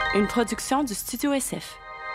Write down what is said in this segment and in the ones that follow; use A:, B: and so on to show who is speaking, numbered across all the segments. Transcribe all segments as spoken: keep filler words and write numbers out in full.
A: Une production du Studio S F.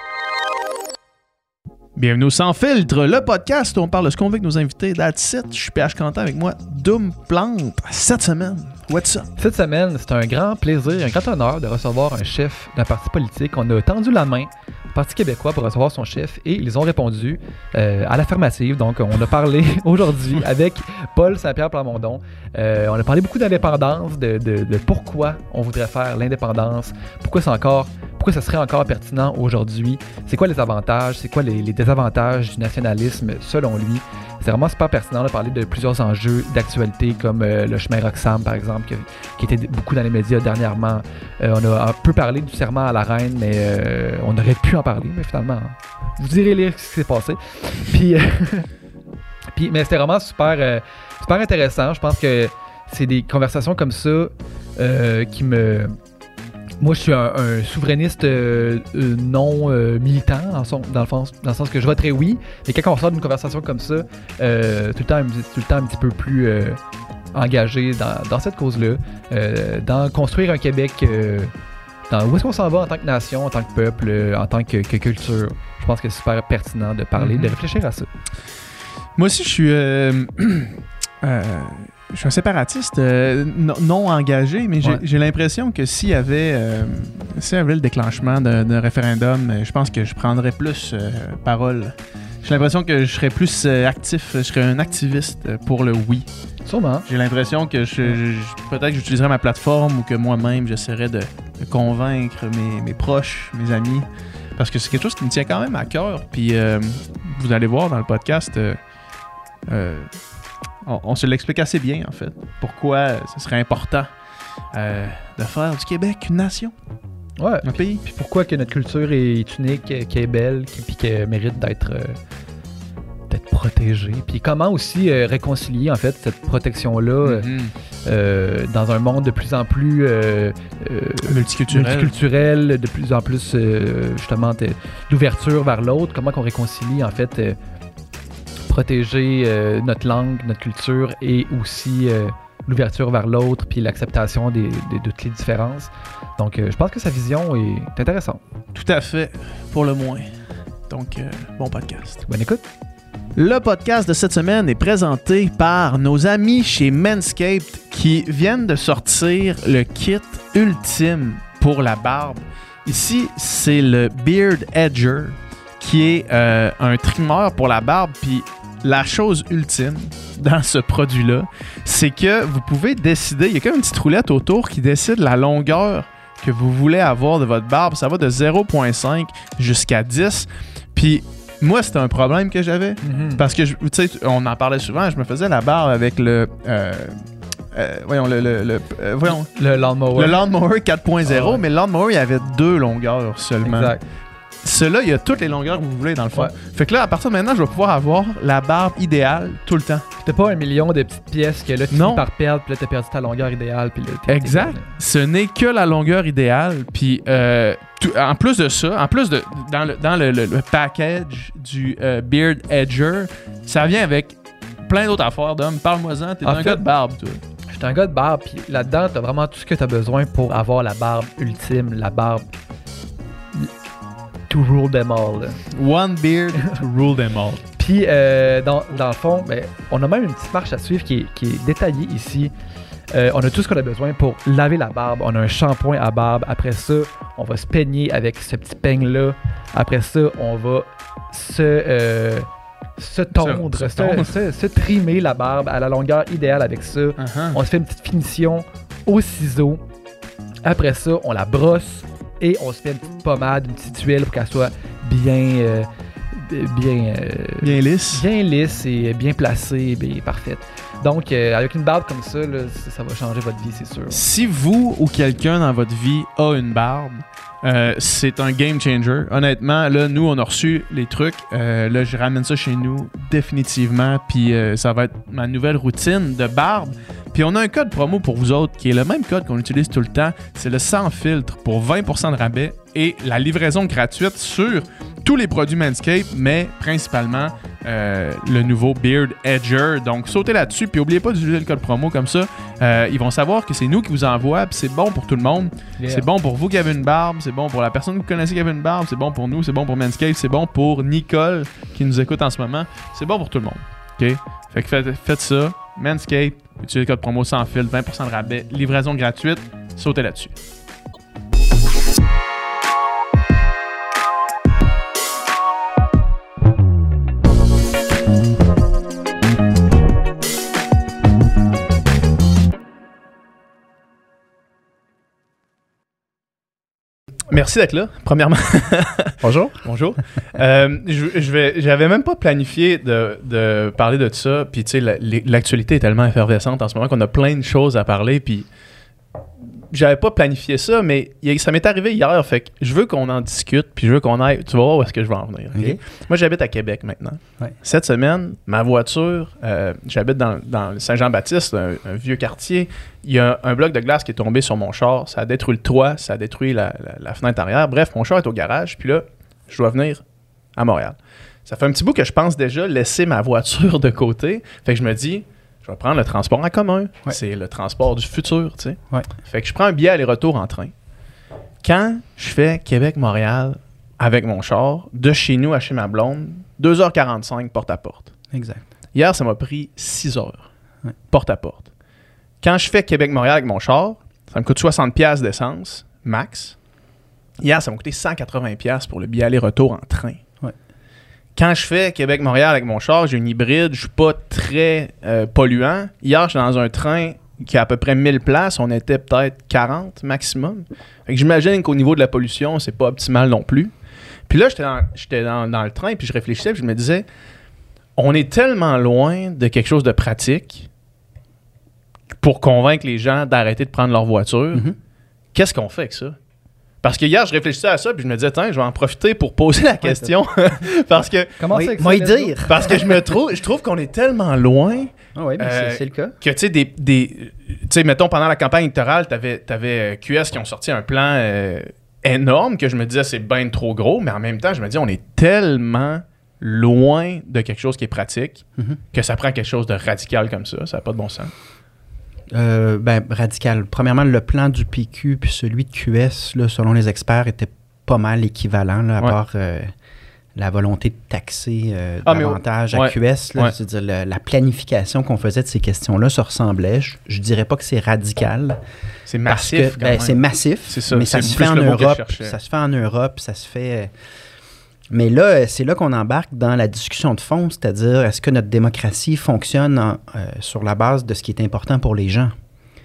B: Bienvenue au Sans Filtre, le podcast où on parle de ce qu'on veut avec nos invités. That's it. Je suis P H Quentin avec moi, Doom Plante. Cette semaine, what's up?
C: Cette semaine, c'est un grand plaisir, un grand honneur de recevoir un chef d'un parti politique. On a tendu la main au Parti québécois pour recevoir son chef et ils ont répondu euh, à l'affirmative. Donc, on a parlé aujourd'hui avec Paul Saint-Pierre Plamondon. Euh, on a parlé beaucoup d'indépendance, de, de, de pourquoi on voudrait faire l'indépendance, pourquoi c'est encore... Pourquoi ça serait encore pertinent aujourd'hui? C'est quoi les avantages? C'est quoi les, les désavantages du nationalisme selon lui? C'est vraiment super pertinent de parler de plusieurs enjeux d'actualité comme euh, le chemin Roxham, par exemple, qui, qui était beaucoup dans les médias dernièrement. Euh, on a un peu parlé du serment à la reine, mais euh, on aurait pu en parler, mais finalement, vous irez lire ce qui s'est passé. Puis, euh, puis, mais c'était vraiment super, euh, super intéressant. Je pense que c'est des conversations comme ça euh, qui me... Moi, je suis un, un souverainiste euh, euh, non euh, militant, en son, dans, le sens, dans le sens que je voterais oui, mais quand on sort d'une conversation comme ça, euh, tout, le temps, tout le temps un petit peu plus euh, engagé dans, dans cette cause-là, euh, dans construire un Québec, euh, dans où est-ce qu'on s'en va en tant que nation, en tant que peuple, euh, en tant que, que culture. Je pense que c'est super pertinent de parler, mm-hmm. de réfléchir à ça.
B: Moi aussi, je suis... Euh, euh, Je suis un séparatiste euh, non, non engagé, mais j'ai, ouais. j'ai l'impression que s'il y avait, euh, s'il y avait le déclenchement d'un, d'un référendum, je pense que je prendrais plus euh, parole. J'ai l'impression que je serais plus euh, actif, je serais un activiste pour le oui.
C: Sûrement.
B: J'ai l'impression que je, je, je, peut-être que j'utiliserais ma plateforme ou que moi-même, j'essaierais de, de convaincre mes, mes proches, mes amis, parce que c'est quelque chose qui me tient quand même à cœur. Puis euh, vous allez voir dans le podcast... Euh, euh, On, on se l'explique assez bien, en fait. Pourquoi ce serait important euh, de faire du Québec une nation.
C: Ouais.
B: Un pays.
C: Puis pourquoi que notre culture est unique, qu'elle est belle, puis qu'elle mérite d'être, euh, d'être protégée. Puis comment aussi euh, réconcilier, en fait, cette protection-là mm-hmm. euh, dans un monde de plus en plus euh, euh,
B: multiculturel.
C: multiculturel, de plus en plus, euh, justement, d'ouverture vers l'autre. Comment qu'on réconcilie, en fait... Euh, protéger euh, notre langue, notre culture et aussi euh, l'ouverture vers l'autre puis l'acceptation des, des, de toutes les différences. Donc, euh, je pense que sa vision est intéressante.
B: Tout à fait, pour le moins. Donc, euh, bon podcast.
C: Bonne écoute.
B: Le podcast de cette semaine est présenté par nos amis chez Manscaped qui viennent de sortir le kit ultime pour la barbe. Ici, c'est le Beard Edger qui est euh, un trimmer pour la barbe. Puis la chose ultime dans ce produit-là, c'est que vous pouvez décider, il y a comme une petite roulette autour qui décide la longueur que vous voulez avoir de votre barbe. Ça va de zéro virgule cinq jusqu'à dix. Puis moi, c'était un problème que j'avais. Mm-hmm. Parce que, tu sais, on en parlait souvent, je me faisais la barbe avec le... Euh, Euh, voyons, le, le, le, euh, voyons,
C: le Lawnmower.
B: Le Lawnmower quatre point zéro, ah ouais. Mais le Lawnmower, il y avait deux longueurs seulement.
C: Exact.
B: Celui-là, il y a toutes les longueurs que vous voulez, dans le fond.
C: Ouais.
B: Fait que là, à partir de maintenant, je vais pouvoir avoir la barbe idéale tout le temps.
C: T'as pas un million de petites pièces que là, tu
B: non.
C: finis par perdre, puis là, t'as perdu ta longueur idéale. Puis là, t'es,
B: exact.
C: t'es
B: Ce n'est que la longueur idéale. Puis, euh, tout, en plus de ça, en plus de dans le, dans le, le, le package du euh, Beard Edger, ça vient avec plein d'autres affaires, d'hommes. Parle-moi-en, t'es en un fait, gars de barbe, toi.
C: Je suis un gars de barbe, puis là-dedans, t'as vraiment tout ce que t'as besoin pour avoir la barbe ultime, la barbe to rule them all. Là.
B: One beard to rule them all.
C: Puis, euh, dans, dans le fond, ben, on a même une petite marche à suivre qui est, qui est détaillée ici. Euh, on a tout ce qu'on a besoin pour laver la barbe. On a un shampoing à barbe. Après ça, on va se peigner avec ce petit peigne-là. Après ça, on va se... Euh, se tondre, se, se, tondre. Se, se, se trimer la barbe à la longueur idéale avec ça. Uh-huh. On se fait une petite finition au ciseau. Après ça, on la brosse et on se fait une petite pommade, une petite huile pour qu'elle soit bien... Euh, bien... Euh,
B: bien lisse.
C: Bien lisse et bien placée, bien parfaite. Donc, euh, avec une barbe comme ça, là, ça va changer votre vie, c'est sûr.
B: Si vous ou quelqu'un dans votre vie a une barbe, Euh, c'est un game changer. Honnêtement, là, nous, on a reçu les trucs. Euh, là, je ramène ça chez nous définitivement. Puis euh, ça va être ma nouvelle routine de barbe. Puis on a un code promo pour vous autres qui est le même code qu'on utilise tout le temps. C'est le sans filtre pour vingt pour cent de rabais et la livraison gratuite sur tous les produits Manscaped, mais principalement euh, le nouveau Beard Edger. Donc, sautez là-dessus, puis n'oubliez pas d'utiliser le code promo comme ça. Euh, ils vont savoir que c'est nous qui vous envoie, puis c'est bon pour tout le monde. Yeah. C'est bon pour vous qui avez une barbe, c'est bon pour la personne que vous connaissez qui avait une barbe, c'est bon pour nous, c'est bon pour Manscaped, c'est bon pour Nicole qui nous écoute en ce moment. C'est bon pour tout le monde. OK? Fait que faites, faites ça. Manscaped, utilisez le code promo sans fil, vingt pour cent de rabais, livraison gratuite. Sautez là-dessus. Merci d'être là, premièrement.
D: Bonjour.
B: Bonjour. Euh, je, je vais, j'avais même pas planifié de, de parler de ça. Puis, tu sais, la, l'actualité est tellement effervescente en ce moment qu'on a plein de choses à parler. Puis, j'avais pas planifié ça, mais ça m'est arrivé hier. Fait que je veux qu'on en discute. Puis, je veux qu'on aille. Tu vas voir où est-ce que je vais en venir. Okay? Okay. Moi, j'habite à Québec maintenant. Ouais. Cette semaine, ma voiture, euh, j'habite dans, dans Saint-Jean-Baptiste, un, un vieux quartier. Il y a un bloc de glace qui est tombé sur mon char. Ça a détruit le toit, ça a détruit la, la, la fenêtre arrière. Bref, mon char est au garage. Puis là, je dois venir à Montréal. Ça fait un petit bout que je pense déjà laisser ma voiture de côté. Fait que je me dis, je vais prendre le transport en commun. Ouais. C'est le transport du futur, tu sais. Ouais. Fait que je prends un billet aller-retour en train. Quand je fais Québec-Montréal avec mon char, de chez nous à chez ma blonde, deux heures quarante-cinq porte à porte.
D: Exact.
B: Hier, ça m'a pris six heures ouais. porte à porte. Quand je fais Québec-Montréal avec mon char, ça me coûte soixante dollars d'essence, max. Hier, ça m'a coûté cent quatre-vingts dollars pour le billet aller-retour en train. Ouais. Quand je fais Québec-Montréal avec mon char, j'ai une hybride, je suis pas très euh, polluant. Hier, j'étais dans un train qui a à peu près mille places, on était peut-être quarante maximum. Fait que j'imagine qu'au niveau de la pollution, c'est pas optimal non plus. Puis là, j'étais dans, j'étais dans, dans le train, puis je réfléchissais, puis je me disais, on est tellement loin de quelque chose de pratique pour convaincre les gens d'arrêter de prendre leur voiture. Mm-hmm. Qu'est-ce qu'on fait avec ça? Parce que hier, je réfléchissais à ça, puis je me disais, tiens, je vais en profiter pour poser la question. parce que...
D: Comment c'est moi dire?
B: Parce que je me trouve, je trouve qu'on est tellement loin...
D: Ah oui, mais euh, c'est, c'est le cas.
B: Que, tu sais, des, des, tu sais, mettons, pendant la campagne électorale, t'avais, t'avais Q S qui ont sorti un plan euh, énorme que je me disais, c'est bien trop gros, mais en même temps, je me dis, on est tellement loin de quelque chose qui est pratique mm-hmm. que ça prend quelque chose de radical comme ça. Ça n'a pas de bon sens.
D: Euh, ben, radical. Premièrement, le plan du P Q puis celui de Q S, là, selon les experts, étaient pas mal équivalents, là, à ouais. part euh, la volonté de taxer euh, ah, davantage à ouais. Q S. Là, ouais. C'est-à-dire la, la planification qu'on faisait de ces questions-là se ressemblait. Je, je dirais pas que c'est radical.
B: C'est massif.
D: Que, ben, c'est massif, c'est ça, mais ça se fait en Europe. Ça se fait en Europe, ça se fait... Mais là, c'est là qu'on embarque dans la discussion de fond, c'est-à-dire est-ce que notre démocratie fonctionne en, euh, sur la base de ce qui est important pour les gens?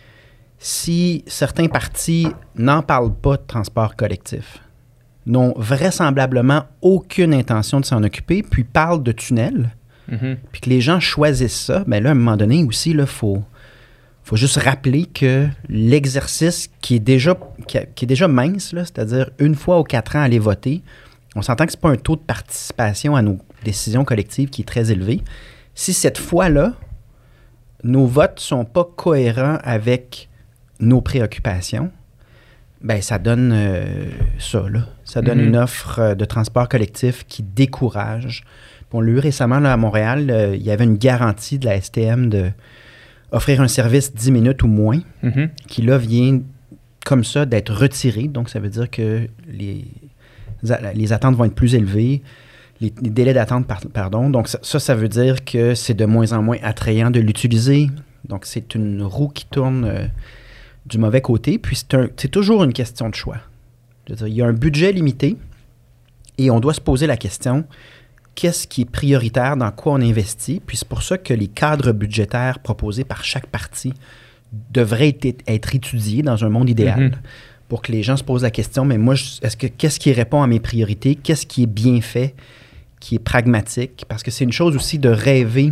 D: Si certains partis n'en parlent pas de transport collectif, n'ont vraisemblablement aucune intention de s'en occuper, puis parlent de tunnels, mm-hmm. puis que les gens choisissent ça, bien là, à un moment donné aussi, il faut, faut juste rappeler que l'exercice qui est déjà, qui, a, qui est déjà mince, là, c'est-à-dire une fois aux quatre ans aller voter, on s'entend que ce n'est pas un taux de participation à nos décisions collectives qui est très élevé. Si cette fois-là, nos votes ne sont pas cohérents avec nos préoccupations, ben ça donne euh, ça, là. Ça donne mm-hmm. une offre de transport collectif qui décourage. On l'a eu récemment là, à Montréal, euh, il y avait une garantie de la S T M d'offrir un service dix minutes ou moins, mm-hmm. qui là vient comme ça d'être retiré. Donc, ça veut dire que les... les attentes vont être plus élevées, les, les délais d'attente, par, pardon. Donc, ça, ça veut dire que c'est de moins en moins attrayant de l'utiliser. Donc, c'est une roue qui tourne euh, du mauvais côté. Puis, c'est, un, c'est toujours une question de choix. Je veux dire, il y a un budget limité et on doit se poser la question, qu'est-ce qui est prioritaire, dans quoi on investit? Puis, c'est pour ça que les cadres budgétaires proposés par chaque parti devraient être, être étudiés dans un monde idéal. Mm-hmm. Pour que les gens se posent la question, mais moi, est-ce que qu'est-ce qui répond à mes priorités? Qu'est-ce qui est bien fait, qui est pragmatique? Parce que c'est une chose aussi de rêver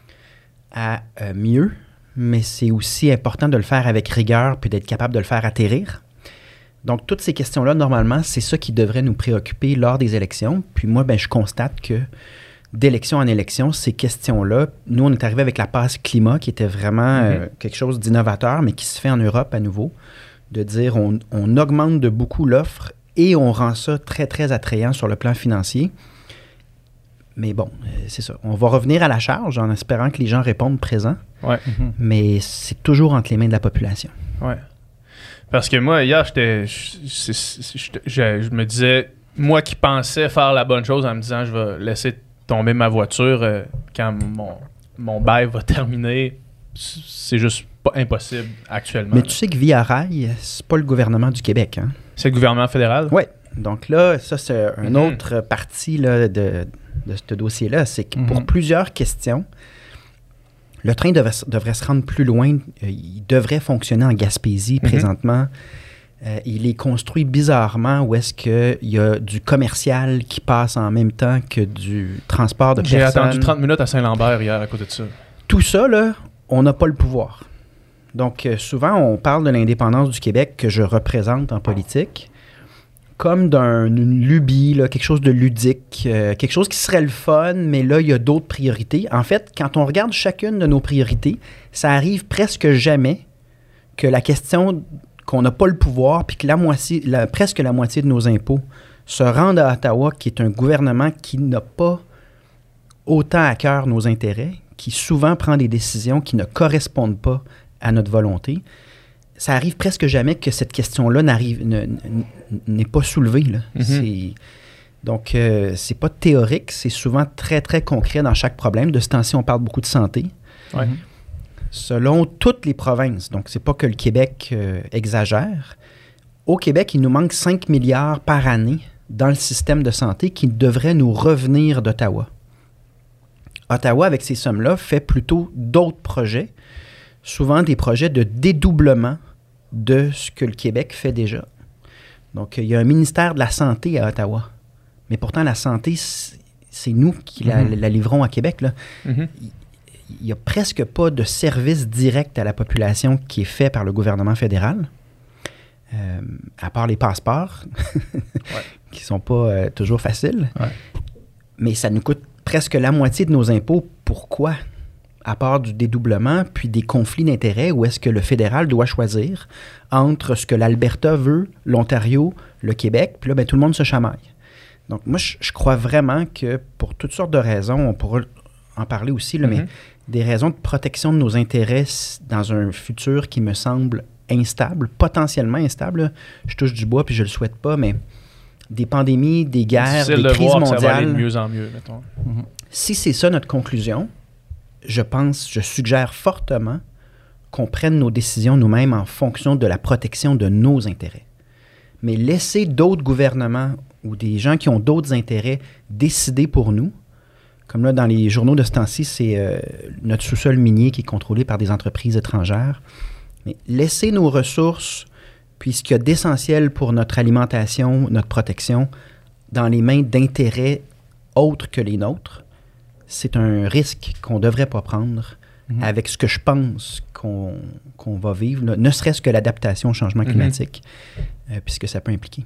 D: à euh, mieux, mais c'est aussi important de le faire avec rigueur puis d'être capable de le faire atterrir. Donc, toutes ces questions-là, normalement, c'est ça qui devrait nous préoccuper lors des élections. Puis moi, ben, je constate que d'élection en élection, ces questions-là, nous, on est arrivé avec la passe climat, qui était vraiment mm-hmm. euh, quelque chose d'innovateur, mais qui se fait en Europe à nouveau. De dire on, on augmente de beaucoup l'offre et on rend ça très, très attrayant sur le plan financier. Mais bon, euh, c'est ça. On va revenir à la charge en espérant que les gens répondent présents.
B: Ouais. Mm-hmm.
D: Mais c'est toujours entre les mains de la population.
B: Ouais. Parce que moi, hier, j'étais, je, je, je, je me disais, moi qui pensais faire la bonne chose en me disant, je vais laisser tomber ma voiture euh, quand mon, mon bail va terminer, c'est juste pas impossible actuellement.
D: Mais
B: là.
D: Tu sais que Via Rail, c'est pas le gouvernement du Québec, hein?
B: C'est le gouvernement fédéral?
D: Oui. Donc là, ça, c'est une
B: mm-hmm.
D: autre partie là, de, de ce dossier-là. C'est que mm-hmm. pour plusieurs questions, le train devrait, devrait se rendre plus loin. Il devrait fonctionner en Gaspésie mm-hmm. présentement. Euh, il est construit bizarrement où est-ce qu'il y a du commercial qui passe en même temps que du transport de
B: J'ai
D: personnes.
B: J'ai attendu trente minutes à Saint-Lambert hier à côté de ça.
D: Tout ça, là, on n'a pas le pouvoir. Donc, euh, souvent, on parle de l'indépendance du Québec que je représente en politique comme d'une lubie, là, quelque chose de ludique, euh, quelque chose qui serait le fun, mais là, il y a d'autres priorités. En fait, quand on regarde chacune de nos priorités, ça arrive presque jamais que la question qu'on n'a pas le pouvoir, puis que la moitié, la, presque la moitié de nos impôts se rendent à Ottawa, qui est un gouvernement qui n'a pas autant à cœur nos intérêts, qui souvent prend des décisions qui ne correspondent pas à notre volonté. Ça arrive presque jamais que cette question-là n'arrive, ne, n'est pas soulevée. Là. Mm-hmm. C'est, donc, euh, c'est pas théorique, c'est souvent très, très concret dans chaque problème. De ce temps-ci, on parle beaucoup de santé.
B: Ouais.
D: Selon toutes les provinces, donc c'est pas que le Québec euh, exagère, au Québec, il nous manque cinq milliards par année dans le système de santé qui devraient nous revenir d'Ottawa. Ottawa, avec ces sommes-là, fait plutôt d'autres projets, souvent des projets de dédoublement de ce que le Québec fait déjà. Donc, il y a un ministère de la Santé à Ottawa. Mais pourtant, la santé, c'est nous qui la, mm-hmm. la livrons à Québec. Là. Mm-hmm. Il n'y a presque pas de service direct à la population qui est fait par le gouvernement fédéral, euh, à part les passeports, ouais. qui ne sont pas euh, toujours faciles.
B: Ouais.
D: Mais ça nous coûte presque la moitié de nos impôts. Pourquoi? À part du dédoublement, puis des conflits d'intérêts où est-ce que le fédéral doit choisir entre ce que l'Alberta veut, l'Ontario, le Québec, puis là, ben, tout le monde se chamaille. Donc, moi, je, je crois vraiment que pour toutes sortes de raisons, on pourra en parler aussi, là, mm-hmm. mais des raisons de protection de nos intérêts dans un futur qui me semble instable, potentiellement instable. Là. Je touche du bois, puis je le souhaite pas, mais des pandémies, des guerres, des
B: de
D: crises
B: voir
D: mondiales.
B: Que ça va aller de mieux en mieux, mettons.
D: Mm-hmm. Si c'est ça notre conclusion, je pense, je suggère fortement qu'on prenne nos décisions nous-mêmes en fonction de la protection de nos intérêts. Mais laisser d'autres gouvernements ou des gens qui ont d'autres intérêts décider pour nous, comme là dans les journaux de ce temps-ci, c'est euh, notre sous-sol minier qui est contrôlé par des entreprises étrangères. Mais laisser nos ressources, puis ce qu'il y a d'essentiel pour notre alimentation, notre protection, dans les mains d'intérêts autres que les nôtres, c'est un risque qu'on ne devrait pas prendre mmh. avec ce que je pense qu'on, qu'on va vivre, ne, ne serait-ce que l'adaptation au changement climatique, mmh. euh, puisque ça peut impliquer.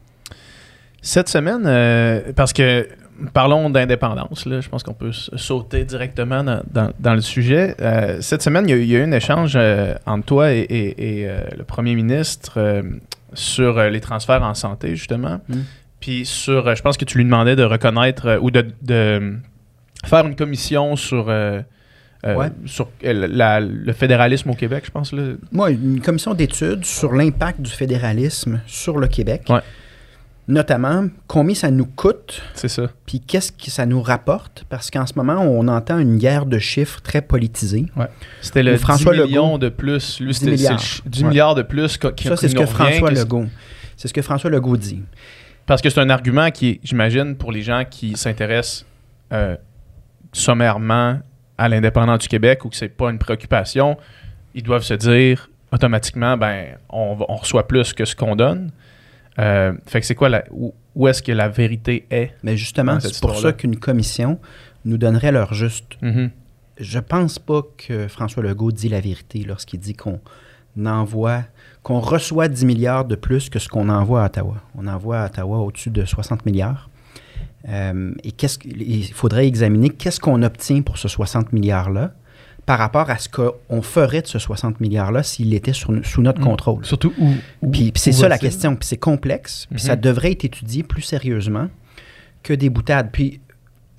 B: Cette semaine, euh, parce que parlons d'indépendance, là, je pense qu'on peut sauter directement dans, dans, dans le sujet. Euh, cette semaine, il y, a, il y a eu un échange euh, entre toi et, et, et euh, le premier ministre euh, sur euh, les transferts en santé, justement. Mmh. Puis sur, euh, je pense que tu lui demandais de reconnaître euh, ou de... de faire une commission sur, euh, euh, ouais. sur la, le fédéralisme au Québec, je pense. Là.
D: Moi, une commission d'études sur l'impact du fédéralisme sur le Québec.
B: Ouais.
D: Notamment, combien ça nous coûte.
B: C'est ça.
D: Puis qu'est-ce que ça nous rapporte. Parce qu'en ce moment, on entend une guerre de chiffres très politisée.
B: Ouais. C'était le François dix millions Legault, de plus. Lui, c'était dix milliards, c'est le, dix ouais. milliards de plus. Qui,
D: ça, c'est ce que François Legault. C'est ce que François Legault dit.
B: Parce que c'est un argument qui, j'imagine, pour les gens qui s'intéressent euh, sommairement à l'indépendance du Québec ou que c'est pas une préoccupation, ils doivent se dire automatiquement, ben, on, on reçoit plus que ce qu'on donne. Euh, fait que c'est quoi, la, où, où est-ce que la vérité est?
D: Mais justement, c'est pour ça qu'une commission nous donnerait leur juste.
B: Mm-hmm.
D: Je pense pas que François Legault dit la vérité lorsqu'il dit qu'on envoie, qu'on reçoit dix milliards de plus que ce qu'on envoie à Ottawa. On envoie à Ottawa au-dessus de soixante milliards. Euh, et qu'est-ce il faudrait examiner qu'est-ce qu'on obtient pour ce soixante milliards-là par rapport à ce qu'on ferait de ce soixante milliards-là s'il était sur, sous notre mmh. contrôle.
C: Surtout où. où
D: puis, puis c'est
C: où
D: ça la question. Puis c'est complexe. Puis
B: mmh.
D: ça devrait être étudié plus sérieusement que des boutades. Puis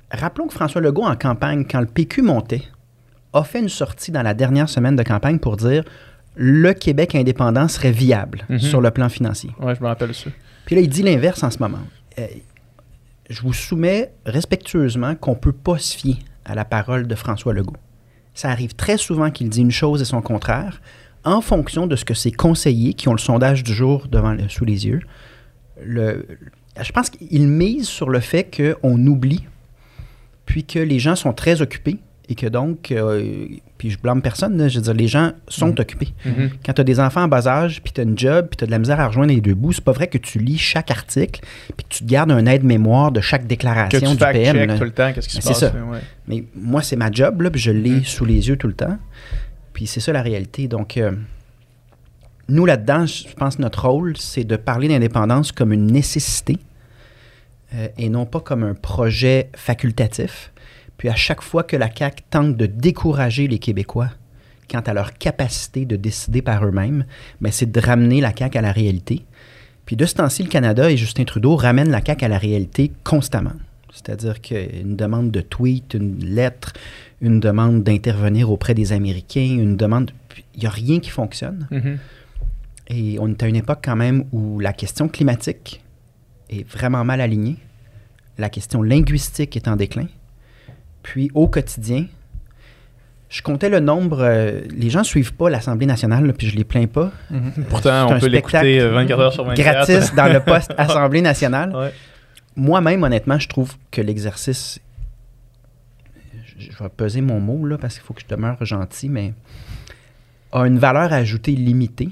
D: rappelons que François Legault, en campagne, quand le P Q montait, a fait une sortie dans la dernière semaine de campagne pour dire le Québec indépendant serait viable mm-hmm. sur le plan financier.
B: Oui, je me rappelle ça.
D: Puis là, il dit l'inverse en ce moment. Euh, je vous soumets respectueusement qu'on ne peut pas se fier à la parole de François Legault. Ça arrive très souvent qu'il dit une chose et son contraire, en fonction de ce que ses conseillers, qui ont le sondage du jour devant le, sous les yeux, le, je pense qu'il mise sur le fait qu'on oublie, puis que les gens sont très occupés, et que donc, euh, puis je blâme personne, là, je veux dire, les gens sont mmh. occupés. Mmh. Quand tu as des enfants en bas âge, puis tu as une job, puis tu as de la misère à rejoindre les deux bouts, c'est pas vrai que tu lis chaque article, puis que tu te gardes un aide-mémoire de chaque déclaration
B: que tu
D: du P M.
B: Check tout le temps, qu'est-ce qui se
D: c'est
B: passe.
D: Ça.
B: Là, ouais.
D: Mais moi, c'est ma job, là, puis je l'ai mmh. sous les yeux tout le temps. Puis c'est ça la réalité. Donc, euh, nous, là-dedans, je pense que notre rôle, c'est de parler d'indépendance comme une nécessité euh, et non pas comme un projet facultatif. Puis à chaque fois que la C A Q tente de décourager les Québécois quant à leur capacité de décider par eux-mêmes, bien, c'est de ramener la C A Q à la réalité. Puis de ce temps-ci, le Canada et Justin Trudeau ramènent la C A Q à la réalité constamment. C'est-à-dire qu'une demande de tweet, une lettre, une demande d'intervenir auprès des Américains, une demande... Il n'y a rien qui fonctionne. Mm-hmm. Et on est à une époque quand même où la question climatique est vraiment mal alignée. La question linguistique est en déclin. Puis, au quotidien, je comptais le nombre... Euh, les gens ne suivent pas l'Assemblée nationale, là, puis je ne les plains pas.
B: Mm-hmm. Pourtant, on peut l'écouter vingt-quatre heures sur vingt-quatre.
D: Gratis dans le poste Assemblée nationale.
B: Ouais.
D: Moi-même, honnêtement, je trouve que l'exercice... Je, je vais peser mon mot, là, parce qu'il faut que je demeure gentil, mais... a une valeur ajoutée limitée.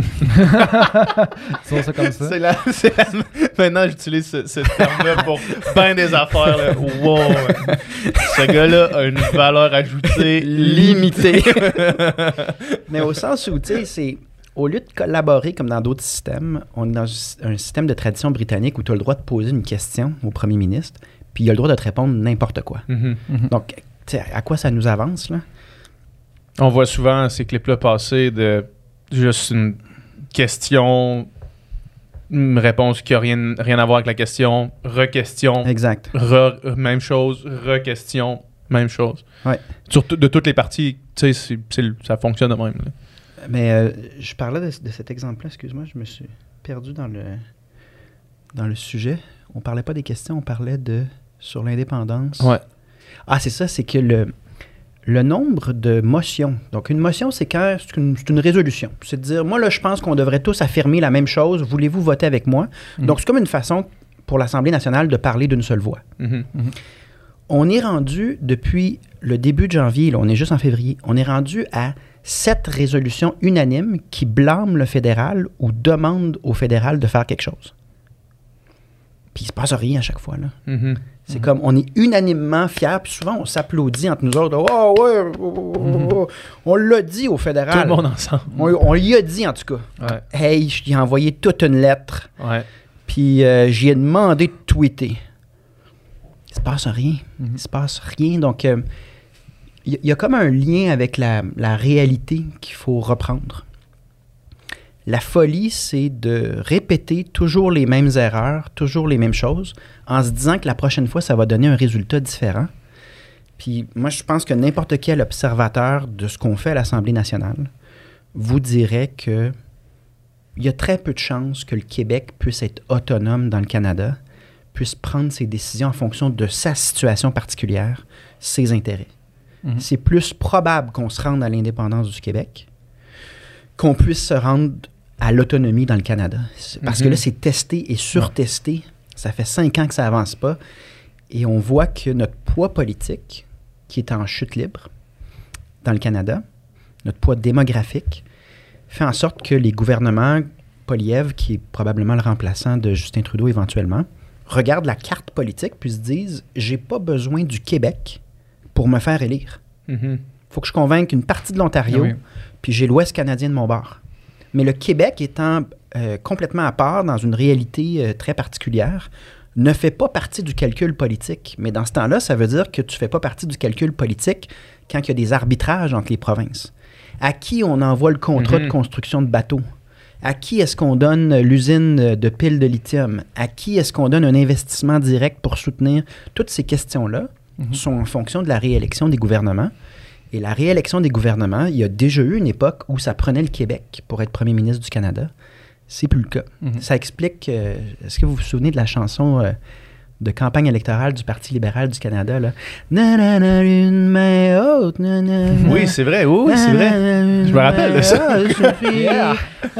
C: C'est ça comme ça.
B: C'est la, c'est la, maintenant, j'utilise ce, ce terme-là pour bien des affaires. Là. Wow! Ce gars-là a une valeur ajoutée limitée.
D: Mais au sens où, tu sais, c'est... Au lieu de collaborer comme dans d'autres systèmes, on est dans un système de tradition britannique où tu as le droit de poser une question au premier ministre, puis il a le droit de te répondre n'importe quoi. Mm-hmm. Mm-hmm. Donc, tu sais, à quoi ça nous avance, là?
B: On voit souvent ces clips-là passer de juste une question, une réponse qui n'a rien, rien à voir avec la question, re-question,
D: exact.
B: Re, même chose, re-question, même chose.
D: Ouais.
B: Sur t- de toutes les parties, tu sais, c'est, c'est, ça fonctionne de même. Là.
D: Mais euh, je parlais de, de cet exemple-là, excuse-moi, je me suis perdu dans le, dans le sujet. On parlait pas des questions, on parlait de sur l'indépendance.
B: Ouais.
D: Ah, c'est ça, c'est que le... Le nombre de motions. Donc, une motion, c'est quand c'est une, c'est une résolution. C'est de dire, moi, là, je pense qu'on devrait tous affirmer la même chose. Voulez-vous voter avec moi? Mm-hmm. Donc, c'est comme une façon pour l'Assemblée nationale de parler d'une seule voix. Mm-hmm. Mm-hmm. On est rendu, depuis le début de janvier, là, on est juste en février, on est rendu à sept résolutions unanimes qui blâment le fédéral ou demandent au fédéral de faire quelque chose. Puis, il se passe rien à chaque fois, là. Mm-hmm. C'est mm-hmm. comme, on est unanimement fiers, puis souvent, on s'applaudit entre nous autres. « Oh, ouais, oh, oh, oh, oh. On l'a dit au fédéral. »
B: Tout le monde ensemble.
D: On, on l'y a dit, en tout cas.
B: Ouais.
D: « Hey, j'y ai envoyé toute une lettre.
B: Ouais.
D: Puis, euh, j'y ai demandé de tweeter. » Il se passe rien. Mm-hmm. Il se passe rien. Donc, il euh, y, y a comme un lien avec la, la réalité qu'il faut reprendre. La folie, c'est de répéter toujours les mêmes erreurs, toujours les mêmes choses, en se disant que la prochaine fois, ça va donner un résultat différent. Puis moi, je pense que n'importe quel observateur de ce qu'on fait à l'Assemblée nationale vous dirait que il y a très peu de chances que le Québec puisse être autonome dans le Canada, puisse prendre ses décisions en fonction de sa situation particulière, ses intérêts. Mm-hmm. C'est plus probable qu'on se rende à l'indépendance du Québec qu'on puisse se rendre à l'autonomie dans le Canada. Parce mm-hmm. que là, c'est testé et surtesté. Ouais. Ça fait cinq ans que ça n'avance pas. Et on voit que notre poids politique, qui est en chute libre dans le Canada, notre poids démographique, fait en sorte que les gouvernements, Poilievre, qui est probablement le remplaçant de Justin Trudeau éventuellement, regardent la carte politique puis se disent « J'ai pas besoin du Québec pour me faire élire. Il mm-hmm. faut que je convainque une partie de l'Ontario, oui. puis j'ai l'Ouest canadien de mon bord. » Mais le Québec étant euh, complètement à part dans une réalité euh, très particulière, ne fait pas partie du calcul politique. Mais dans ce temps-là, ça veut dire que tu ne fais pas partie du calcul politique quand il y a des arbitrages entre les provinces. À qui on envoie le contrat mm-hmm. de construction de bateaux? À qui est-ce qu'on donne l'usine de piles de lithium? À qui est-ce qu'on donne un investissement direct pour soutenir? Toutes ces questions-là, mm-hmm. sont en fonction de la réélection des gouvernements. Et la réélection des gouvernements, il y a déjà eu une époque où ça prenait le Québec pour être premier ministre du Canada. C'est plus le cas. Mm-hmm. Ça explique... Euh, est-ce que vous vous souvenez de la chanson euh, de campagne électorale du Parti libéral du Canada, là? Na, na, na, une main haute, na, na, na,
B: oui, c'est vrai. Oui, na, c'est vrai. Je me rappelle de ça.
D: Yeah.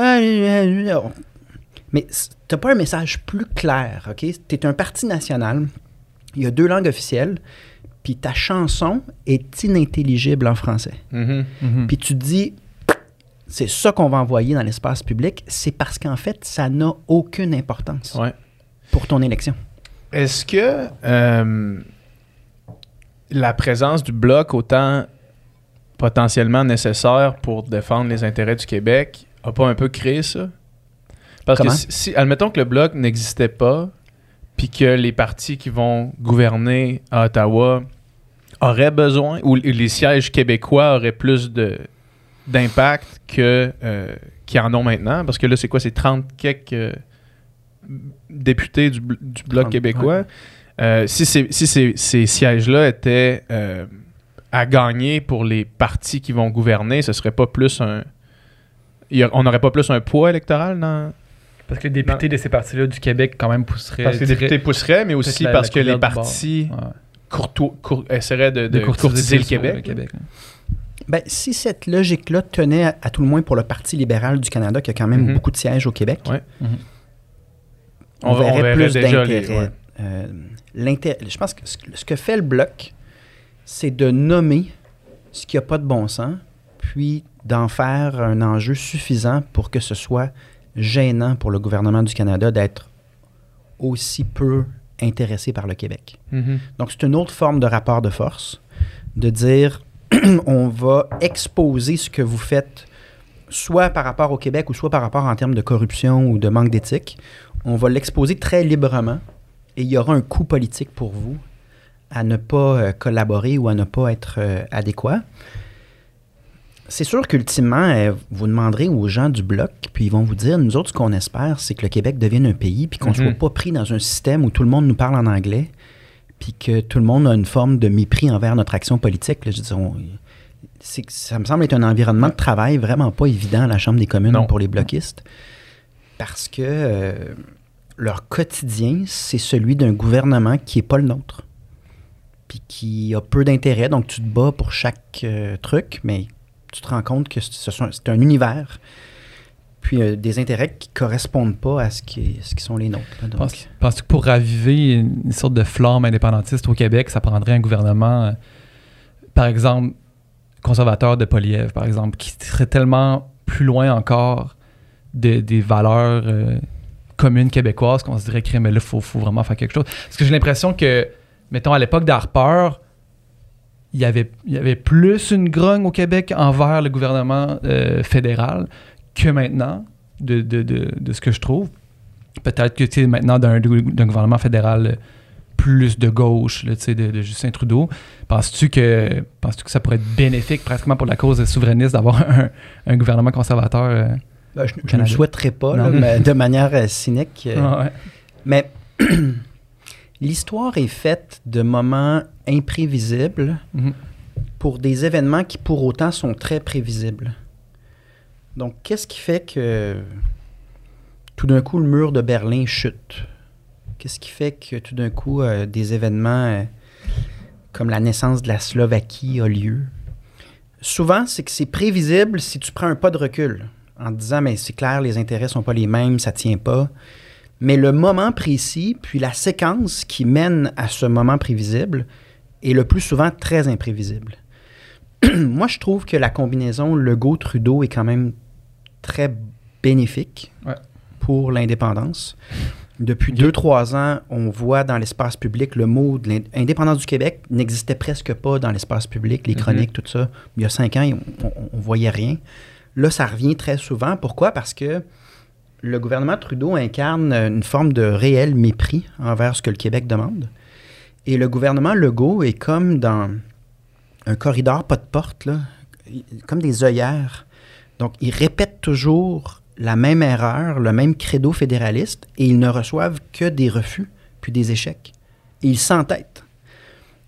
D: Mais t'as pas un message plus clair, OK? T'es un parti national, il y a deux langues officielles, puis ta chanson est inintelligible en français.
B: Mm-hmm. Mm-hmm.
D: Puis tu te dis, c'est ça qu'on va envoyer dans l'espace public, c'est parce qu'en fait, ça n'a aucune importance
B: ouais.
D: pour ton élection.
B: Est-ce que euh, la présence du Bloc, autant potentiellement nécessaire pour défendre les intérêts du Québec, n'a pas un peu créé ça? Parce
D: Comment?
B: que si, si, admettons que le Bloc n'existait pas, puis que les partis qui vont gouverner à Ottawa auraient besoin, ou les sièges québécois auraient plus de, d'impact que, euh, qu'ils en ont maintenant, parce que là, c'est quoi? C'est trente quelques euh, députés du, du Bloc trente, québécois. Ouais. Euh, si ces, si ces, ces sièges-là étaient euh, à gagner pour les partis qui vont gouverner, ce serait pas plus un... A, on n'aurait pas plus un poids électoral dans...
C: Parce que les députés non. de ces partis-là du Québec quand même pousseraient...
B: Parce que les députés pousseraient, mais aussi la, parce la que les partis ouais. courto- cour- essaieraient de, de, de courtiser le Québec. Le Québec hein.
D: Ben, si cette logique-là tenait à, à tout le moins pour le Parti libéral du Canada, qui a quand même mm-hmm. beaucoup de sièges au Québec,
B: ouais. mm-hmm.
D: on, on verrait, on verrait plus d'intérêt.
B: Les, ouais.
D: euh, l'intérêt. Je pense que ce que fait le Bloc, c'est de nommer ce qui n'a pas de bon sens, puis d'en faire un enjeu suffisant pour que ce soit gênant pour le gouvernement du Canada d'être aussi peu intéressé par le Québec.
B: Mm-hmm.
D: Donc, c'est une autre forme de rapport de force, de dire... on va exposer ce que vous faites, soit par rapport au Québec ou soit par rapport en termes de corruption ou de manque d'éthique. On va l'exposer très librement et il y aura un coût politique pour vous à ne pas euh, collaborer ou à ne pas être euh, adéquat. C'est sûr qu'ultimement, euh, vous demanderez aux gens du Bloc, puis ils vont vous dire, nous autres, ce qu'on espère, c'est que le Québec devienne un pays, puis qu'on ne mm-hmm. soit pas pris dans un système où tout le monde nous parle en anglais, puis que tout le monde a une forme de mépris envers notre action politique. Là, je veux dire, on, c'est, ça me semble être un environnement de travail vraiment pas évident à la Chambre des communes non. pour les bloquistes, parce que euh, leur quotidien, c'est celui d'un gouvernement qui n'est pas le nôtre, puis qui a peu d'intérêt. Donc, tu te bats pour chaque euh, truc, mais tu te rends compte que ce sont, c'est un univers, puis euh, des intérêts qui ne correspondent pas à ce qui, ce qui sont les nôtres. Là, donc.
C: Penses, penses-tu que pour raviver une sorte de flamme indépendantiste au Québec, ça prendrait un gouvernement, euh, par exemple, conservateur de Poilievre, par exemple, qui serait tellement plus loin encore de, des valeurs euh, communes québécoises qu'on se dirait que mais là, il faut, faut vraiment faire quelque chose. Parce que j'ai l'impression que, mettons, à l'époque d'Harper, il y avait, il y avait plus une grogne au Québec envers le gouvernement euh, fédéral que maintenant, de, de, de, de ce que je trouve. Peut-être que tu sais, maintenant, d'un, d'un gouvernement fédéral plus de gauche, là, tu sais, de, de Justin Trudeau, penses-tu que, penses-tu que ça pourrait être bénéfique pratiquement pour la cause souverainiste d'avoir un, un gouvernement conservateur euh,
D: ben, je, je ne le souhaiterais pas, là, mais de manière euh, cynique. Euh,
C: ah ouais.
D: Mais l'histoire est faite de moments imprévisibles mm-hmm. pour des événements qui, pour autant, sont très prévisibles. Donc, qu'est-ce qui fait que tout d'un coup, le mur de Berlin chute? Qu'est-ce qui fait que tout d'un coup, euh, des événements euh, comme la naissance de la Slovaquie a lieu? Souvent, c'est que c'est prévisible si tu prends un pas de recul en te disant, mais c'est clair, les intérêts ne sont pas les mêmes, ça ne tient pas. Mais le moment précis, puis la séquence qui mène à ce moment prévisible est le plus souvent très imprévisible. Moi, je trouve que la combinaison Legault-Trudeau est quand même très bénéfique
C: ouais.
D: pour l'indépendance. Depuis deux, trois ans, on voit dans l'espace public le mot de l'indépendance du Québec n'existait presque pas dans l'espace public, les chroniques, mm-hmm. tout ça. Il y a cinq ans, on ne voyait rien. Là, ça revient très souvent. Pourquoi? Parce que le gouvernement Trudeau incarne une forme de réel mépris envers ce que le Québec demande. Et le gouvernement Legault est comme dans un corridor pas de porte, là, comme des œillères. Donc, ils répètent toujours la même erreur, le même credo fédéraliste, et ils ne reçoivent que des refus puis des échecs. Et ils s'entêtent.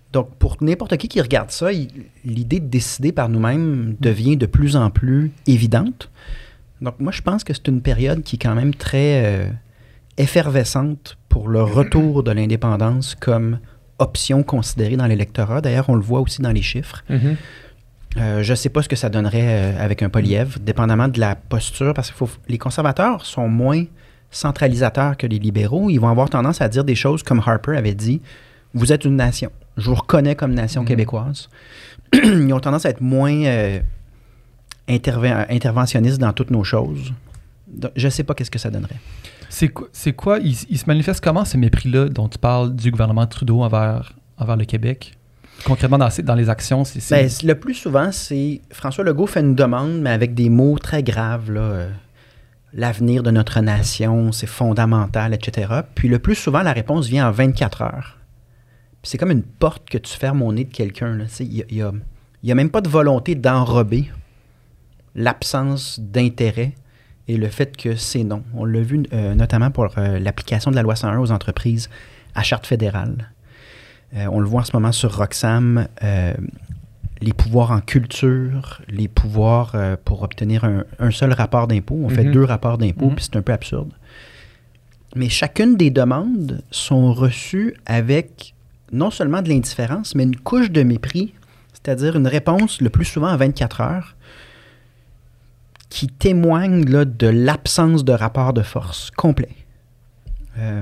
D: Donc, pour n'importe qui qui regarde ça, il, l'idée de décider par nous-mêmes devient de plus en plus évidente. Donc, moi, je pense que c'est une période qui est quand même très euh, effervescente pour le retour de l'indépendance comme option considérée dans l'électorat. D'ailleurs, on le voit aussi dans les chiffres. Mm-hmm. Euh, je ne sais pas ce que ça donnerait euh, avec un Poilievre, dépendamment de la posture, parce que faut, les conservateurs sont moins centralisateurs que les libéraux. Ils vont avoir tendance à dire des choses comme Harper avait dit, « Vous êtes une nation. Je vous reconnais comme nation mmh. québécoise. » Ils ont tendance à être moins euh, interven- interventionnistes dans toutes nos choses. Donc, je ne sais pas qu'est-ce que ça donnerait.
C: C'est quoi, c'est quoi il, il se manifeste comment ce mépris-là dont tu parles du gouvernement Trudeau envers, envers le Québec? Concrètement, dans, dans les actions, c'est... c'est...
D: Ben, le plus souvent, c'est... François Legault fait une demande, mais avec des mots très graves, là. Euh, l'avenir de notre nation, c'est fondamental, et cetera. Puis le plus souvent, la réponse vient en vingt-quatre heures. Puis c'est comme une porte que tu fermes au nez de quelqu'un. Il n'y a, a, a même pas de volonté d'enrober l'absence d'intérêt et le fait que c'est non. On l'a vu euh, notamment pour euh, l'application de la loi cent un aux entreprises à charte fédérale. Euh, on le voit en ce moment sur Roxham, euh, les pouvoirs en culture, les pouvoirs euh, pour obtenir un, un seul rapport d'impôt. On mm-hmm. fait deux rapports d'impôt, mm-hmm. puis c'est un peu absurde. Mais chacune des demandes sont reçues avec non seulement de l'indifférence, mais une couche de mépris, c'est-à-dire une réponse le plus souvent à vingt-quatre heures, qui témoigne là, de l'absence de rapport de force complet. Euh,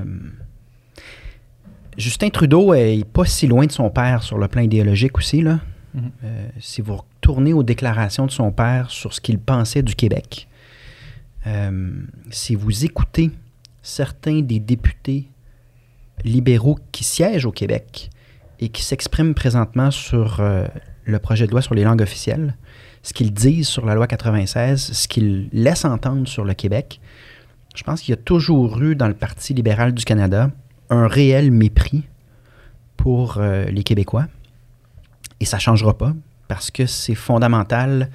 D: Justin Trudeau n'est pas si loin de son père sur le plan idéologique aussi, là. Mm-hmm. Euh, si vous retournez aux déclarations de son père sur ce qu'il pensait du Québec, euh, si vous écoutez certains des députés libéraux qui siègent au Québec et qui s'expriment présentement sur euh, le projet de loi sur les langues officielles, ce qu'ils disent sur la loi quatre-vingt-seize, ce qu'ils laissent entendre sur le Québec, je pense qu'il y a toujours eu dans le Parti libéral du Canada un réel mépris pour euh, les Québécois. Et ça ne changera pas parce que c'est fondamental.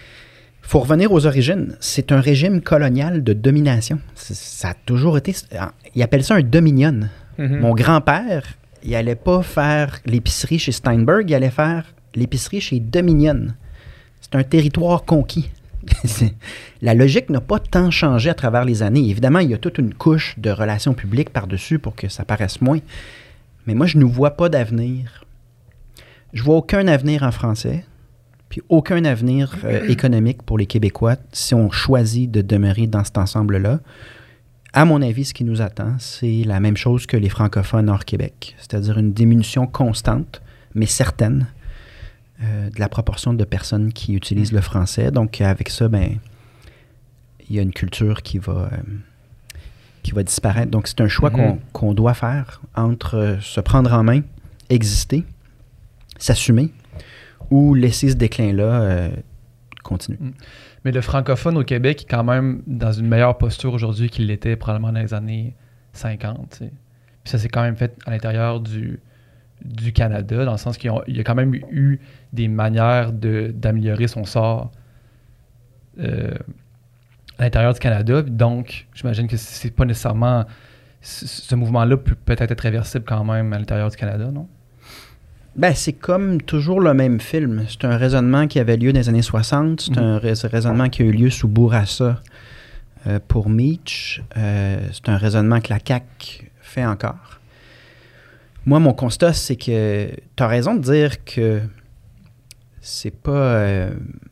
D: Il faut revenir aux origines. C'est un régime colonial de domination. C'est, ça a toujours été... Ils appellent ça un dominion. Mm-hmm. Mon grand-père, il n'allait pas faire l'épicerie chez Steinberg, il allait faire l'épicerie chez Dominion. C'est un territoire conquis. La logique n'a pas tant changé à travers les années. Évidemment, il y a toute une couche de relations publiques par-dessus pour que ça paraisse moins. Mais moi, je ne vois pas d'avenir. Je vois aucun avenir en français, puis aucun avenir euh, économique pour les Québécois si on choisit de demeurer dans cet ensemble-là. À mon avis, ce qui nous attend, c'est la même chose que les francophones hors Québec, c'est-à-dire une diminution constante, mais certaine, euh, de la proportion de personnes qui utilisent le français. Donc, avec ça, ben, il y a une culture qui va, euh, qui va disparaître. Donc, c'est un choix mm-hmm. qu'on, qu'on doit faire entre euh, se prendre en main, exister, s'assumer, ou laisser ce déclin-là euh, continuer.
C: Mais le francophone au Québec est quand même dans une meilleure posture aujourd'hui qu'il l'était probablement dans les années cinquante. T'sais. Puis ça s'est quand même fait à l'intérieur du, du Canada, dans le sens qu'il y a quand même eu des manières de, d'améliorer son sort euh, à l'intérieur du Canada. Donc, j'imagine que c'est pas nécessairement... Ce mouvement-là peut peut-être être réversible quand même à l'intérieur du Canada, non?
D: Ben, c'est comme toujours le même film. C'est un raisonnement qui avait lieu dans les années soixante. C'est mmh. un rais- raisonnement qui a eu lieu sous Bourassa euh, pour Meach. Euh, c'est un raisonnement que la C A Q fait encore. Moi, mon constat, c'est que tu as raison de dire que c'est pas, euh,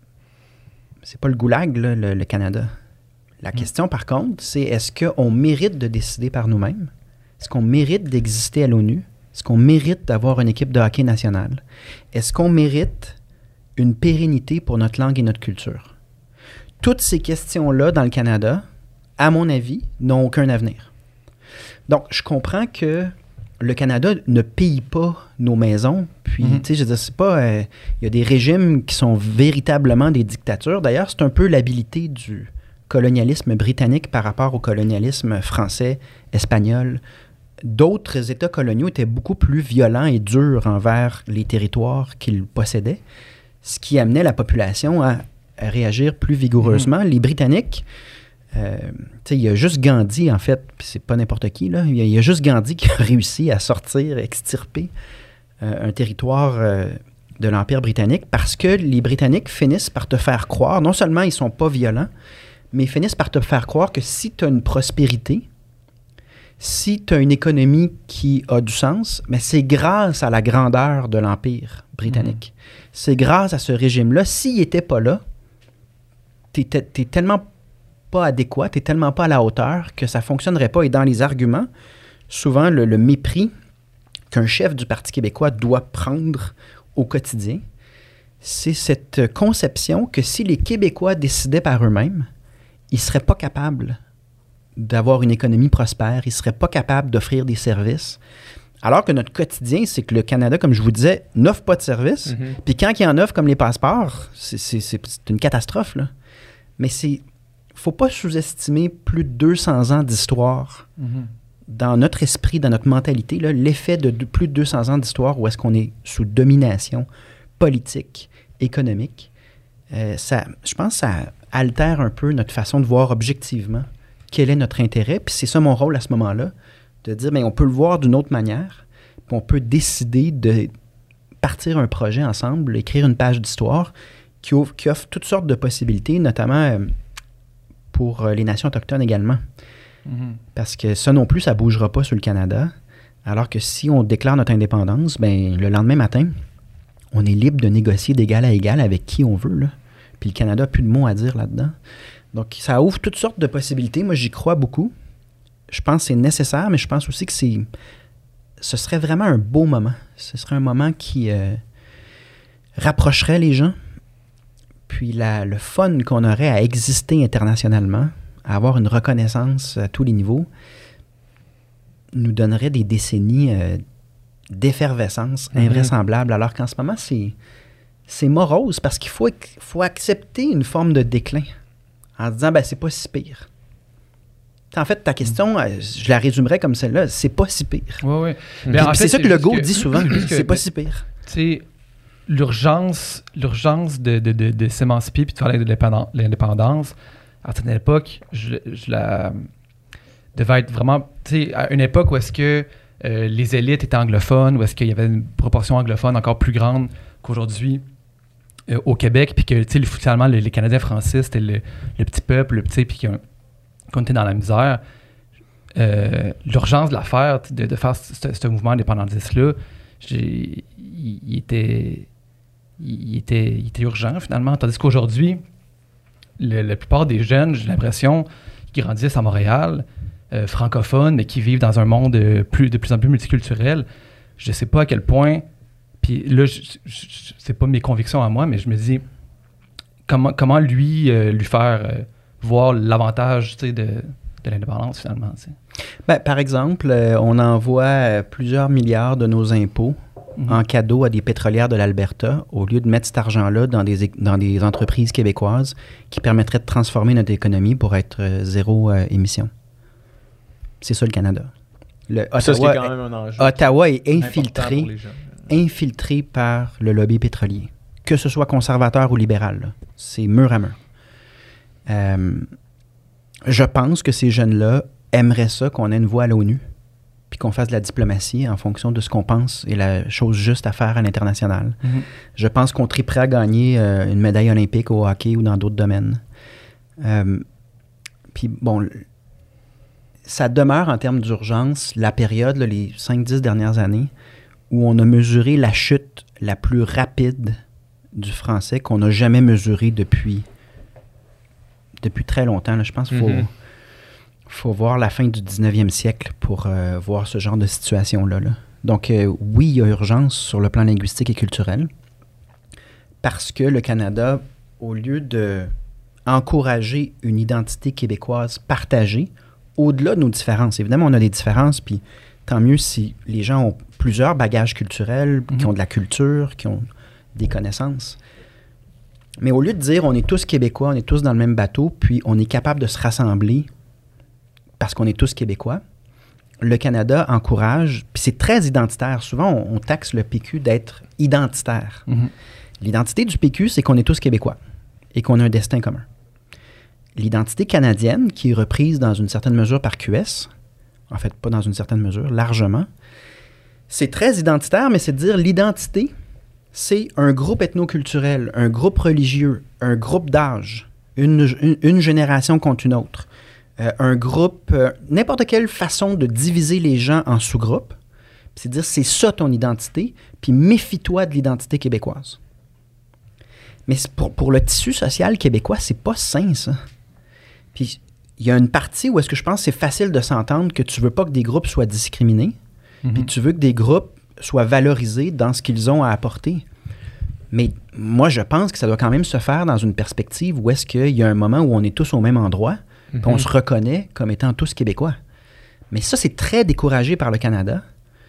D: c'est pas le goulag, là, le, le Canada. La mmh. question, par contre, c'est est-ce qu'on mérite de décider par nous-mêmes? Est-ce qu'on mérite d'exister à l'ONU? Est-ce qu'on mérite d'avoir une équipe de hockey nationale? Est-ce qu'on mérite une pérennité pour notre langue et notre culture? Toutes ces questions-là, dans le Canada, à mon avis, n'ont aucun avenir. Donc, je comprends que le Canada ne paye pas nos maisons. Puis, mm-hmm. tu sais, je veux dire, c'est pas... Il euh, y a des régimes qui sont véritablement des dictatures. D'ailleurs, c'est un peu l'habilité du colonialisme britannique par rapport au colonialisme français, espagnol. D'autres États coloniaux étaient beaucoup plus violents et durs envers les territoires qu'ils possédaient, ce qui amenait la population à, à réagir plus vigoureusement. Mmh. Les Britanniques, euh, tu sais, il y a juste Gandhi, en fait, puis c'est pas n'importe qui, là, il y, a, il y a juste Gandhi qui a réussi à sortir, extirper euh, un territoire euh, de l'Empire britannique parce que les Britanniques finissent par te faire croire, non seulement ils ne sont pas violents, mais ils finissent par te faire croire que si tu as une prospérité, si tu as une économie qui a du sens, mais c'est grâce à la grandeur de l'Empire britannique. Mmh. C'est grâce à ce régime-là. S'il n'était pas là, tu n'es tellement pas adéquat, tu n'es tellement pas à la hauteur que ça ne fonctionnerait pas. Et dans les arguments, souvent, le, le mépris qu'un chef du Parti québécois doit prendre au quotidien, c'est cette conception que si les Québécois décidaient par eux-mêmes, ils ne seraient pas capables d'avoir une économie prospère, ils ne seraient pas capables d'offrir des services. Alors que notre quotidien, c'est que le Canada, comme je vous disais, n'offre pas de services. Mm-hmm. Puis quand il en offre, comme les passeports, c'est, c'est, c'est, c'est une catastrophe, là. Mais il ne faut pas sous-estimer plus de deux cents ans d'histoire mm-hmm. dans notre esprit, dans notre mentalité, là, l'effet de, de plus de deux cents ans d'histoire où est-ce qu'on est sous domination politique, économique. Euh, ça, je pense que ça altère un peu notre façon de voir objectivement quel est notre intérêt. Puis c'est ça mon rôle à ce moment-là, de dire, bien, on peut le voir d'une autre manière, puis on peut décider de partir un projet ensemble, écrire une page d'histoire qui offre, qui offre toutes sortes de possibilités, notamment euh, pour euh, les nations autochtones également. Mm-hmm. Parce que ça non plus, ça ne bougera pas sur le Canada, alors que si on déclare notre indépendance, bien, le lendemain matin, on est libre de négocier d'égal à égal avec qui on veut, là. Puis le Canada n'a plus de mots à dire là-dedans. Donc, ça ouvre toutes sortes de possibilités. Moi, j'y crois beaucoup. Je pense que c'est nécessaire, mais je pense aussi que c'est, ce serait vraiment un beau moment. Ce serait un moment qui euh, rapprocherait les gens. Puis la, le fun qu'on aurait à exister internationalement, à avoir une reconnaissance à tous les niveaux, nous donnerait des décennies euh, d'effervescence mm-hmm. invraisemblable. Alors qu'en ce moment, c'est, c'est morose parce qu'il faut, faut accepter une forme de déclin en se disant, ben c'est pas si pire. En fait, ta question, je la résumerais comme celle-là, c'est pas si pire.
C: Oui, oui.
D: C'est fait, ça que Legault dit souvent, c'est pas si pire.
C: Tu sais, l'urgence, l'urgence de, de, de, de s'émanciper puis de faire l'indépendance, à cette époque, je, je la devait être vraiment, tu sais, à une époque où est-ce que euh, les élites étaient anglophones, où est-ce qu'il y avait une proportion anglophone encore plus grande qu'aujourd'hui euh, au Québec, puis que, tu sais, finalement, les, les Canadiens français, c'était le, le petit peuple, tu sais, puis qu'on qu'on était dans la misère. Euh, l'urgence de la faire, de, de faire ce, ce mouvement indépendantiste-là, j'ai, il, il, était, il, était, il était urgent, finalement. Tandis qu'aujourd'hui, le, la plupart des jeunes, j'ai l'impression, qui grandissent à Montréal, euh, francophones, mais qui vivent dans un monde euh, plus, de plus en plus multiculturel, je ne sais pas à quel point, puis là, je, je, je, c'est pas mes convictions à moi, mais je me dis, comment, comment lui, euh, lui faire euh, voir l'avantage, tu sais, de, de l'indépendance, finalement, tu sais.
D: Ben, par exemple, euh, on envoie euh, plusieurs milliards de nos impôts mm-hmm. en cadeau à des pétrolières de l'Alberta, au lieu de mettre cet argent-là dans des, dans des entreprises québécoises qui permettraient de transformer notre économie pour être euh, zéro euh, émission. C'est ça le Canada. Le Ottawa,
B: ça, c'est quand même un enjeu.
D: Ottawa est infiltré, infiltré par le lobby pétrolier, que ce soit conservateur ou libéral. Là. C'est mur à mur. Euh, je pense que ces jeunes-là aimeraient ça, qu'on ait une voix à l'ONU, puis qu'on fasse de la diplomatie en fonction de ce qu'on pense est la chose juste à faire à l'international. Mm-hmm. Je pense qu'on triperait à gagner euh, une médaille olympique au hockey ou dans d'autres domaines. Euh, puis bon, ça demeure en termes d'urgence la période, là, les cinq dix dernières années, où on a mesuré la chute la plus rapide du français qu'on n'a jamais mesurée depuis, depuis très longtemps. Là. Je pense qu'il faut, mm-hmm. faut voir la fin du dix-neuvième siècle pour euh, voir ce genre de situation-là. Là. Donc euh, oui, il y a urgence sur le plan linguistique et culturel, parce que le Canada, au lieu de encourager une identité québécoise partagée, au-delà de nos différences. Évidemment, on a des différences, puis tant mieux si les gens ont plusieurs bagages culturels, mm-hmm. qui ont de la culture, qui ont des connaissances. Mais au lieu de dire on est tous Québécois, on est tous dans le même bateau, puis on est capable de se rassembler parce qu'on est tous Québécois, le Canada encourage, puis c'est très identitaire. Souvent, on, on taxe le P Q d'être identitaire. Mm-hmm. L'identité du P Q, c'est qu'on est tous Québécois et qu'on a un destin commun. L'identité canadienne, qui est reprise dans une certaine mesure par Q S, en fait, pas dans une certaine mesure, largement, c'est très identitaire, mais c'est de dire l'identité, c'est un groupe ethnoculturel, un groupe religieux, un groupe d'âge, une, une, une génération contre une autre, euh, un groupe, euh, n'importe quelle façon de diviser les gens en sous-groupes. C'est dire, c'est ça ton identité, puis méfie-toi de l'identité québécoise. Mais pour, pour le tissu social québécois, c'est pas sain, ça. Puis il y a une partie où est-ce que je pense que c'est facile de s'entendre que tu veux pas que des groupes soient discriminés, mm-hmm. puis tu veux que des groupes soient valorisés dans ce qu'ils ont à apporter. Mais moi, je pense que ça doit quand même se faire dans une perspective où est-ce qu'il y a un moment où on est tous au même endroit, mm-hmm. puis on se reconnaît comme étant tous Québécois. Mais ça, c'est très découragé par le Canada.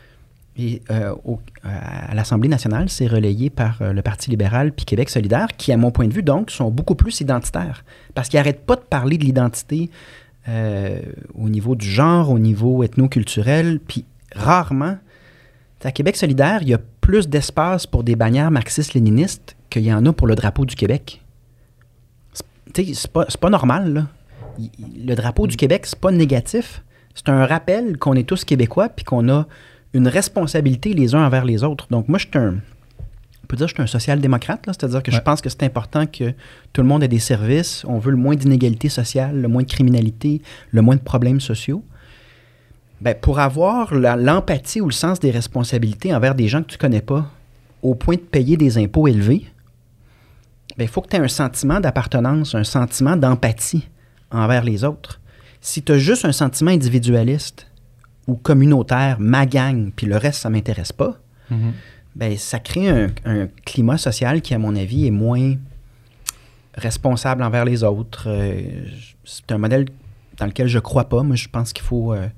D: Et euh, au, à l'Assemblée nationale, c'est relayé par euh, le Parti libéral puis Québec solidaire, qui, à mon point de vue, donc, sont beaucoup plus identitaires. Parce qu'ils n'arrêtent pas de parler de l'identité euh, au niveau du genre, au niveau ethnoculturel, puis rarement... À Québec solidaire, il y a plus d'espace pour des bannières marxistes-léninistes qu'il y en a pour le drapeau du Québec. C'est, c'est, pas, c'est pas normal, là. Le drapeau du Québec, c'est pas négatif. C'est un rappel qu'on est tous Québécois puis qu'on a une responsabilité les uns envers les autres. Donc, moi, je suis un... On peut dire que je suis un social-démocrate, là, c'est-à-dire que ouais. je pense que c'est important que tout le monde ait des services. On veut le moins d'inégalités sociales, le moins de criminalité, le moins de problèmes sociaux. Ben, pour avoir la, l'empathie ou le sens des responsabilités envers des gens que tu ne connais pas, au point de payer des impôts élevés, ben, il faut que tu aies un sentiment d'appartenance, un sentiment d'empathie envers les autres. Si tu as juste un sentiment individualiste ou communautaire, ma gang, puis le reste, ça ne m'intéresse pas, mm-hmm. ben, ça crée un, un climat social qui, à mon avis, est moins responsable envers les autres. Euh, c'est un modèle dans lequel je ne crois pas. Moi, je pense qu'il faut... Euh,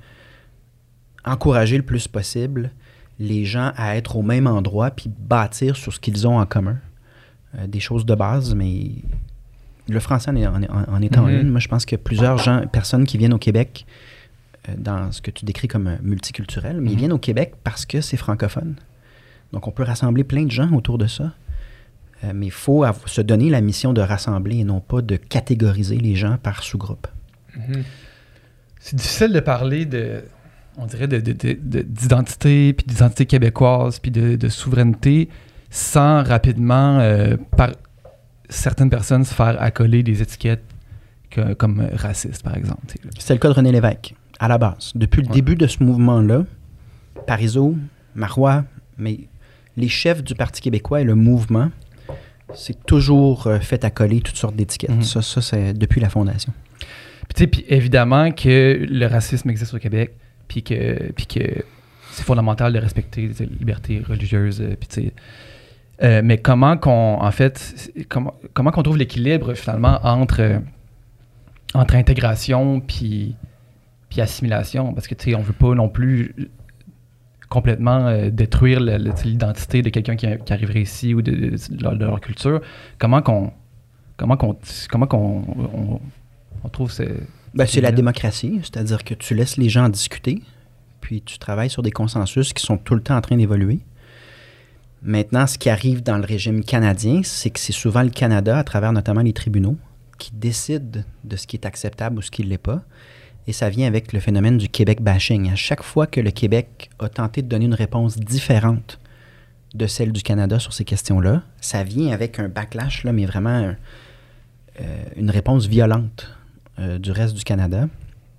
D: encourager le plus possible les gens à être au même endroit puis bâtir sur ce qu'ils ont en commun. Euh, des choses de base, mais le français en, est, en, en étant mm-hmm. une, moi je pense que plusieurs gens, personnes qui viennent au Québec euh, dans ce que tu décris comme multiculturel, mais mm-hmm. ils viennent au Québec parce que c'est francophone. Donc on peut rassembler plein de gens autour de ça, euh, mais il faut av- se donner la mission de rassembler et non pas de catégoriser les gens par sous-groupe.
C: Mm-hmm. C'est difficile de parler de... on dirait, de, de, de, de, d'identité, puis d'identité québécoise, puis de, de souveraineté, sans rapidement, euh, par certaines personnes, se faire accoler des étiquettes que, comme racistes, par exemple.
D: C'est le cas de René Lévesque, à la base. Depuis le ouais. début de ce mouvement-là, Parizeau, Marois, mais les chefs du Parti québécois et le mouvement, c'est toujours euh, fait accoler toutes sortes d'étiquettes. Mm-hmm. Ça, ça, c'est depuis la fondation.
C: Puis, tu sais, puis évidemment que le racisme existe au Québec, puis que, puis que c'est fondamental de respecter les libertés religieuses. Puis tu sais, euh, mais comment qu'on, en fait, comment, comment qu'on trouve l'équilibre finalement entre, euh, entre intégration puis, puis assimilation? Parce que tu sais, on veut pas non plus complètement euh, détruire le, le, l'identité de quelqu'un qui, qui arriverait ici ou de, de, de, leur, de leur culture. Comment qu'on, comment qu'on, comment qu'on on, on trouve ces...
D: Ben, c'est la démocratie, c'est-à-dire que tu laisses les gens en discuter, puis tu travailles sur des consensus qui sont tout le temps en train d'évoluer. Maintenant, ce qui arrive dans le régime canadien, c'est que c'est souvent le Canada, à travers notamment les tribunaux, qui décide de ce qui est acceptable ou ce qui ne l'est pas. Et ça vient avec le phénomène du Québec bashing. À chaque fois que le Québec a tenté de donner une réponse différente de celle du Canada sur ces questions-là, ça vient avec un backlash, là, mais vraiment un, euh, une réponse violente du reste du Canada.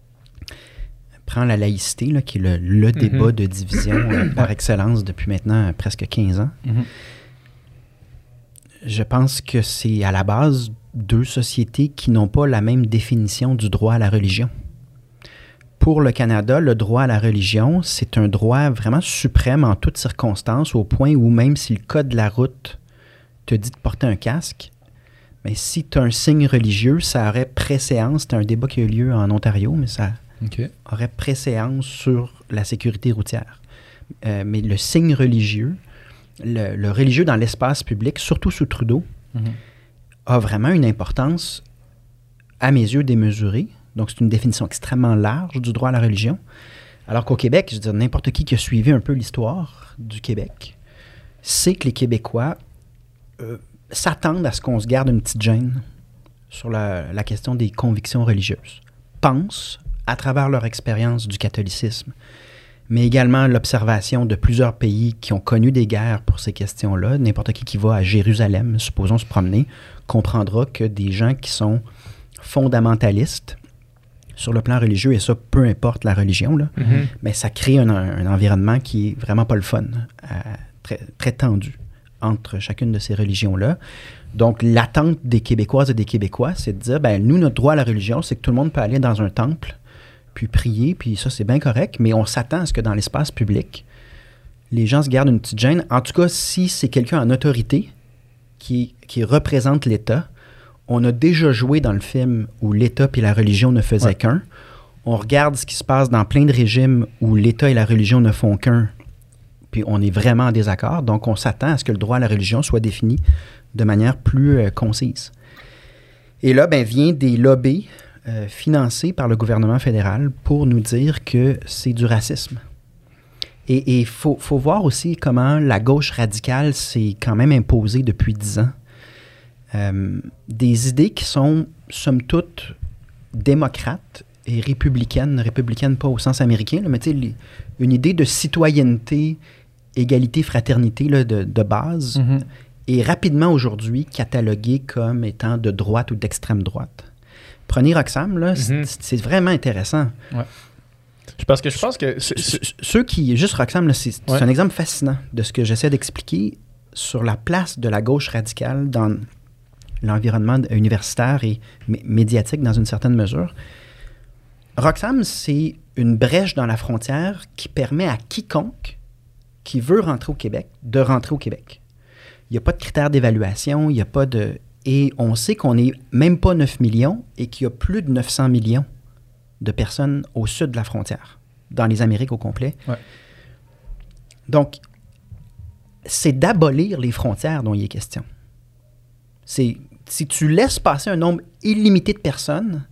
D: Prends la laïcité, là, qui est le, le mm-hmm. débat de division euh, par excellence depuis maintenant euh, presque quinze ans. Mm-hmm. Je pense que c'est à la base deux sociétés qui n'ont pas la même définition du droit à la religion. Pour le Canada, le droit à la religion, c'est un droit vraiment suprême en toutes circonstances, au point où même si le code de la route te dit de porter un casque, mais si tu as un signe religieux, ça aurait préséance. C'est un débat qui a eu lieu en Ontario, mais ça okay. aurait préséance sur la sécurité routière. Euh, mais le signe religieux, le, le religieux dans l'espace public, surtout sous Trudeau, mm-hmm. a vraiment une importance, à mes yeux, démesurée. Donc, c'est une définition extrêmement large du droit à la religion. Alors qu'au Québec, je veux dire, n'importe qui qui a suivi un peu l'histoire du Québec sait que les Québécois... Euh, s'attendent à ce qu'on se garde une petite gêne sur la, la question des convictions religieuses. Pensent, à travers leur expérience du catholicisme, mais également l'observation de plusieurs pays qui ont connu des guerres pour ces questions-là. N'importe qui qui va à Jérusalem, supposons se promener, comprendra que des gens qui sont fondamentalistes sur le plan religieux, et ça, peu importe la religion, là, mm-hmm. mais ça crée un, un environnement qui est vraiment pas le fun, euh, très, très tendu entre chacune de ces religions-là. Donc, l'attente des Québécoises et des Québécois, c'est de dire, ben nous, notre droit à la religion, c'est que tout le monde peut aller dans un temple, puis prier, puis ça, c'est bien correct, mais on s'attend à ce que dans l'espace public, les gens se gardent une petite gêne. En tout cas, si c'est quelqu'un en autorité qui, qui représente l'État, on a déjà joué dans le film où l'État et la religion ne faisaient ouais. qu'un. On regarde ce qui se passe dans plein de régimes où l'État et la religion ne font qu'un, puis on est vraiment en désaccord. Donc, on s'attend à ce que le droit à la religion soit défini de manière plus euh, concise. Et là, ben, vient des lobbies euh, financés par le gouvernement fédéral pour nous dire que c'est du racisme. Et il faut, faut voir aussi comment la gauche radicale s'est quand même imposée depuis dix ans. Euh, des idées qui sont, somme toute, démocrates et républicaines, républicaines pas au sens américain, là, mais tu sais, une idée de citoyenneté, égalité, fraternité là, de, de base, mm-hmm. est rapidement aujourd'hui cataloguée comme étant de droite ou d'extrême droite. Prenez Roxham, là, mm-hmm. c'est, c'est vraiment intéressant.
B: Ouais. Parce que je pense que... C'est, c'est...
D: Ceux qui... Juste Roxham, là, c'est, ouais. c'est un exemple fascinant de ce que j'essaie d'expliquer sur la place de la gauche radicale dans l'environnement universitaire et mé- médiatique dans une certaine mesure. Roxham, c'est une brèche dans la frontière qui permet à quiconque qui veut rentrer au Québec de rentrer au Québec. Il n'y a pas de critères d'évaluation, il n'y a pas de... Et on sait qu'on n'est même pas neuf millions et qu'il y a plus de neuf cents millions de personnes au sud de la frontière, dans les Amériques au complet.
C: Ouais.
D: Donc, c'est d'abolir les frontières dont il est question. C'est, si tu laisses passer un nombre illimité de personnes,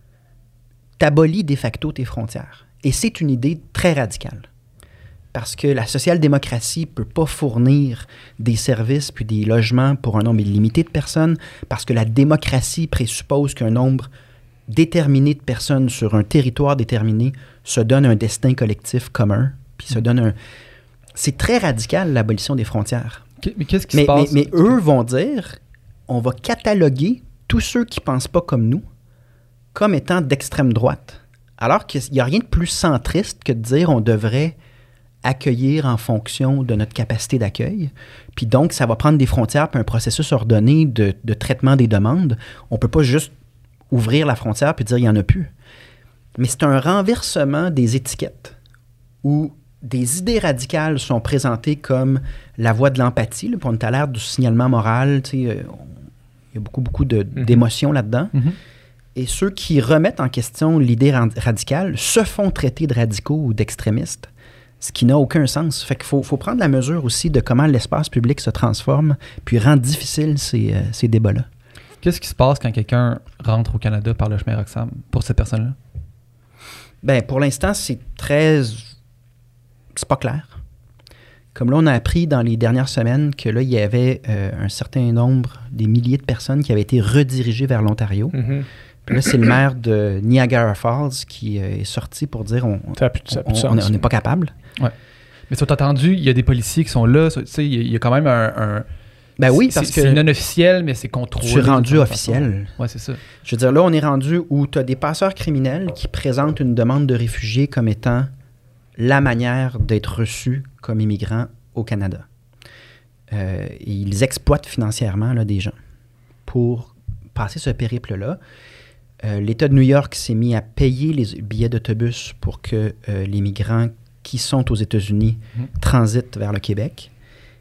D: t'abolis de facto tes frontières. Et c'est une idée très radicale. Parce que la social-démocratie ne peut pas fournir des services puis des logements pour un nombre illimité de personnes, parce que la démocratie présuppose qu'un nombre déterminé de personnes sur un territoire déterminé se donne un destin collectif commun, puis se donne un... C'est très radical, l'abolition des frontières.
C: Mais qu'est-ce qui
D: mais,
C: se passe?
D: Mais, mais eux vont dire, on va cataloguer tous ceux qui ne pensent pas comme nous comme étant d'extrême droite. Alors qu'il n'y a rien de plus centriste que de dire on devrait accueillir en fonction de notre capacité d'accueil. Puis donc, ça va prendre des frontières puis un processus ordonné de, de traitement des demandes. On ne peut pas juste ouvrir la frontière puis dire il n'y en a plus. Mais c'est un renversement des étiquettes où des idées radicales sont présentées comme la voie de l'empathie, là, pour on est à l'ère du signalement moral. Tu sais, il y a beaucoup, beaucoup de, mm-hmm. d'émotions là-dedans. Mm-hmm. Et ceux qui remettent en question l'idée radicale se font traiter de radicaux ou d'extrémistes, ce qui n'a aucun sens. Fait qu'il faut, faut prendre la mesure aussi de comment l'espace public se transforme puis rend difficile ces, euh, ces débats-là.
C: Qu'est-ce qui se passe quand quelqu'un rentre au Canada par le chemin Roxham pour cette personne-là?
D: Bien, pour l'instant, c'est très... C'est pas clair. Comme là, on a appris dans les dernières semaines que là, il y avait euh, un certain nombre, des milliers de personnes qui avaient été redirigées vers l'Ontario. Mm-hmm. Puis là, c'est le maire de Niagara Falls qui euh, est sorti pour dire on n'est pas capable.
C: Ouais. Mais ça, t'as entendu, il y a des policiers qui sont là. Tu sais, il y, y a quand même un... un...
D: Ben oui, parce
C: c'est,
D: que...
C: c'est non officiel, mais c'est contrôlé.
D: Tu es rendu officiel.
C: Oui, c'est ça.
D: Je veux dire, là, on est rendu où tu as des passeurs criminels qui présentent une demande de réfugiés comme étant la manière d'être reçus comme immigrants au Canada. Euh, ils exploitent financièrement là, des gens pour passer ce périple-là. Euh, L'État de New York s'est mis à payer les billets d'autobus pour que euh, les migrants qui sont aux États-Unis mmh. transitent vers le Québec.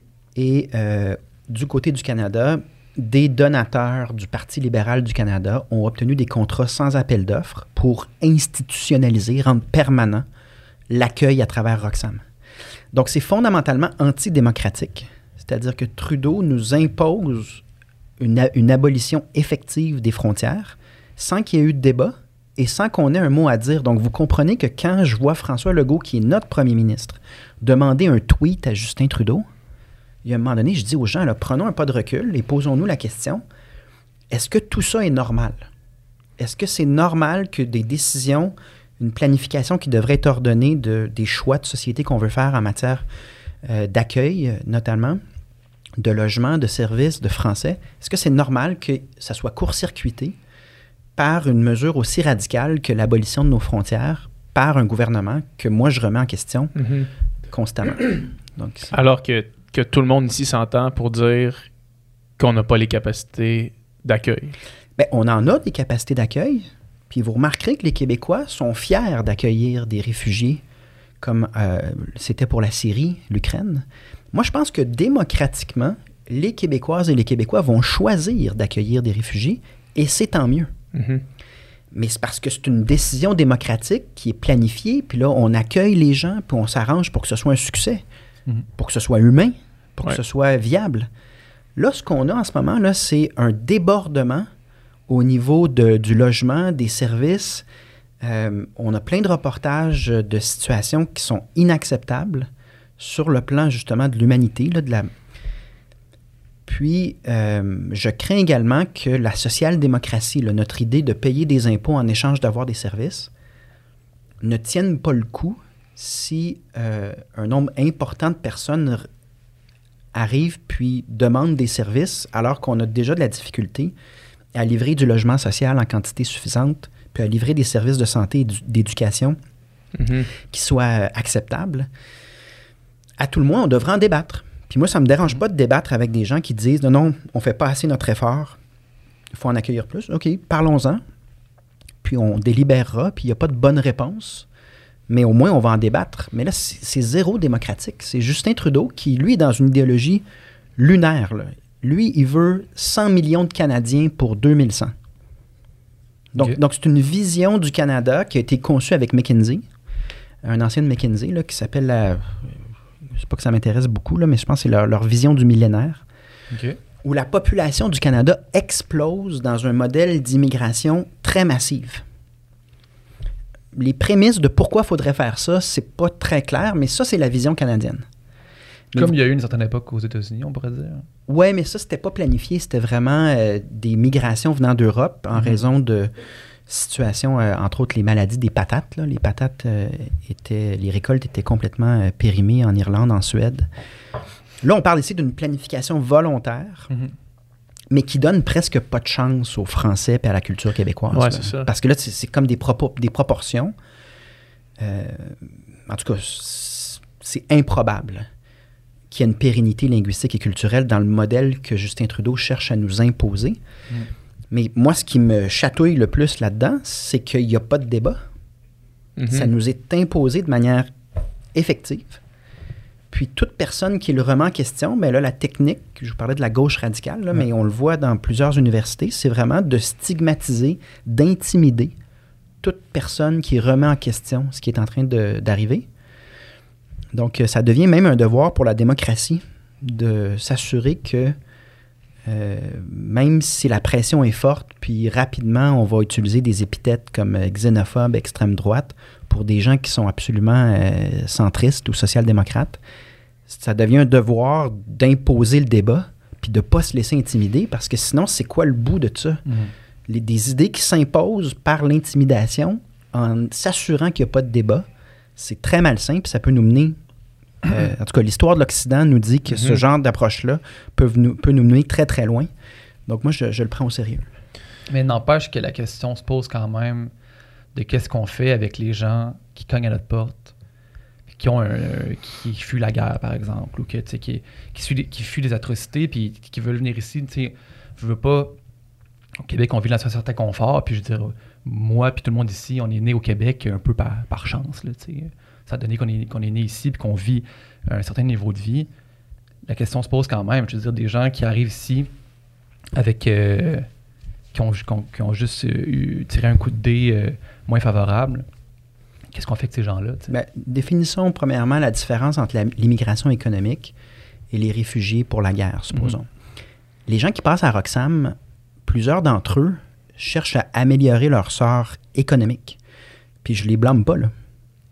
D: Et euh, du côté du Canada, des donateurs du Parti libéral du Canada ont obtenu des contrats sans appel d'offres pour institutionnaliser, rendre permanent l'accueil à travers Roxham. Donc, c'est fondamentalement antidémocratique. C'est-à-dire que Trudeau nous impose une, une abolition effective des frontières sans qu'il y ait eu de débat et sans qu'on ait un mot à dire. Donc, vous comprenez que quand je vois François Legault, qui est notre premier ministre, demander un tweet à Justin Trudeau, il y a un moment donné, je dis aux gens, là, prenons un pas de recul et posons-nous la question, est-ce que tout ça est normal? Est-ce que c'est normal que des décisions une planification qui devrait être ordonnée de, des choix de société qu'on veut faire en matière euh, d'accueil, notamment, de logement, de services, de français. Est-ce que c'est normal que ça soit court-circuité par une mesure aussi radicale que l'abolition de nos frontières par un gouvernement que moi, je remets en question mm-hmm. constamment? Donc,
B: alors que, que tout le monde ici s'entend pour dire qu'on n'a pas les capacités d'accueil.
D: Bien, on en a des capacités d'accueil, puis vous remarquerez que les Québécois sont fiers d'accueillir des réfugiés, comme euh, c'était pour la Syrie, l'Ukraine. Moi, je pense que démocratiquement, les Québécoises et les Québécois vont choisir d'accueillir des réfugiés, et c'est tant mieux. Mm-hmm. Mais c'est parce que c'est une décision démocratique qui est planifiée, puis là, on accueille les gens, puis on s'arrange pour que ce soit un succès, mm-hmm. pour que ce soit humain, pour ouais. que ce soit viable. Là, ce qu'on a en ce moment, là, c'est un débordement au niveau de, du logement, des services. Euh, on a plein de reportages de situations qui sont inacceptables sur le plan, justement, de l'humanité, là, de la... Puis, euh, je crains également que la social-démocratie, là, notre idée de payer des impôts en échange d'avoir des services, ne tienne pas le coup si euh, un nombre important de personnes r- arrivent puis demandent des services alors qu'on a déjà de la difficulté à livrer du logement social en quantité suffisante, puis à livrer des services de santé et d'éducation mm-hmm. qui soient acceptables. À tout le moins, on devrait en débattre. Puis moi, ça ne me dérange pas de débattre avec des gens qui disent « Non, non, on ne fait pas assez notre effort. Il faut en accueillir plus. » OK, parlons-en. Puis on délibérera, puis il n'y a pas de bonne réponse. Mais au moins, on va en débattre. Mais là, c'est, c'est zéro démocratique. C'est Justin Trudeau qui, lui, est dans une idéologie lunaire. Là. Lui, il veut cent millions de Canadiens pour deux mille cent. Donc, okay. donc, c'est une vision du Canada qui a été conçue avec McKinsey, un ancien de McKinsey, là, qui s'appelle la... Je ne sais pas que ça m'intéresse beaucoup, là, mais je pense que c'est leur, leur vision du millénaire, okay. où la population du Canada explose dans un modèle d'immigration très massive. Les prémices de pourquoi il faudrait faire ça, c'est pas très clair, mais ça, c'est la vision canadienne. Mais
C: Comme
D: vous...
C: il y a eu une certaine époque aux États-Unis, on pourrait dire.
D: Oui, mais ça, c'était pas planifié. C'était vraiment euh, des migrations venant d'Europe en mm-hmm. raison de situations, euh, entre autres les maladies des patates. Là. Les patates, euh, étaient, les récoltes étaient complètement euh, périmées en Irlande, en Suède. Là, on parle ici d'une planification volontaire, mm-hmm. mais qui donne presque pas de chance aux Français et à la culture québécoise.
B: Ouais, c'est ça.
D: Parce que là, c'est, c'est comme des, propos, des proportions. Euh, en tout cas, c'est improbable qu'il y ait une pérennité linguistique et culturelle dans le modèle que Justin Trudeau cherche à nous imposer. Mm. Mais moi, ce qui me chatouille le plus là-dedans, c'est qu'il n'y a pas de débat. Mm-hmm. Ça nous est imposé de manière effective. Puis toute personne qui le remet en question, bien là, la technique, je vous parlais de la gauche radicale, là, mm. mais on le voit dans plusieurs universités, c'est vraiment de stigmatiser, d'intimider toute personne qui remet en question ce qui est en train de, d'arriver. Donc, ça devient même un devoir pour la démocratie de s'assurer que Euh, même si la pression est forte, puis rapidement, on va utiliser des épithètes comme euh, xénophobe, extrême droite, pour des gens qui sont absolument euh, centristes ou social-démocrates, ça devient un devoir d'imposer le débat, puis de ne pas se laisser intimider, parce que sinon, c'est quoi le bout de ça? Mmh. Les, des idées qui s'imposent par l'intimidation, en s'assurant qu'il n'y a pas de débat, c'est très malsain, puis ça peut nous mener... Euh, en tout cas, l'histoire de l'Occident nous dit que mm-hmm. ce genre d'approche-là peut nous, peut nous mener très, très loin. Donc, moi, je, je le prends au sérieux.
C: Mais n'empêche que la question se pose quand même de qu'est-ce qu'on fait avec les gens qui cognent à notre porte, qui ont un, euh, qui fuient la guerre, par exemple, ou que, qui, qui, fuient, qui fuient des atrocités, puis qui veulent venir ici. Je veux pas... Au Québec, on vit dans un certain confort, puis je veux dire, moi puis tout le monde ici, on est né au Québec un peu par, par chance, là, tu sais. Ça a donné qu'on est, qu'on est né ici et qu'on vit un certain niveau de vie. La question se pose quand même. Je veux dire, des gens qui arrivent ici avec euh, qui, ont, qui, ont, qui ont juste eu, tiré un coup de dé euh, moins favorable. Qu'est-ce qu'on fait avec ces gens-là?
D: Bien, définissons premièrement la différence entre la, l'immigration économique et les réfugiés pour la guerre, supposons. Mm-hmm. Les gens qui passent à Roxham, plusieurs d'entre eux cherchent à améliorer leur sort économique. Puis je les blâme pas, là.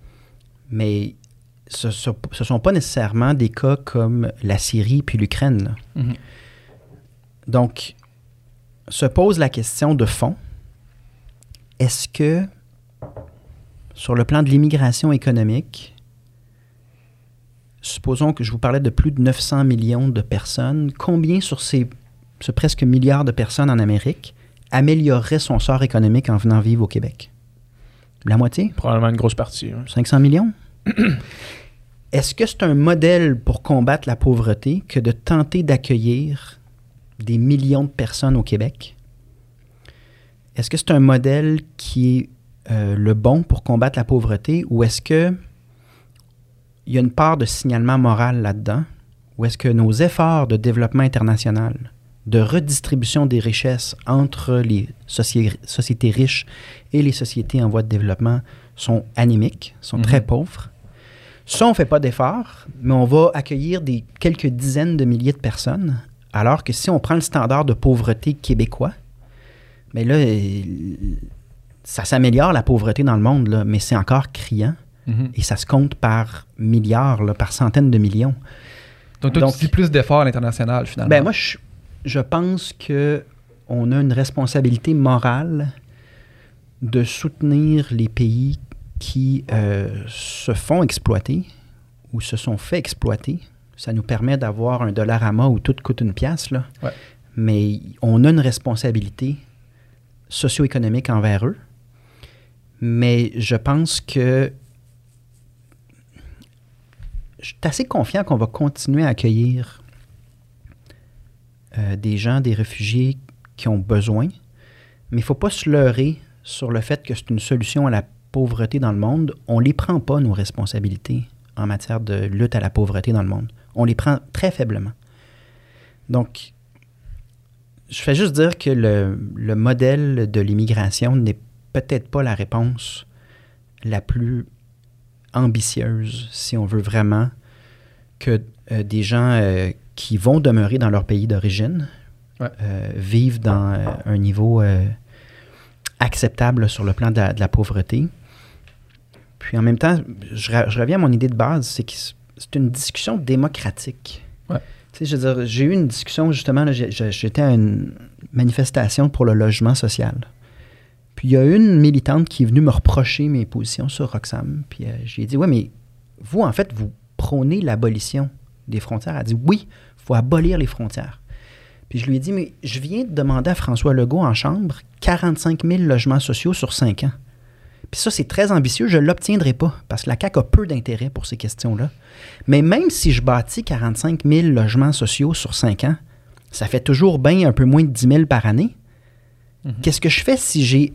D: Mais ce ne sont pas nécessairement des cas comme la Syrie puis l'Ukraine. Mm-hmm. Donc, se pose la question de fond. Est-ce que sur le plan de l'immigration économique, supposons que je vous parlais de plus de neuf cents millions de personnes, combien sur ces, ce presque milliard de personnes en Amérique améliorerait son sort économique en venant vivre au Québec? La moitié?
B: Probablement une grosse partie. Hein.
D: cinq cents millions? Est-ce que c'est un modèle pour combattre la pauvreté que de tenter d'accueillir des millions de personnes au Québec? Est-ce que c'est un modèle qui est euh, le bon pour combattre la pauvreté, ou est-ce que il y a une part de signalement moral là-dedans, ou est-ce que nos efforts de développement international, de redistribution des richesses entre les soci- sociétés riches et les sociétés en voie de développement sont anémiques, sont mm-hmm. très pauvres? Ça, on ne fait pas d'efforts, mais on va accueillir des quelques dizaines de milliers de personnes, alors que si on prend le standard de pauvreté québécois, mais là, ça s'améliore la pauvreté dans le monde, là, mais c'est encore criant, mm-hmm. et ça se compte par milliards, là, par centaines de millions.
C: Donc, toi, Donc, tu dis plus d'efforts à l'international, finalement.
D: Ben moi, je, je pense qu'on a une responsabilité morale de soutenir les pays qui euh, se font exploiter ou se sont fait exploiter. Ça nous permet d'avoir un dollarama où tout coûte une pièce, là.
C: Ouais.
D: Mais on a une responsabilité socio-économique envers eux. Mais je pense que je suis assez confiant qu'on va continuer à accueillir euh, des gens, des réfugiés qui ont besoin. Mais il ne faut pas se leurrer sur le fait que c'est une solution à la pauvreté dans le monde. On ne les prend pas, nos responsabilités, en matière de lutte à la pauvreté dans le monde. On les prend très faiblement. Donc, je fais juste dire que le, le modèle de l'immigration n'est peut-être pas la réponse la plus ambitieuse si on veut vraiment que euh, des gens euh, qui vont demeurer dans leur pays d'origine
C: ouais.
D: euh, vivent dans euh, un niveau euh, acceptable sur le plan de la, de la pauvreté. Puis en même temps, je, je reviens à mon idée de base, c'est que c'est une discussion démocratique.
C: Ouais.
D: Tu sais, je veux dire, j'ai eu une discussion, justement, là, j'ai, j'étais à une manifestation pour le logement social. Puis il y a une militante qui est venue me reprocher mes positions sur Roxham. Puis euh, j'ai dit, ouais, mais vous, en fait, vous prônez l'abolition des frontières. Elle a dit, oui, il faut abolir les frontières. Puis je lui ai dit, mais je viens de demander à François Legault en chambre quarante-cinq mille logements sociaux sur cinq ans. Puis ça, c'est très ambitieux, je ne l'obtiendrai pas, parce que la C A Q a peu d'intérêt pour ces questions-là. Mais même si je bâtis quarante-cinq mille logements sociaux sur cinq ans, ça fait toujours bien un peu moins de dix mille par année. Mm-hmm. Qu'est-ce que je fais si j'ai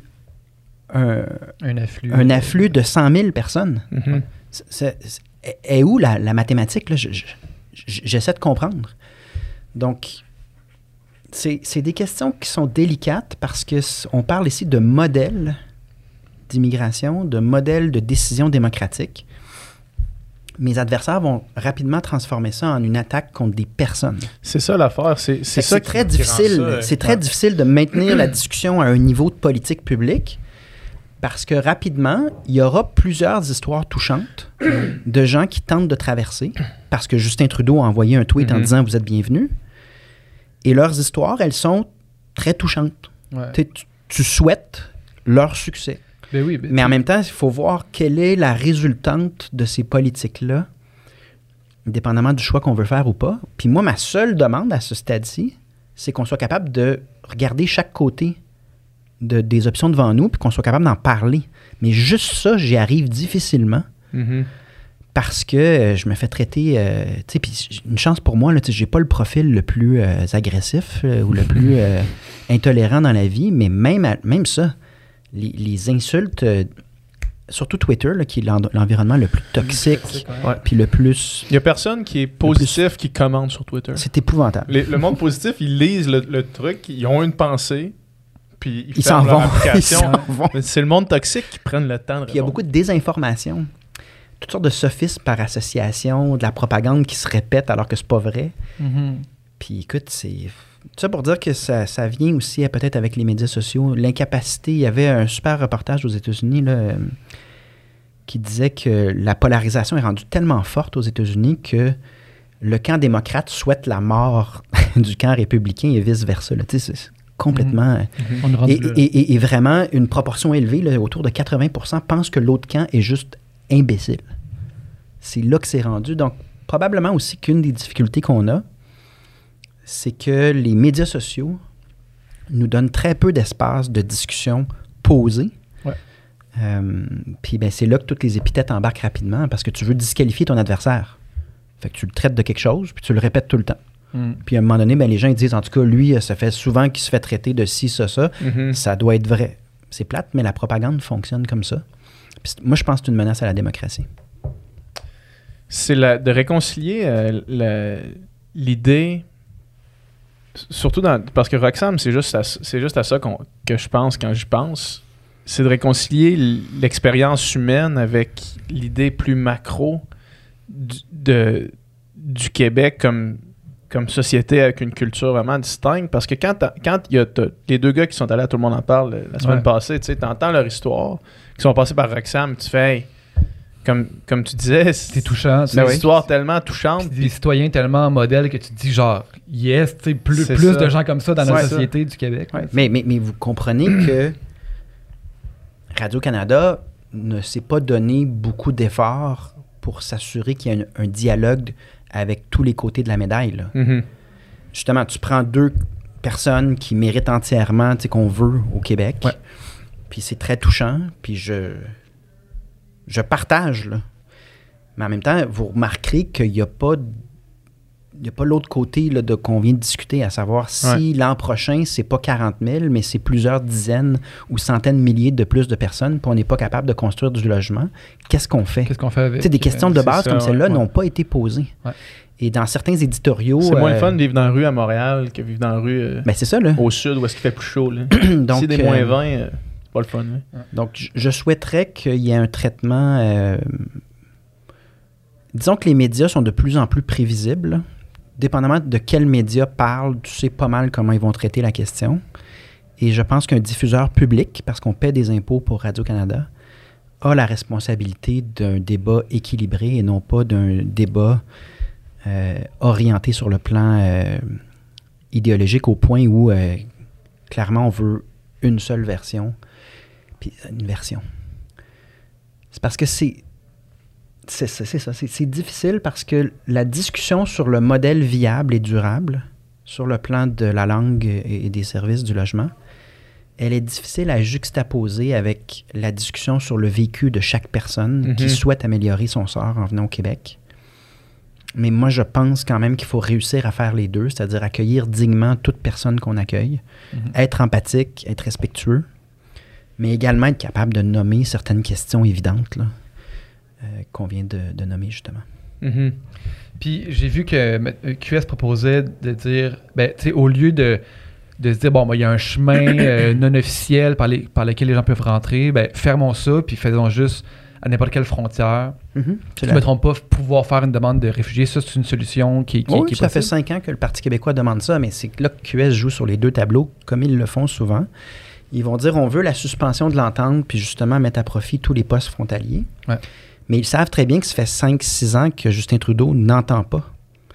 D: un,
C: un, afflux,
D: un afflux de cent mille personnes?
B: Mm-hmm.
D: C'est, c'est, c'est, est où la, la mathématique? Là? Je, je, j'essaie de comprendre. Donc, c'est, c'est des questions qui sont délicates parce qu'on parle ici de modèles d'immigration, de modèles de décision démocratique. Mes adversaires vont rapidement transformer ça en une attaque contre des personnes.
B: C'est ça l'affaire. C'est, c'est, ça
D: c'est
B: qui,
D: très
B: qui
D: difficile.
B: rend ça,
D: c'est très
B: ouais.
D: difficile de maintenir la discussion à un niveau de politique publique parce que rapidement, il y aura plusieurs histoires touchantes de gens qui tentent de traverser parce que Justin Trudeau a envoyé un tweet mm-hmm. en disant « Vous êtes bienvenus ». Et leurs histoires, elles sont très touchantes.
C: Ouais.
D: Tu, tu souhaites leur succès.
C: Ben oui, ben
D: mais en même temps, il faut voir quelle est la résultante de ces politiques-là, indépendamment du choix qu'on veut faire ou pas. Puis moi, ma seule demande à ce stade-ci, c'est qu'on soit capable de regarder chaque côté de, des options devant nous, puis qu'on soit capable d'en parler. Mais juste ça, j'y arrive difficilement,
B: mm-hmm.
D: parce que euh, je me fais traiter... Euh, tu sais, puis une chance pour moi, là, j'ai pas le profil le plus euh, agressif euh, ou le plus euh, intolérant dans la vie, mais même, à, même ça... Les, les insultes, euh, surtout Twitter, là, qui est l'en, l'environnement le plus toxique,
B: toxique ouais.
D: puis le plus...
B: Il n'y a personne qui est positif plus, qui commente sur Twitter.
D: C'est épouvantable.
B: Les, le monde positif, ils lisent le, le truc, ils ont une pensée, puis ils,
D: ils s'en vont. Ils s'en vont.
B: Mais c'est le monde toxique qui prennent le temps de
D: puis il y a beaucoup de désinformation. Toutes sortes de sophismes par association, de la propagande qui se répète alors que c'est pas vrai.
C: Mm-hmm.
D: Puis écoute, c'est... Tout ça pour dire que ça, ça vient aussi peut-être avec les médias sociaux. L'incapacité, il y avait un super reportage aux États-Unis là, euh, qui disait que la polarisation est rendue tellement forte aux États-Unis que le camp démocrate souhaite la mort du camp républicain et vice-versa. Là. C'est complètement...
C: Mmh. Mmh.
D: Et, et, et, et vraiment, une proportion élevée, là, autour de quatre-vingts pour cent, pense que l'autre camp est juste imbécile. C'est là que c'est rendu. Donc, probablement aussi qu'une des difficultés qu'on a, c'est que les médias sociaux nous donnent très peu d'espace de discussion posée.
C: Ouais.
D: Euh, puis ben, c'est là que toutes les épithètes embarquent rapidement parce que tu veux disqualifier ton adversaire. Fait que tu le traites de quelque chose, puis tu le répètes tout le temps. Mm. Puis à un moment donné, ben, les gens ils disent, en tout cas, lui, ça fait souvent qu'il se fait traiter de ci, ça, ça. Mm-hmm. Ça doit être vrai. C'est plate, mais la propagande fonctionne comme ça. Puis moi, je pense que c'est une menace à la démocratie.
B: C'est la, de réconcilier euh, la, l'idée... Surtout dans, parce que Roxham, c'est juste à, c'est juste à ça qu'on, que je pense quand j'y pense. C'est de réconcilier l'expérience humaine avec l'idée plus macro du, de, du Québec comme, comme société avec une culture vraiment distincte. Parce que quand il y a les deux gars qui sont allés à Tout le monde en parle la semaine ouais. passée, tu entends leur histoire, qui sont passés par Roxham, tu fais... Hey, Comme, comme tu disais, c'est,
C: c'est touchant.
B: C'est ben une oui. histoire tellement touchante.
C: Des citoyens tellement modèles que tu te dis genre, yes, tu sais, plus, plus de gens comme ça dans la société ça. du Québec.
D: Ouais. Mais, mais, mais vous comprenez que Radio-Canada ne s'est pas donné beaucoup d'efforts pour s'assurer qu'il y a un, un dialogue avec tous les côtés de la médaille. Là. Mm-hmm. Justement, tu prends deux personnes qui méritent entièrement qu'on veut au Québec, ouais. puis c'est très touchant, puis je... Je partage, là. Mais en même temps, vous remarquerez qu'il n'y a pas, il y a pas l'autre côté là, de, qu'on vient de discuter, à savoir si ouais. l'an prochain, c'est pas quarante mille, mais c'est plusieurs dizaines ou centaines de milliers de plus de personnes, puis on n'est pas capable de construire du logement. Qu'est-ce qu'on fait?
C: Qu'est-ce qu'on fait avec?
D: T'sais, des questions de base
B: ça,
D: comme
B: ouais,
D: celle-là
B: ouais.
D: n'ont pas été posées. Ouais. Et dans certains éditoriaux...
B: C'est moins
D: euh,
B: le fun de vivre dans la rue à Montréal que vivre dans la rue euh,
D: ben c'est ça, là.
B: au sud où est-ce qu'il fait plus chaud. Là.
D: Donc,
B: si des euh, moins vingt... Euh, pas le fun. Hein.
D: Donc, je souhaiterais qu'il y ait un traitement... Euh, disons que les médias sont de plus en plus prévisibles. Dépendamment de quels médias parlent, tu sais pas mal comment ils vont traiter la question. Et je pense qu'un diffuseur public, parce qu'on paie des impôts pour Radio-Canada, a la responsabilité d'un débat équilibré et non pas d'un débat euh, orienté sur le plan euh, idéologique au point où, euh, clairement, on veut une seule version. Puis une version. C'est parce que c'est, c'est, c'est, c'est ça, c'est, c'est difficile parce que la discussion sur le modèle viable et durable, sur le plan de la langue et des services du logement, elle est difficile à juxtaposer avec la discussion sur le vécu de chaque personne mm-hmm. qui souhaite améliorer son sort en venant au Québec. Mais moi, je pense quand même qu'il faut réussir à faire les deux, c'est-à-dire accueillir dignement toute personne qu'on accueille, mm-hmm. être empathique, être respectueux, mais également être capable de nommer certaines questions évidentes là, euh, qu'on vient de, de nommer, justement.
C: Mm-hmm. Puis j'ai vu que Q S proposait de dire, ben, tu sais, au lieu de, de se dire, bon, il ben, y a un chemin euh, non officiel par, les, par lequel les gens peuvent rentrer, ben, fermons ça, puis faisons juste à n'importe quelle frontière. Mm-hmm. Je ne me trompe pas, pouvoir faire une demande de réfugiés, ça, c'est une solution qui, qui,
D: oui,
C: qui est
D: ça
C: possible.
D: fait cinq ans que le Parti québécois demande ça, mais c'est là que Q S joue sur les deux tableaux, comme ils le font souvent. Ils vont dire, on veut la suspension de l'entente, puis justement mettre à profit tous les postes frontaliers. Ouais. Mais ils savent très bien que ça fait cinq six ans que Justin Trudeau n'entend pas.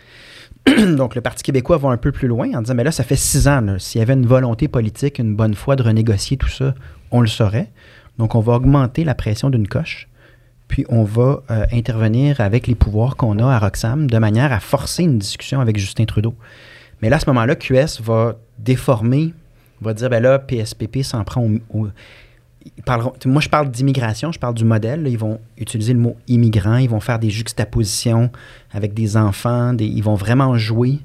D: Donc, le Parti québécois va un peu plus loin en disant, mais là, ça fait six ans. Là, s'il y avait une volonté politique, une bonne foi de renégocier tout ça, on le saurait. Donc, on va augmenter la pression d'une coche, puis on va euh, intervenir avec les pouvoirs qu'on a à Roxham de manière à forcer une discussion avec Justin Trudeau. Mais là, à ce moment-là, Q S va déformer, va dire, ben là, P S P P s'en prend au... au ils parleront, moi, je parle d'immigration, je parle du modèle. Là, ils vont utiliser le mot immigrant, ils vont faire des juxtapositions avec des enfants, des, ils vont vraiment jouer,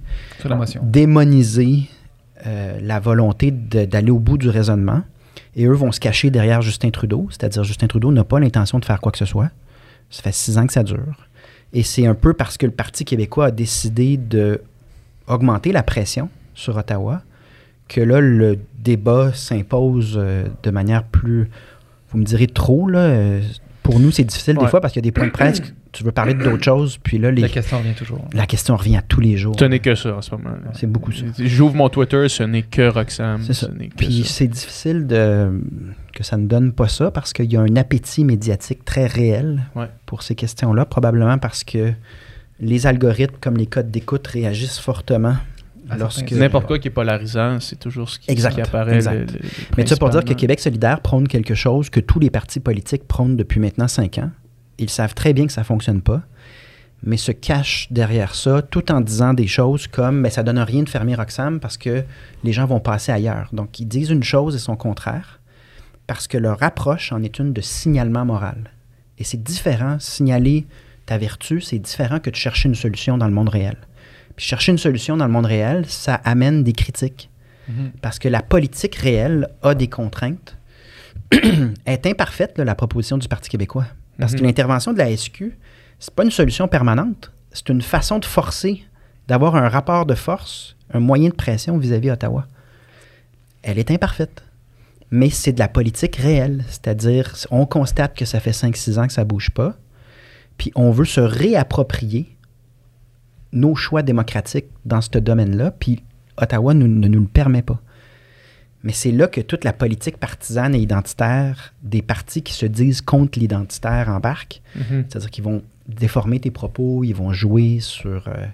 D: démoniser euh, la volonté de, d'aller au bout du raisonnement. Et eux vont se cacher derrière Justin Trudeau, c'est-à-dire Justin Trudeau n'a pas l'intention de faire quoi que ce soit. Ça fait six ans que ça dure. Et c'est un peu parce que le Parti québécois a décidé d'augmenter la pression sur Ottawa que là, le débat s'impose euh, de manière plus... Vous me direz trop, là. Euh, pour nous, c'est difficile ouais. des fois parce qu'il y a des points de presse, tu veux parler d'autres choses, puis là... Les,
C: la question revient toujours.
D: La question revient à tous les jours.
B: Ce n'est que ça, en ce moment. Là.
D: C'est beaucoup ça.
B: J'ouvre mon Twitter, ce n'est que Roxham.
D: C'est ça.
B: Ce n'est que
D: puis
B: ça.
D: C'est difficile de, que ça ne donne pas ça parce qu'il y a un appétit médiatique très réel ouais. pour ces questions-là, probablement parce que les algorithmes, comme les codes d'écoute, réagissent fortement
B: Lorsque... N'importe quoi qui est polarisant, c'est toujours ce qui,
D: exact,
B: ce qui apparaît.
D: Exact. Le, le, Mais ça pour dire que Québec solidaire prône quelque chose que tous les partis politiques prônent depuis maintenant cinq ans. Ils savent très bien que ça ne fonctionne pas, mais se cachent derrière ça tout en disant des choses comme « mais ça ne donne rien de fermer Roxham parce que les gens vont passer ailleurs ». Donc, ils disent une chose et son contraire parce que leur approche en est une de signalement moral. Et c'est différent, signaler ta vertu, c'est différent que de chercher une solution dans le monde réel. Puis chercher une solution dans le monde réel, ça amène des critiques. Mm-hmm. Parce que la politique réelle a des contraintes. est imparfaite, là, la proposition du Parti québécois. Parce mm-hmm. que l'intervention de la S Q, c'est pas une solution permanente. C'est une façon de forcer, d'avoir un rapport de force, un moyen de pression vis-à-vis d'Ottawa. Elle est imparfaite. Mais c'est de la politique réelle. C'est-à-dire, on constate que ça fait cinq six ans que ça bouge pas. Puis on veut se réapproprier nos choix démocratiques dans ce domaine-là, puis Ottawa nous, ne nous le permet pas. Mais c'est là que toute la politique partisane et identitaire des partis qui se disent contre l'identitaire embarque. Mm-hmm. C'est-à-dire qu'ils vont déformer tes propos, ils vont jouer sur... Euh...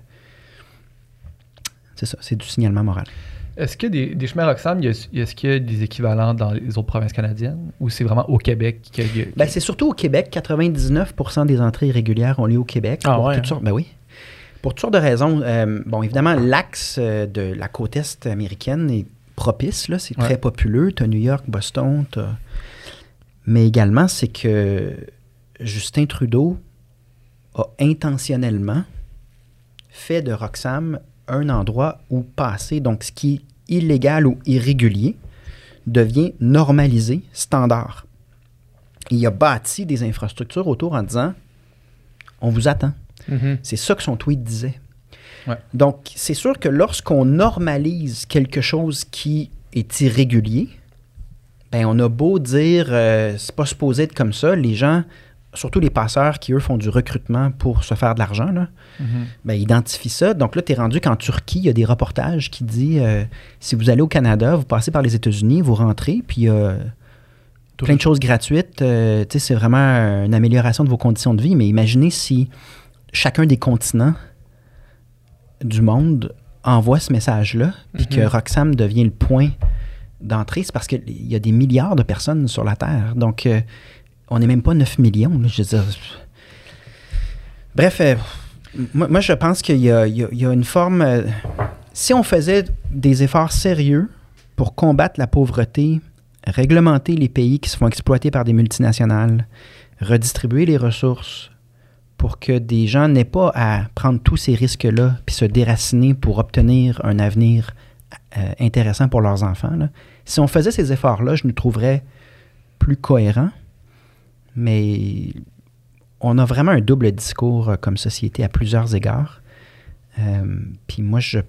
D: C'est ça, c'est du signalement moral.
C: Est-ce que des, des chemins Roxham, est-ce qu'il y a des équivalents dans les autres provinces canadiennes ou c'est vraiment au Québec? Que, que...
D: Ben, c'est surtout au Québec. quatre-vingt-dix-neuf pour cent des entrées irrégulières ont lieu au Québec.
B: Ah
D: pour
B: ouais?
D: Toutes sortes, ben oui. Pour toutes sortes de raisons. Euh, bon, évidemment, l'axe de la côte est américaine est propice. Là, c'est ouais. très populeux. Tu as New York, Boston. T'as... Mais également, c'est que Justin Trudeau a intentionnellement fait de Roxham un endroit où passer, donc ce qui est illégal ou irrégulier, devient normalisé, standard. Il a bâti des infrastructures autour en disant « on vous attend ». Mm-hmm. C'est ça que son tweet disait. Ouais. Donc, c'est sûr que lorsqu'on normalise quelque chose qui est irrégulier, ben on a beau dire euh, c'est pas supposé être comme ça, les gens, surtout les passeurs qui, eux, font du recrutement pour se faire de l'argent, là, mm-hmm. ben, identifient ça. Donc là, tu es rendu qu'en Turquie, il y a des reportages qui disent euh, si vous allez au Canada, vous passez par les États-Unis, vous rentrez, puis il y a plein de choses gratuites. Euh, tu sais, c'est vraiment une amélioration de vos conditions de vie. Mais imaginez si chacun des continents du monde envoie ce message-là, puis mm-hmm. que Roxham devient le point d'entrée. C'est parce qu'il y a des milliards de personnes sur la Terre. Donc, euh, on n'est même pas neuf millions. Là, je veux dire. Bref, euh, moi, moi, je pense qu'il y a, il y a, il y a une forme... Euh, si on faisait des efforts sérieux pour combattre la pauvreté, réglementer les pays qui se font exploiter par des multinationales, redistribuer les ressources pour que des gens n'aient pas à prendre tous ces risques-là puis se déraciner pour obtenir un avenir euh, intéressant pour leurs enfants, là. Si on faisait ces efforts-là, je nous trouverais plus cohérents. Mais on a vraiment un double discours euh, comme société à plusieurs égards. Euh, Puis moi, je,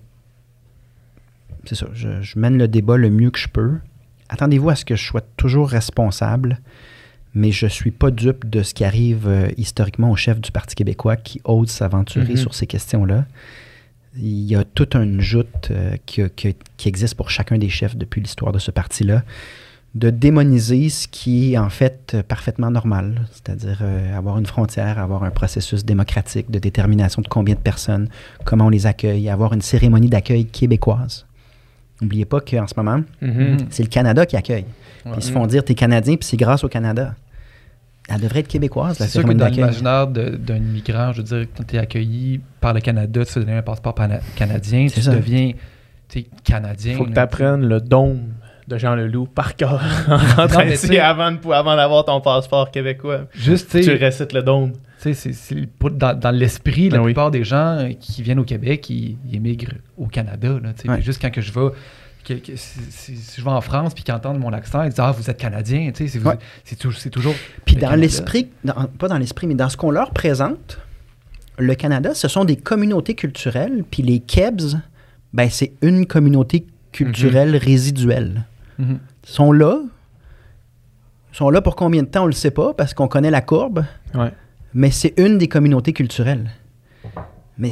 D: c'est ça, je, je mène le débat le mieux que je peux. Attendez-vous à ce que je sois toujours responsable, mais je ne suis pas dupe de ce qui arrive euh, historiquement au chef du Parti québécois qui ose s'aventurer mm-hmm. sur ces questions-là. Il y a toute une joute euh, qui, qui, qui existe pour chacun des chefs depuis l'histoire de ce parti-là, de démoniser ce qui est en fait parfaitement normal, c'est-à-dire euh, avoir une frontière, avoir un processus démocratique de détermination de combien de personnes, comment on les accueille, avoir une cérémonie d'accueil québécoise. N'oubliez pas qu'en ce moment, mm-hmm. c'est le Canada qui accueille. Ouais. Ils se font dire « t'es Canadien », puis c'est grâce au Canada. Elle devrait être québécoise, la
C: c'est cérémonie d'accueil. C'est sûr que dans l'imaginaire de, d'un immigrant, je veux dire, quand tu es accueilli par le Canada, tu te donnes un passeport pana- canadien, c'est tu ça. deviens Canadien.
B: Il faut que tu apprennes le dôme de Jean Leloup par cœur en rentrant ici avant, de, avant d'avoir ton passeport québécois.
C: Juste,
B: tu récites le dôme.
C: C'est, c'est, pour, dans, dans l'esprit, la ah, plupart oui. des gens qui viennent au Québec, ils, ils émigrent au Canada. Là, ouais. Juste quand que je vais... Que, que, si, si, si je vais en France puis qu'ils entendent mon accent, ils disent « Ah, vous êtes Canadien. » C'est, ouais. c'est, tout, c'est toujours...
D: Puis dans Canada. l'esprit, dans, pas dans l'esprit, mais dans ce qu'on leur présente, le Canada, ce sont des communautés culturelles, puis les Kebs, ben, c'est une communauté culturelle mm-hmm. résiduelle. Mm-hmm. Ils sont là. Ils sont là pour combien de temps, on ne le sait pas, parce qu'on connaît la courbe.
B: Ouais.
D: Mais c'est une des communautés culturelles. Mais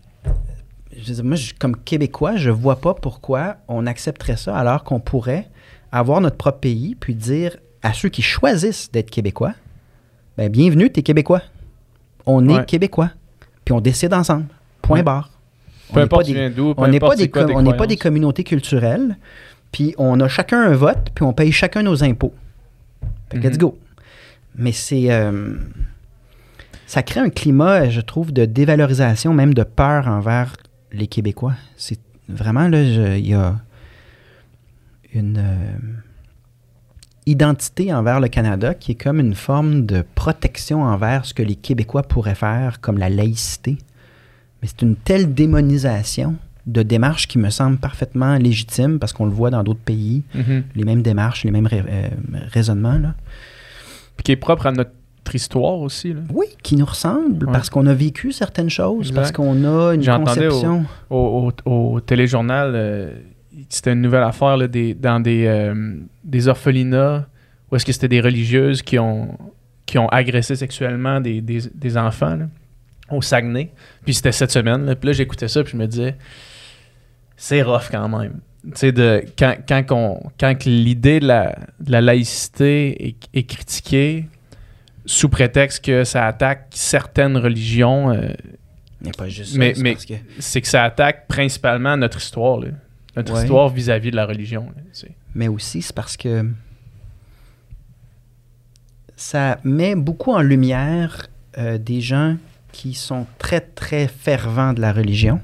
D: je veux dire, moi, je, comme Québécois, je ne vois pas pourquoi on accepterait ça alors qu'on pourrait avoir notre propre pays puis dire à ceux qui choisissent d'être Québécois, ben, bienvenue, t'es Québécois. On ouais. est Québécois. Puis on décide ensemble. Point ouais. barre.
B: Peu importe tu viens d'où,
D: on n'est pas, des, com- on n'est pas des communautés culturelles, puis on a chacun un vote, puis on paye chacun nos impôts. Fait que mm-hmm. let's go. Mais c'est... Euh, ça crée un climat, je trouve, de dévalorisation, même de peur envers les Québécois. C'est vraiment, là, il y a une euh, identité envers le Canada qui est comme une forme de protection envers ce que les Québécois pourraient faire, comme la laïcité. Mais c'est une telle démonisation de démarches qui me semble parfaitement légitime, parce qu'on le voit dans d'autres pays, mm-hmm. les mêmes démarches, les mêmes ra- euh, raisonnements, là.
B: Puis qui est propre à notre histoire aussi. Là.
D: Oui, qui nous ressemble, ouais. parce qu'on a vécu certaines choses, exact. Parce qu'on a une
B: J'entendais
D: conception...
B: Au, au, au, au téléjournal, euh, c'était une nouvelle affaire là, des, dans des, euh, des orphelinats, où est-ce que c'était des religieuses qui ont, qui ont agressé sexuellement des, des, des enfants là, au Saguenay. Puis c'était cette semaine. Là. Puis là, j'écoutais ça, puis je me disais, c'est rough quand même. Tu sais, de, quand, quand, on, quand l'idée de la, de la laïcité est, est critiquée, sous prétexte que ça attaque certaines religions. Euh,
D: mais pas juste ça.
B: Mais,
D: c'est,
B: mais
D: que...
B: c'est que ça attaque principalement notre histoire. Là. Notre ouais. histoire vis-à-vis de la religion. Là,
D: mais aussi, c'est parce que ça met beaucoup en lumière euh, des gens qui sont très, très fervents de la religion.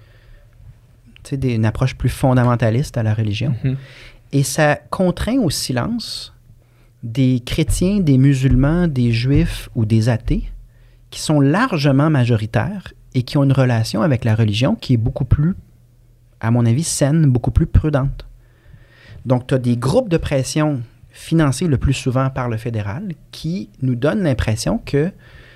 D: Tu sais, des, une approche plus fondamentaliste à la religion. Mm-hmm. Et ça contraint au silence des chrétiens, des musulmans, des juifs ou des athées qui sont largement majoritaires et qui ont une relation avec la religion qui est beaucoup plus, à mon avis, saine, beaucoup plus prudente. Donc, tu as des groupes de pression financés le plus souvent par le fédéral qui nous donnent l'impression que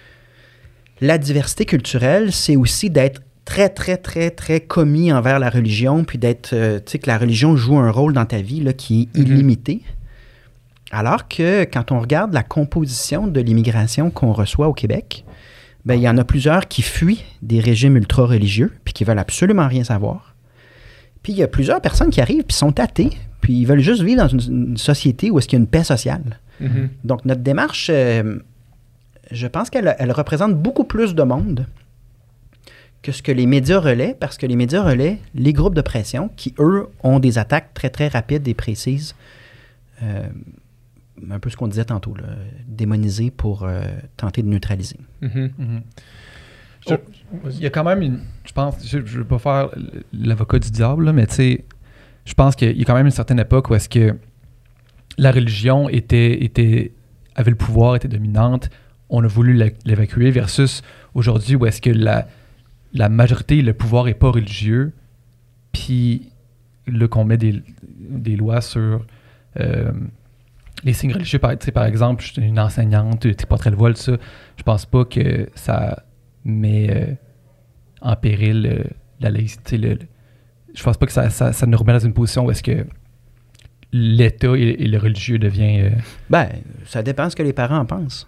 D: la diversité culturelle, c'est aussi d'être très, très, très, très commis envers la religion, puis d'être, euh, tu sais, que la religion joue un rôle dans ta vie là, qui est illimité. Mm-hmm. Alors que quand on regarde la composition de l'immigration qu'on reçoit au Québec, ben, il y en a plusieurs qui fuient des régimes ultra-religieux puis qui veulent absolument rien savoir. Puis il y a plusieurs personnes qui arrivent puis sont athées puis ils veulent juste vivre dans une, une société où est-ce qu'il y a une paix sociale. Mm-hmm. Donc notre démarche, euh, je pense qu'elle elle représente beaucoup plus de monde que ce que les médias relaient, parce que les médias relaient les groupes de pression qui, eux, ont des attaques très, très rapides et précises. Euh, un peu ce qu'on disait tantôt, là, démoniser pour euh, tenter de neutraliser.
C: Mm-hmm. Mm-hmm. Je, il y a quand même une... Je pense... Je ne veux pas faire l'avocat du diable, là, mais tu sais, je pense qu'il y a quand même une certaine époque où est-ce que la religion était, était, avait le pouvoir, était dominante. On a voulu l'évacuer versus aujourd'hui où est-ce que la, la majorité, le pouvoir n'est pas religieux, puis là qu'on met des, des lois sur... Euh, les signes religieux, par, par exemple, je suis une enseignante, tu n'es pas très le voile, ça. Je pense pas que ça met euh, en péril euh, la laïcité. Le, le, je pense pas que ça, ça, ça nous remet dans une position où est-ce que l'État et, et le religieux devient... Euh...
D: Ben, ça dépend de ce que les parents en pensent.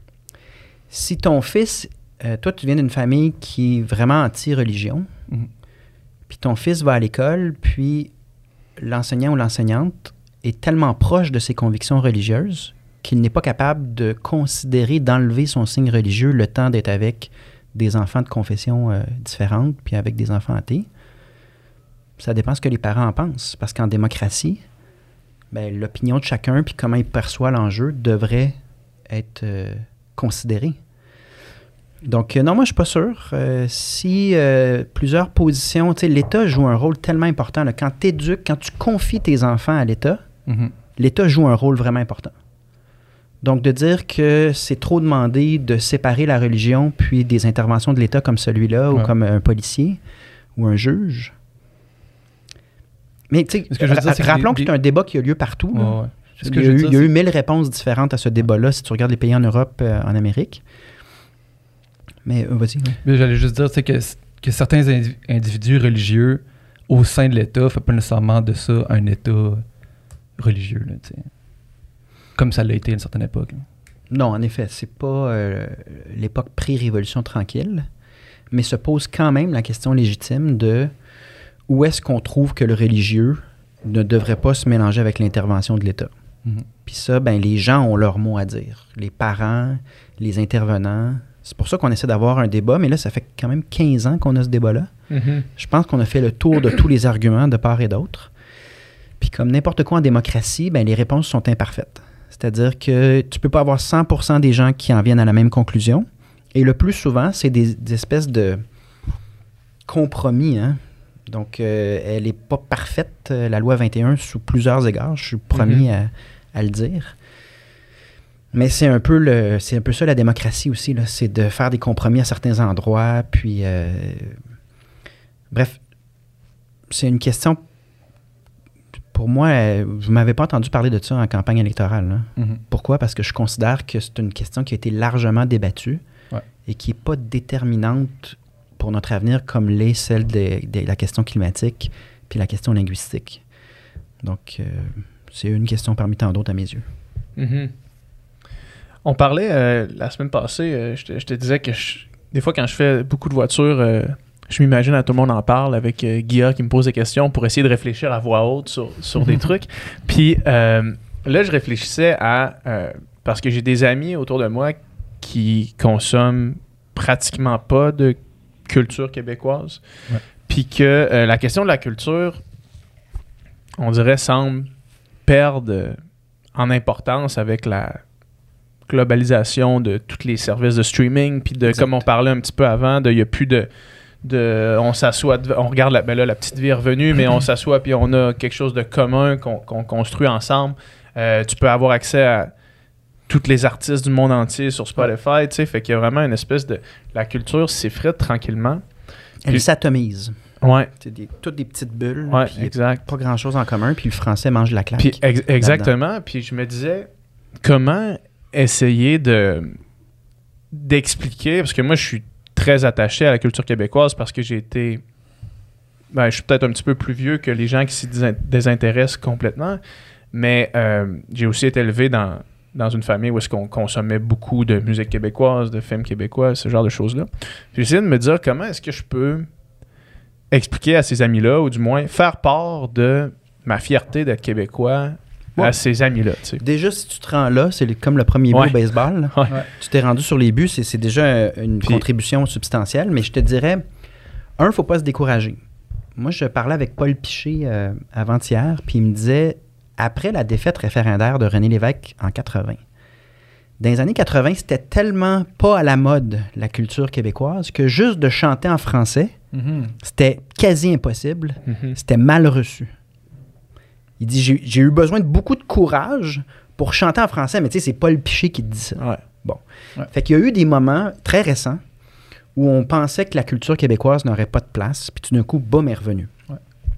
D: Si ton fils... Euh, toi, tu viens d'une famille qui est vraiment anti-religion, mm-hmm. puis ton fils va à l'école, puis l'enseignant ou l'enseignante est tellement proche de ses convictions religieuses qu'il n'est pas capable de considérer d'enlever son signe religieux le temps d'être avec des enfants de confessions euh, différentes puis avec des enfants athées. Ça dépend ce que les parents en pensent. Parce qu'en démocratie, ben, l'opinion de chacun puis comment il perçoit l'enjeu devrait être euh, considérée. Donc, euh, non, moi, je suis pas sûr. Euh, si euh, plusieurs positions... Tu sais, l'État joue un rôle tellement important. Là, quand tu éduques, quand tu confies tes enfants à l'État, mm-hmm. l'État joue un rôle vraiment important. Donc, de dire que c'est trop demandé de séparer la religion puis des interventions de l'État comme celui-là ouais. ou comme un policier ou un juge... Mais, tu sais, ra- rappelons que, des... que c'est un débat qui a lieu partout. Ouais, ouais. Il, y a eu, dire, il y a eu mille réponses différentes à ce débat-là si tu regardes les pays en Europe, euh, en Amérique. Mais euh, vas-y. Ouais.
C: Mais j'allais juste dire que, que certains indiv- individus religieux au sein de l'État ne font pas nécessairement de ça un État religieux. Là, comme ça l'a été à une certaine époque. Là.
D: Non, en effet, c'est pas euh, l'époque pré-révolution tranquille, mais se pose quand même la question légitime de où est-ce qu'on trouve que le religieux ne devrait pas se mélanger avec l'intervention de l'État. Mm-hmm. Puis ça, ben, les gens ont leur mot à dire. Les parents, les intervenants, C'est pour ça qu'on essaie d'avoir un débat, mais là, ça fait quand même quinze ans qu'on a ce débat-là.
B: Mm-hmm.
D: Je pense qu'on a fait le tour de tous les arguments de part et d'autre. Puis comme n'importe quoi en démocratie, ben, les réponses sont imparfaites. C'est-à-dire que tu ne peux pas avoir cent pour cent des gens qui en viennent à la même conclusion. Et le plus souvent, c'est des, des espèces de compromis. Hein? Donc, euh, elle n'est pas parfaite, la loi vingt et un, sous plusieurs égards. Je suis promis mm-hmm. à, à le dire. Mais c'est un peu le, c'est un peu ça la démocratie aussi. Là. C'est de faire des compromis à certains endroits. Puis, euh, bref, c'est une question... Pour moi, vous ne m'avez pas entendu parler de ça en campagne électorale.
C: Mm-hmm.
D: Pourquoi? Parce que je considère que c'est une question qui a été largement débattue
C: ouais.
D: et qui n'est pas déterminante pour notre avenir comme l'est celle de, de la question climatique puis la question linguistique. Donc, euh, c'est une question parmi tant d'autres à mes yeux.
B: Mm-hmm. On parlait euh, la semaine passée, euh, je, te, je te disais que je, des fois, quand je fais beaucoup de voitures... Euh, je m'imagine à Tout le monde en parle avec euh, Guilla qui me pose des questions pour essayer de réfléchir à voix haute sur, sur des trucs. Puis euh, là, je réfléchissais à... Euh, parce que j'ai des amis autour de moi qui consomment pratiquement pas de culture québécoise.
C: Ouais.
B: Puis que euh, la question de la culture, on dirait, semble perdre euh, en importance avec la globalisation de tous les services de streaming. Puis de, exact. Comme on parlait un petit peu avant, il n'y a plus de... De, on s'assoit, on regarde la, ben là, la petite vie est revenue, mais on s'assoit puis on a quelque chose de commun qu'on, qu'on construit ensemble. Euh, tu peux avoir accès à tous les artistes du monde entier sur Spotify, tu sais, fait qu'il y a vraiment une espèce de... La culture s'effrite tranquillement.
D: Elle puis, s'atomise.
B: Ouais.
D: C'est des, toutes des petites bulles.
B: Ouais, exact.
D: Pas grand-chose en commun, puis le français mange la claque.
B: Puis ex- exactement, puis je me disais, comment essayer de d'expliquer, parce que moi, je suis très attaché à la culture québécoise parce que j'ai été... Ben, je suis peut-être un petit peu plus vieux que les gens qui s'y désintéressent complètement, mais euh, j'ai aussi été élevé dans, dans une famille où est-ce qu'on consommait beaucoup de musique québécoise, de films québécois, ce genre de choses-là. J'ai essayé de me dire comment est-ce que je peux expliquer à ces amis-là, ou du moins faire part de ma fierté d'être québécois ouais. à ces amis-là. Tu sais.
D: Déjà, si tu te rends là, c'est comme le premier but ouais. au baseball.
B: Ouais.
D: Tu t'es rendu sur les buts, c'est, c'est déjà une Puis, contribution substantielle, mais je te dirais, un, il ne faut pas se décourager. Moi, je parlais avec Paul Piché euh, avant-hier, puis il me disait, après la défaite référendaire de René Lévesque en quatre-vingts, dans les années quatre-vingts, c'était tellement pas à la mode, la culture québécoise, que juste de chanter en français, mm-hmm. c'était quasi impossible, mm-hmm. c'était mal reçu. Il dit, j'ai, j'ai eu besoin de beaucoup de courage pour chanter en français, mais tu sais, c'est Paul Piché qui te dit ça.
B: Ouais.
D: Bon. Ouais. Fait qu'il y a eu des moments très récents où on pensait que la culture québécoise n'aurait pas de place, puis tout d'un coup, boum, est revenu.
C: Ouais.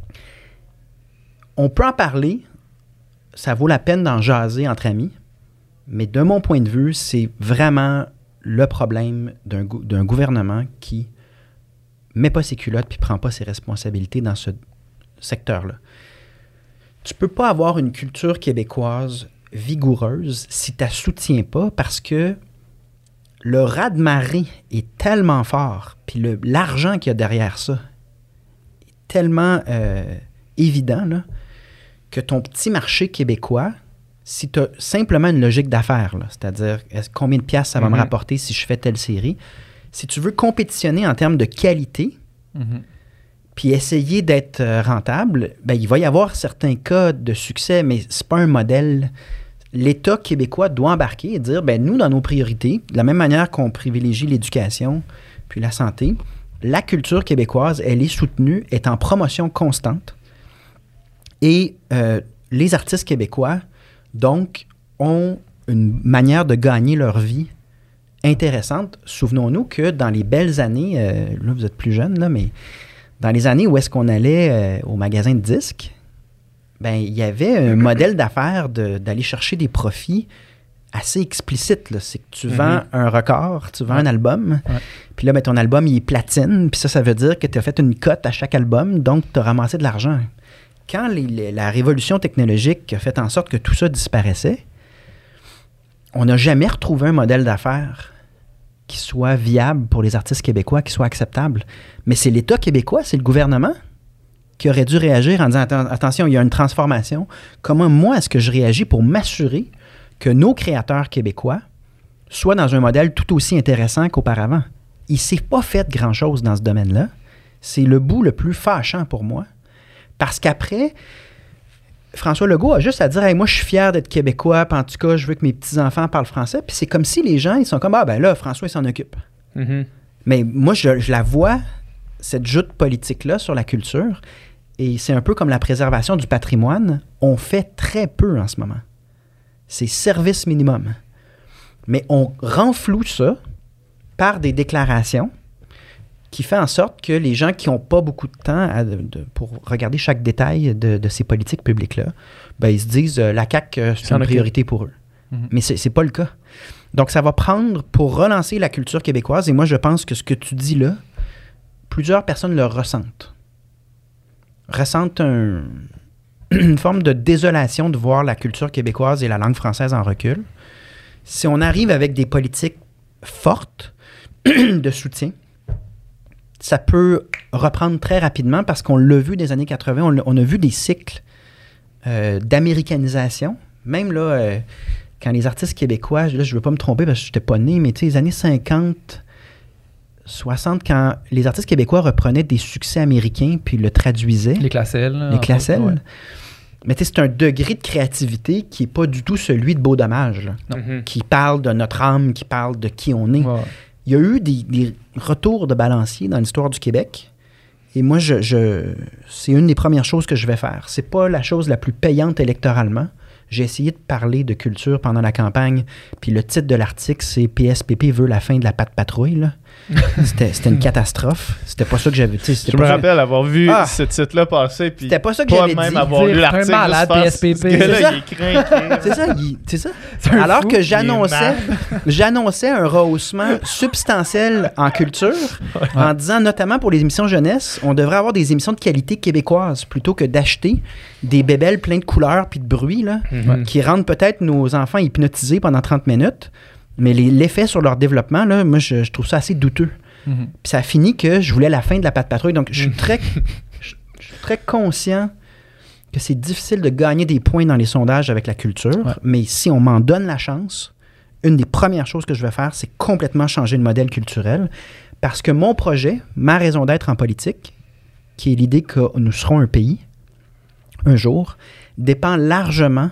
D: On peut en parler, ça vaut la peine d'en jaser entre amis, mais de mon point de vue, c'est vraiment le problème d'un, go- d'un gouvernement qui met pas ses culottes puis prend pas ses responsabilités dans ce secteur-là. Tu peux pas avoir une culture québécoise vigoureuse si tu la soutiens pas, parce que le raz-de-marée est tellement fort, puis le, l'argent qu'il y a derrière ça est tellement euh, évident, là, que ton petit marché québécois, si tu as simplement une logique d'affaires, là, c'est-à-dire est-ce, combien de piastres ça va mm-hmm. me rapporter si je fais telle série, si tu veux compétitionner en termes de qualité, mm-hmm. puis essayer d'être rentable, ben, il va y avoir certains cas de succès, mais c'est pas un modèle. L'État québécois doit embarquer et dire, ben nous, dans nos priorités, de la même manière qu'on privilégie l'éducation puis la santé, la culture québécoise, elle est soutenue, est en promotion constante. Et euh, les artistes québécois, donc, ont une manière de gagner leur vie intéressante. Souvenons-nous que dans les belles années, euh, là, vous êtes plus jeunes, là, mais dans les années où est-ce qu'on allait euh, au magasin de disques, ben, il y avait un modèle d'affaires de, d'aller chercher des profits assez explicites. Là. C'est que tu vends mm-hmm. un record, tu vends ouais. un album, ouais. puis là, ben, ton album, il est platine, puis ça, ça veut dire que tu as fait une cote à chaque album, donc tu as ramassé de l'argent. Quand les, les, la révolution technologique a fait en sorte que tout ça disparaissait, on n'a jamais retrouvé un modèle d'affaires qui soit viable pour les artistes québécois, qui soit acceptable. Mais c'est l'État québécois, c'est le gouvernement qui aurait dû réagir en disant Atten- attention, il y a une transformation. Comment moi est-ce que je réagis pour m'assurer que nos créateurs québécois soit dans un modèle tout aussi intéressant qu'auparavant. Il ne s'est pas fait grand-chose dans ce domaine-là. C'est le bout le plus fâchant pour moi. Parce qu'après, François Legault a juste à dire hey, « moi, je suis fier d'être Québécois, puis en tout cas, je veux que mes petits-enfants parlent français. » Puis c'est comme si les gens, ils sont comme « Ah, ben là, François, il s'en occupe.
B: Mm-hmm. » Mais
D: moi, je, je la vois, cette joute politique-là sur la culture, et c'est un peu comme la préservation du patrimoine. On fait très peu en ce moment. C'est service minimum. Mais on renfloue ça par des déclarations qui fait en sorte que les gens qui n'ont pas beaucoup de temps à, de, de, pour regarder chaque détail de, de ces politiques publiques-là, ben, ils se disent euh, la C A Q, euh, c'est une priorité pour eux. Mm-hmm. Mais ce n'est pas le cas. Donc, ça va prendre pour relancer la culture québécoise, et moi, je pense que ce que tu dis là, plusieurs personnes le ressentent. Ressentent un, une forme de désolation de voir la culture québécoise et la langue française en recul. Si on arrive avec des politiques fortes de soutien, ça peut reprendre très rapidement parce qu'on l'a vu des années quatre-vingts, on, on a vu des cycles euh, d'américanisation. Même là, euh, quand les artistes québécois, là, je ne veux pas me tromper parce que je n'étais pas né, mais tu sais, les années cinquante, soixante, quand les artistes québécois reprenaient des succès américains puis le traduisaient.
C: Les Classel.
D: Les Classel. Ouais. Mais tu sais, c'est un degré de créativité qui n'est pas du tout celui de Beau Dommage, là, mm-hmm. qui parle de notre âme, qui parle de qui on est. Ouais. Il y a eu des, des retours de balancier dans l'histoire du Québec. Et moi, je, je, c'est une des premières choses que je vais faire. C'est pas la chose la plus payante électoralement. J'ai essayé de parler de culture pendant la campagne. Puis le titre de l'article, c'est « P S P P veut la fin de la patte patrouille ». Là. C'était, c'était une catastrophe. C'était pas ça que j'avais...
B: Je me rappelle avoir vu ah, ce titre-là passer. Puis
D: c'était pas ça que j'avais
B: même
D: dit.
B: avoir lu l'article.
C: Un malade, P S P P.
B: C'est
C: ça.
B: Là, il est craqué.
D: C'est ça. Il, c'est ça. C'est Alors fou, que j'annonçais, j'annonçais un rehaussement substantiel en culture ouais. en disant, notamment pour les émissions jeunesse, on devrait avoir des émissions de qualité québécoise plutôt que d'acheter des bébelles pleines de couleurs puis de bruit là, mm-hmm. qui rendent peut-être nos enfants hypnotisés pendant trente minutes. Mais les, l'effet sur leur développement, là, moi, je, je trouve ça assez douteux. Mm-hmm. Puis ça a fini que je voulais la fin de la patte patrouille. Donc, je suis très, je, je suis très conscient que c'est difficile de gagner des points dans les sondages avec la culture. Ouais. Mais si on m'en donne la chance, une des premières choses que je vais faire, c'est complètement changer le modèle culturel. Parce que mon projet, ma raison d'être en politique, qui est l'idée que nous serons un pays, un jour, dépend largement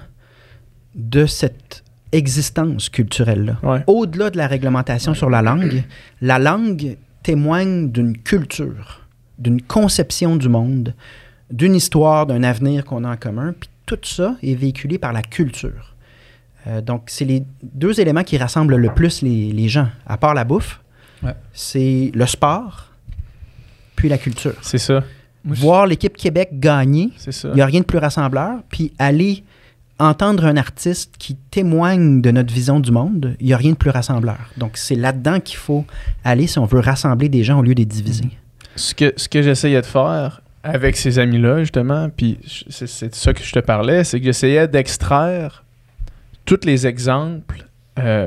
D: de cette existence culturelle-là. Ouais. Au-delà de la réglementation ouais. sur la langue, la langue témoigne d'une culture, d'une conception du monde, d'une histoire, d'un avenir qu'on a en commun, puis tout ça est véhiculé par la culture. Euh, donc, c'est les deux éléments qui rassemblent le plus les, les gens, à part la bouffe, ouais. c'est le sport, puis la culture.
B: C'est ça.
D: Voir l'équipe Québec gagner, il n'y a rien de plus rassembleur, puis aller entendre un artiste qui témoigne de notre vision du monde, il n'y a rien de plus rassembleur. Donc, c'est là-dedans qu'il faut aller si on veut rassembler des gens au lieu de les diviser.
B: Ce que, ce que j'essayais de faire avec ces amis-là, justement, puis c'est, c'est de ça que je te parlais, c'est que j'essayais d'extraire tous les exemples euh,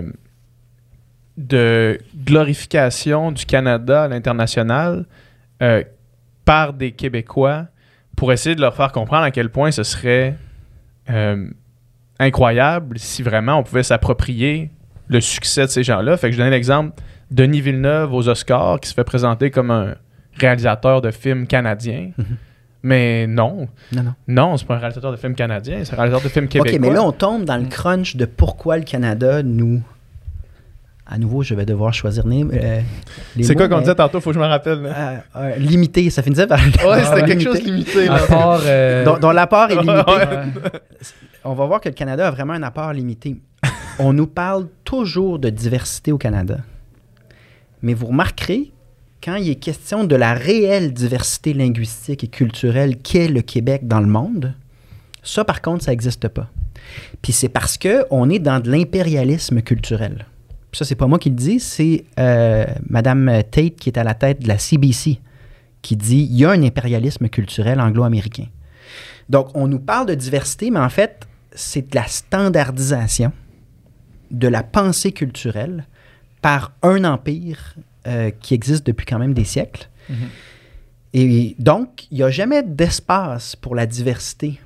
B: de glorification du Canada à l'international euh, par des Québécois pour essayer de leur faire comprendre à quel point ce serait euh, incroyable si vraiment on pouvait s'approprier le succès de ces gens-là. Fait que je donnais l'exemple de Denis Villeneuve aux Oscars qui se fait présenter comme un réalisateur de films canadiens. Mm-hmm. Mais non.
D: Non, non.
B: Non, c'est pas un réalisateur de films canadiens, c'est un réalisateur de films québécois.
D: OK, mais là, on tombe dans le crunch de pourquoi le Canada nous... À nouveau, je vais devoir choisir les, euh, les
B: C'est
D: mots,
B: quoi qu'on
D: mais...
B: disait tantôt? Faut que je me rappelle.
D: Euh, euh, limité, ça finissait par...
B: Ouais, c'était quelque chose de limité. Là.
C: Apport, euh...
D: dont, dont l'apport est limité. Ouais. On va voir que le Canada a vraiment un apport limité. On nous parle toujours de diversité au Canada. Mais vous remarquerez, quand il est question de la réelle diversité linguistique et culturelle qu'est le Québec dans le monde, ça, par contre, ça n'existe pas. Puis c'est parce qu'on est dans de l'impérialisme culturel. Ça, c'est pas moi qui le dis, c'est euh, Mme Tate qui est à la tête de la C B C qui dit il y a un impérialisme culturel anglo-américain. Donc, on nous parle de diversité, mais en fait, c'est de la standardisation de la pensée culturelle par un empire euh, qui existe depuis quand même des siècles. Mm-hmm. Et donc, il n'y a jamais d'espace pour la diversité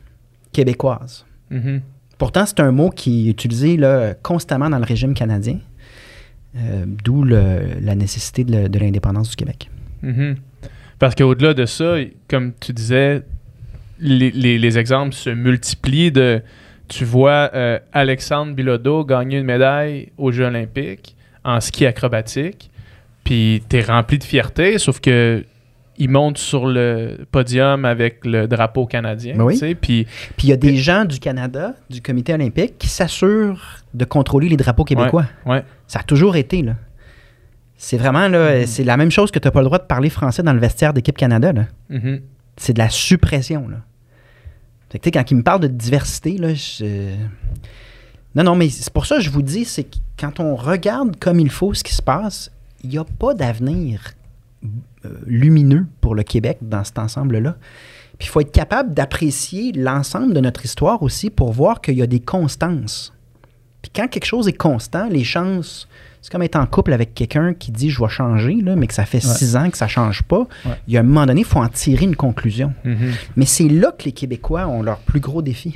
D: québécoise. Mm-hmm. Pourtant, c'est un mot qui est utilisé là, constamment dans le régime canadien. Euh, d'où le, la nécessité de, de l'indépendance du Québec.
B: Mm-hmm. Parce qu'au-delà de ça, comme tu disais, les, les, les exemples se multiplient de... Tu vois euh, Alexandre Bilodeau gagner une médaille aux Jeux olympiques en ski acrobatique, puis t'es rempli de fierté, sauf que il monte sur le podium avec le drapeau canadien.
D: Oui.
B: Puis
D: il y a des gens du Canada, du comité olympique, qui s'assurent de contrôler les drapeaux québécois.
B: Ouais, ouais. Ça
D: a toujours été, là. C'est vraiment, là, mm-hmm. c'est la même chose que tu n'as pas le droit de parler français dans le vestiaire d'équipe Canada, là.
B: Mm-hmm.
D: C'est de la suppression, là. Fait que, quand il me parle de diversité, là, je... Non, non, mais c'est pour ça que je vous dis, c'est que quand on regarde comme il faut ce qui se passe, il n'y a pas d'avenir euh, lumineux pour le Québec dans cet ensemble-là. Puis il faut être capable d'apprécier l'ensemble de notre histoire aussi pour voir qu'il y a des constances. Puis quand quelque chose est constant, les chances... C'est comme être en couple avec quelqu'un qui dit « je vais changer », là, mais que ça fait ouais. six ans que ça ne change pas. Ouais. Il y a un moment donné, il faut en tirer une conclusion. Mm-hmm. Mais c'est là que les Québécois ont leur plus gros défi.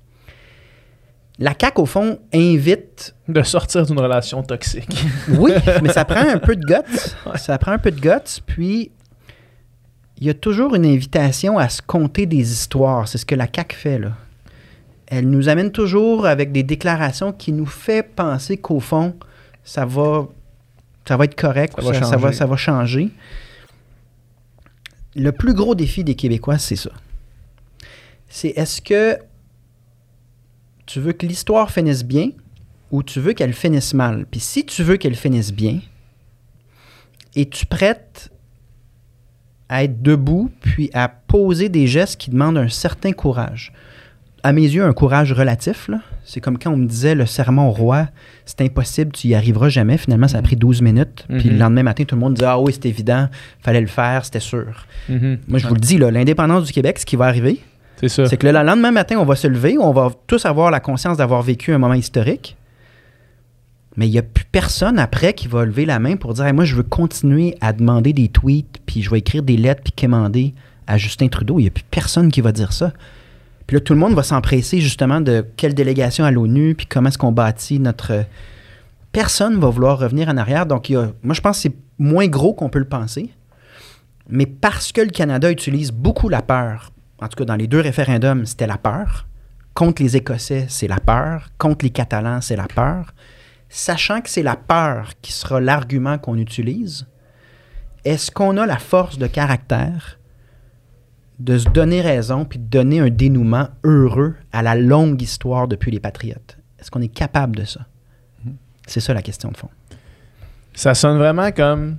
D: La C A Q, au fond, invite...
B: De sortir d'une relation toxique.
D: Oui, mais ça prend un peu de guts. Ouais. Ça prend un peu de guts, puis il y a toujours une invitation à se conter des histoires. C'est ce que la C A Q fait, là. Elle nous amène toujours avec des déclarations qui nous fait penser qu'au fond, ça va, ça va être correct, ça va, ça, ça, va, ça va changer. Le plus gros défi des Québécois, c'est ça. C'est est-ce que tu veux que l'histoire finisse bien ou tu veux qu'elle finisse mal? Puis si tu veux qu'elle finisse bien, es-tu prête à être debout puis à poser des gestes qui demandent un certain courage? À mes yeux, un courage relatif, là. C'est comme quand on me disait le serment au roi, c'est impossible, tu y arriveras jamais. Finalement, ça a pris douze minutes. Mm-hmm. Puis le lendemain matin, tout le monde disait « Ah oui, c'est évident, fallait le faire, c'était sûr. Mm-hmm. » Moi, je ouais. vous le dis, là, l'indépendance du Québec, ce qui va arriver,
B: c'est, ça.
D: c'est que le lendemain matin, on va se lever, on va tous avoir la conscience d'avoir vécu un moment historique. Mais il n'y a plus personne après qui va lever la main pour dire hey, « Moi, je veux continuer à demander des tweets, puis je vais écrire des lettres, puis quémander à Justin Trudeau. » Il n'y a plus personne qui va dire ça. Puis là, tout le monde va s'empresser justement de quelle délégation à l'ONU, puis comment est-ce qu'on bâtit notre... Personne va vouloir revenir en arrière. Donc, il y a... moi, je pense que c'est moins gros qu'on peut le penser. Mais parce que le Canada utilise beaucoup la peur, en tout cas dans les deux référendums, c'était la peur. Contre les Écossais, c'est la peur. Contre les Catalans, c'est la peur. Sachant que c'est la peur qui sera l'argument qu'on utilise, est-ce qu'on a la force de caractère de se donner raison puis de donner un dénouement heureux à la longue histoire depuis les Patriotes? Est-ce qu'on est capable de ça? Mm-hmm. C'est ça la question de fond.
B: Ça sonne vraiment comme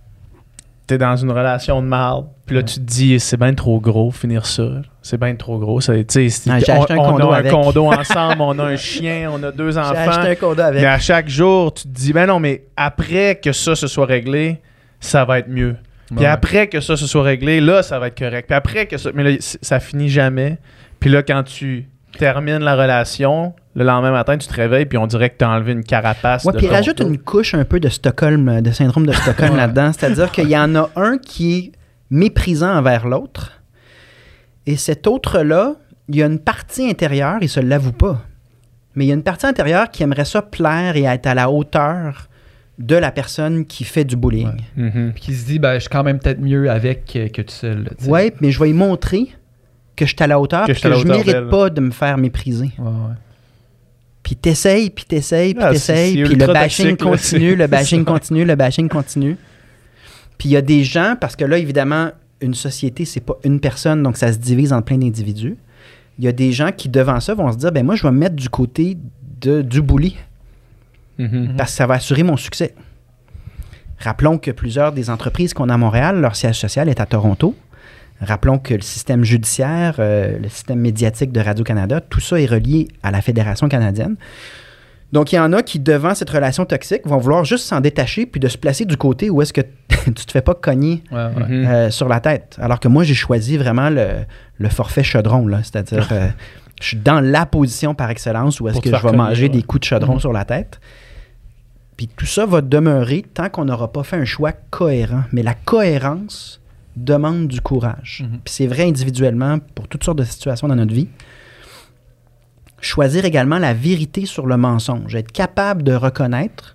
B: t'es dans une relation de marde, puis là ouais. tu te dis c'est bien trop gros finir ça. C'est bien trop gros. Ça, non,
D: j'ai acheté
B: on,
D: un condo
B: on a
D: avec.
B: un condo ensemble, on a un chien, on a deux enfants.
D: J'ai acheté un condo avec.
B: Mais à chaque jour, tu te dis ben non, mais après que ça se soit réglé, ça va être mieux. Puis ouais. après que ça se soit réglé, là, ça va être correct. Puis après que ça... Mais là, ça finit jamais. Puis là, quand tu termines la relation, le lendemain matin, tu te réveilles, puis on dirait que tu as enlevé une carapace.
D: Oui, puis rajoute une couche un peu de Stockholm, de syndrome de Stockholm là-dedans. C'est-à-dire qu'il y en a un qui est méprisant envers l'autre. Et cet autre-là, il y a une partie intérieure, il ne se l'avoue pas. Mais il y a une partie intérieure qui aimerait ça plaire et être à la hauteur de la personne qui fait du bullying.
C: Ouais. Mm-hmm. Puis qui se dit, ben, je suis quand même peut-être mieux avec que, que tout seul.
D: Oui, mais je vais lui montrer que je suis à la hauteur et que, que je ne mérite pas de me faire mépriser.
C: Ouais, ouais.
D: Puis t'essayes, puis t'essayes, puis ah, t'essayes, puis le bashing continue, le bashing continue, le bashing continue. Puis il y a des gens, parce que là, évidemment, une société, c'est pas une personne, donc ça se divise en plein d'individus. Il y a des gens qui, devant ça, vont se dire, ben moi, je vais me mettre du côté de, du bully. Mm-hmm. Parce que ça va assurer mon succès. Rappelons que plusieurs des entreprises qu'on a à Montréal, leur siège social est à Toronto. Rappelons que le système judiciaire, euh, le système médiatique de Radio-Canada, tout ça est relié à la Fédération canadienne. Donc, il y en a qui, devant cette relation toxique, vont vouloir juste s'en détacher puis de se placer du côté où est-ce que tu te fais pas cogner ouais, ouais. Euh, sur la tête. Alors que moi, j'ai choisi vraiment le, le forfait chaudron, là. C'est-à-dire, euh, je suis dans la position par excellence où est-ce que je vais cogner, manger ouais. des coups de chaudron mm-hmm. sur la tête. Puis tout ça va demeurer tant qu'on n'aura pas fait un choix cohérent. Mais la cohérence demande du courage. Mm-hmm. Puis c'est vrai individuellement pour toutes sortes de situations dans notre vie. Choisir également la vérité sur le mensonge. Être capable de reconnaître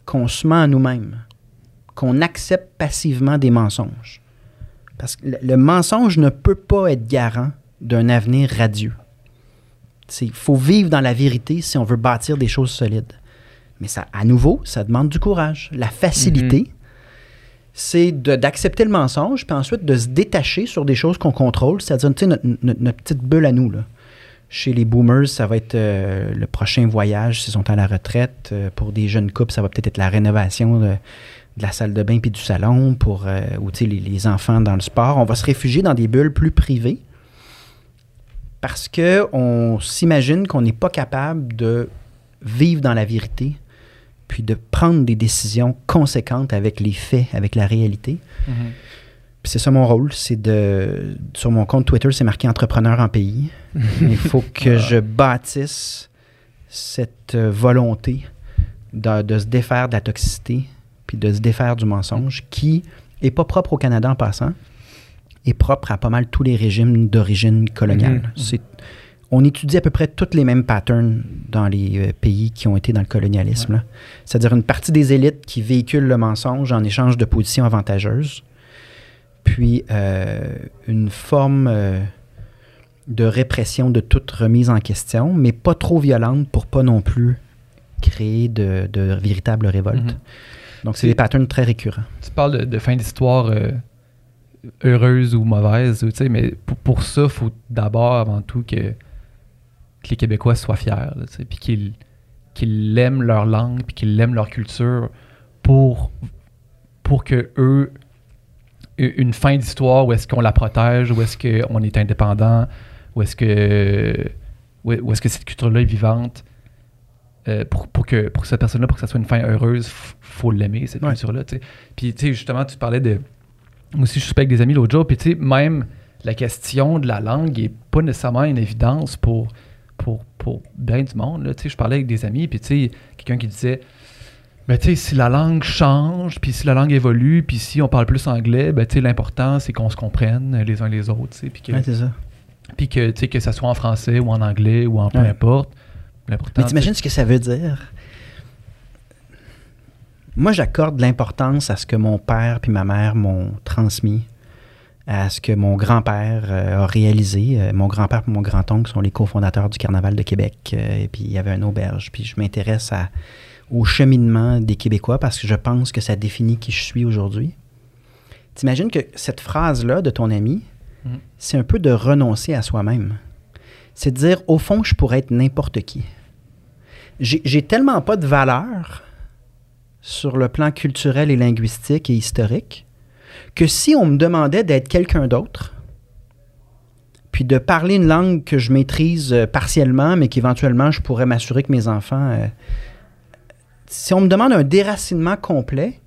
D: qu'on se ment à nous-mêmes, qu'on accepte passivement des mensonges. Parce que le, le mensonge ne peut pas être garant d'un avenir radieux. Il faut vivre dans la vérité si on veut bâtir des choses solides. Mais ça, à nouveau, ça demande du courage. La facilité, mm-hmm. c'est de, d'accepter le mensonge, puis ensuite de se détacher sur des choses qu'on contrôle, c'est-à-dire notre, notre, notre petite bulle à nous. Là. Chez les boomers, ça va être euh, le prochain voyage s'ils sont à la retraite. Euh, pour des jeunes couples, ça va peut-être être la rénovation de, de la salle de bain puis du salon, pour, euh, ou les, les enfants dans le sport. On va se réfugier dans des bulles plus privées parce qu'on s'imagine qu'on n'est pas capable de vivre dans la vérité puis de prendre des décisions conséquentes avec les faits, avec la réalité. Mm-hmm. Puis c'est ça mon rôle, c'est de... Sur mon compte Twitter, c'est marqué « Entrepreneur en pays ». Il faut que je bâtisse cette volonté de, de se défaire de la toxicité puis de se défaire du mensonge qui n'est pas propre au Canada en passant, est propre à pas mal tous les régimes d'origine coloniale. Mm-hmm. C'est... On étudie à peu près tous les mêmes patterns dans les euh, pays qui ont été dans le colonialisme. Ouais. Là. C'est-à-dire une partie des élites qui véhiculent le mensonge en échange de positions avantageuses, puis euh, une forme euh, de répression de toute remise en question, mais pas trop violente pour pas non plus créer de, de véritables révoltes. Mm-hmm. Donc, c'est, c'est des patterns très récurrents. Tu
C: parles de, de fin d'histoire euh, heureuse ou mauvaise, tu sais, mais pour, pour ça, il faut d'abord, avant tout, que que les Québécois soient fiers, puis qu'ils, qu'ils aiment leur langue, puis qu'ils aiment leur culture pour, pour que eux, une fin d'histoire où est-ce qu'on la protège, où est-ce qu'on est indépendant, où est-ce que, où est-ce que cette culture-là est vivante, euh, pour, pour, que, pour cette personne-là, pour que ça soit une fin heureuse, il f- faut l'aimer, cette ouais. culture-là. T'sais. Puis, tu sais, justement, tu parlais de... Moi aussi, je suis avec des amis l'autre jour, puis tu sais, même la question de la langue n'est pas nécessairement une évidence pour... Pour, pour bien du monde. Là. Je parlais avec des amis, puis quelqu'un qui disait ben, si la langue change, puis si la langue évolue, puis si on parle plus anglais, ben, l'important, c'est qu'on se comprenne les uns les autres. Puis que,
D: ouais, c'est ça.
C: Puis que, que ça soit en français ou en anglais ou en peu ouais. importe.
D: L'important, Mais t'imagines ce que ça veut dire? Moi, j'accorde l'importance à ce que mon père puis ma mère m'ont transmis, à ce que mon grand-père euh, a réalisé. Euh, mon grand-père et mon grand-oncle sont les cofondateurs du Carnaval de Québec. Euh, et puis, il y avait une auberge. Puis, je m'intéresse à, au cheminement des Québécois parce que je pense que ça définit qui je suis aujourd'hui. T'imagines que cette phrase-là de ton ami, mmh. c'est un peu de renoncer à soi-même. C'est de dire, au fond, je pourrais être n'importe qui. J'ai, j'ai tellement pas de valeur sur le plan culturel et linguistique et historique que si on me demandait d'être quelqu'un d'autre, puis de parler une langue que je maîtrise euh, partiellement, mais qu'éventuellement je pourrais m'assurer que mes enfants... Euh, si on me demande un déracinement complet,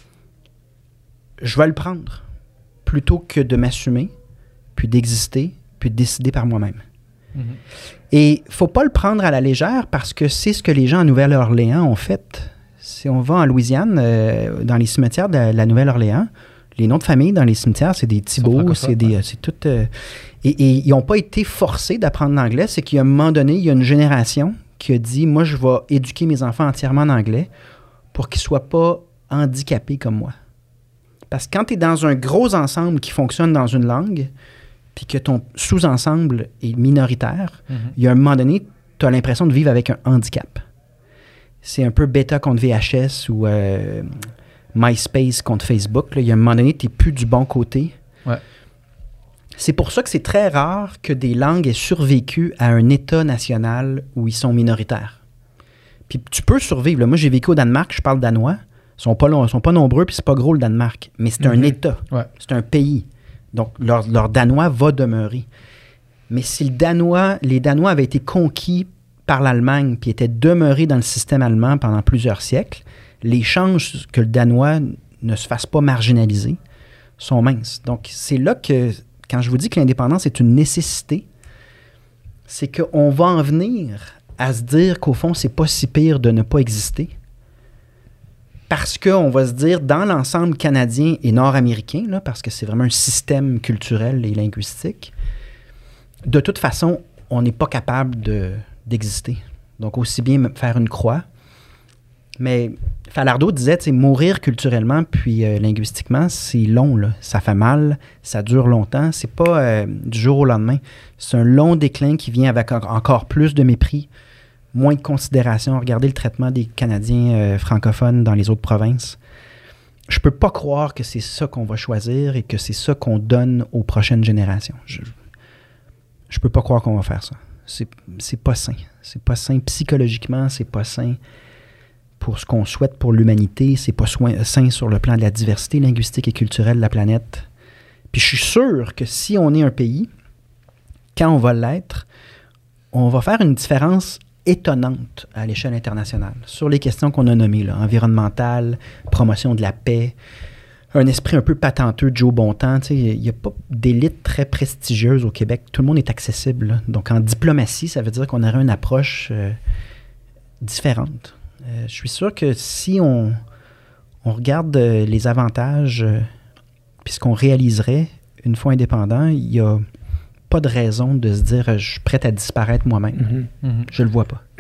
D: je vais le prendre, plutôt que de m'assumer, puis d'exister, puis de décider par moi-même. Mm-hmm. Et il ne faut pas le prendre à la légère parce que c'est ce que les gens en Nouvelle-Orléans ont fait. Si on va en Louisiane, euh, dans les cimetières de la Nouvelle-Orléans, les noms de famille dans les cimetières, c'est des Thibault, c'est des, ouais. c'est tout... Euh, et, et ils n'ont pas été forcés d'apprendre l'anglais, c'est qu'à un moment donné, il y a une génération qui a dit, moi, je vais éduquer mes enfants entièrement en anglais pour qu'ils ne soient pas handicapés comme moi. Parce que quand tu es dans un gros ensemble qui fonctionne dans une langue, puis que ton sous-ensemble est minoritaire, mm-hmm. il y a un moment donné, tu as l'impression de vivre avec un handicap. C'est un peu bêta contre V H S ou... Euh, MySpace contre Facebook. Là. Il y a un moment donné, tu n'es plus du bon côté.
C: Ouais.
D: C'est pour ça que c'est très rare que des langues aient survécu à un État national où ils sont minoritaires. Puis tu peux survivre. Là. Moi, j'ai vécu au Danemark, je parle danois. Ils sont pas, sont pas nombreux, puis c'est pas gros le Danemark. Mais c'est mm-hmm. un État.
C: Ouais.
D: C'est un pays. Donc, leur, leur danois va demeurer. Mais si le danois, les Danois avaient été conquis par l'Allemagne puis étaient demeurés dans le système allemand pendant plusieurs siècles, les chances que le danois ne se fasse pas marginaliser sont minces. Donc, c'est là que, quand je vous dis que l'indépendance est une nécessité, c'est qu'on va en venir à se dire qu'au fond, c'est pas si pire de ne pas exister. Parce qu'on va se dire, dans l'ensemble canadien et nord-américain, là, parce que c'est vraiment un système culturel et linguistique, de toute façon, on n'est pas capable de, d'exister. Donc, aussi bien faire une croix. Mais Falardeau disait, mourir culturellement puis euh, linguistiquement, c'est long, là. Ça fait mal, ça dure longtemps. C'est pas euh, du jour au lendemain. C'est un long déclin qui vient avec en- encore plus de mépris, moins de considération. Regardez le traitement des Canadiens euh, francophones dans les autres provinces. Je peux pas croire que c'est ça qu'on va choisir et que c'est ça qu'on donne aux prochaines générations. Je, je peux pas croire qu'on va faire ça. C'est, c'est pas sain. C'est pas sain psychologiquement, c'est pas sain pour ce qu'on souhaite pour l'humanité, c'est pas soin, sain sur le plan de la diversité linguistique et culturelle de la planète. Puis je suis sûr que si on est un pays, quand on va l'être, on va faire une différence étonnante à l'échelle internationale sur les questions qu'on a nommées, là, environnementales, promotion de la paix, un esprit un peu patenteux de Joe Bontemps. Il n'y a pas d'élite très prestigieuse au Québec. Tout le monde est accessible. Là. Donc en diplomatie, ça veut dire qu'on aurait une approche euh, différente. Euh, je suis sûr que si on, on regarde euh, les avantages, euh, puis ce qu'on réaliserait une fois indépendant, il n'y a pas de raison de se dire euh, je suis prêt à disparaître moi-même. Mm-hmm. Mm-hmm. Je le vois pas.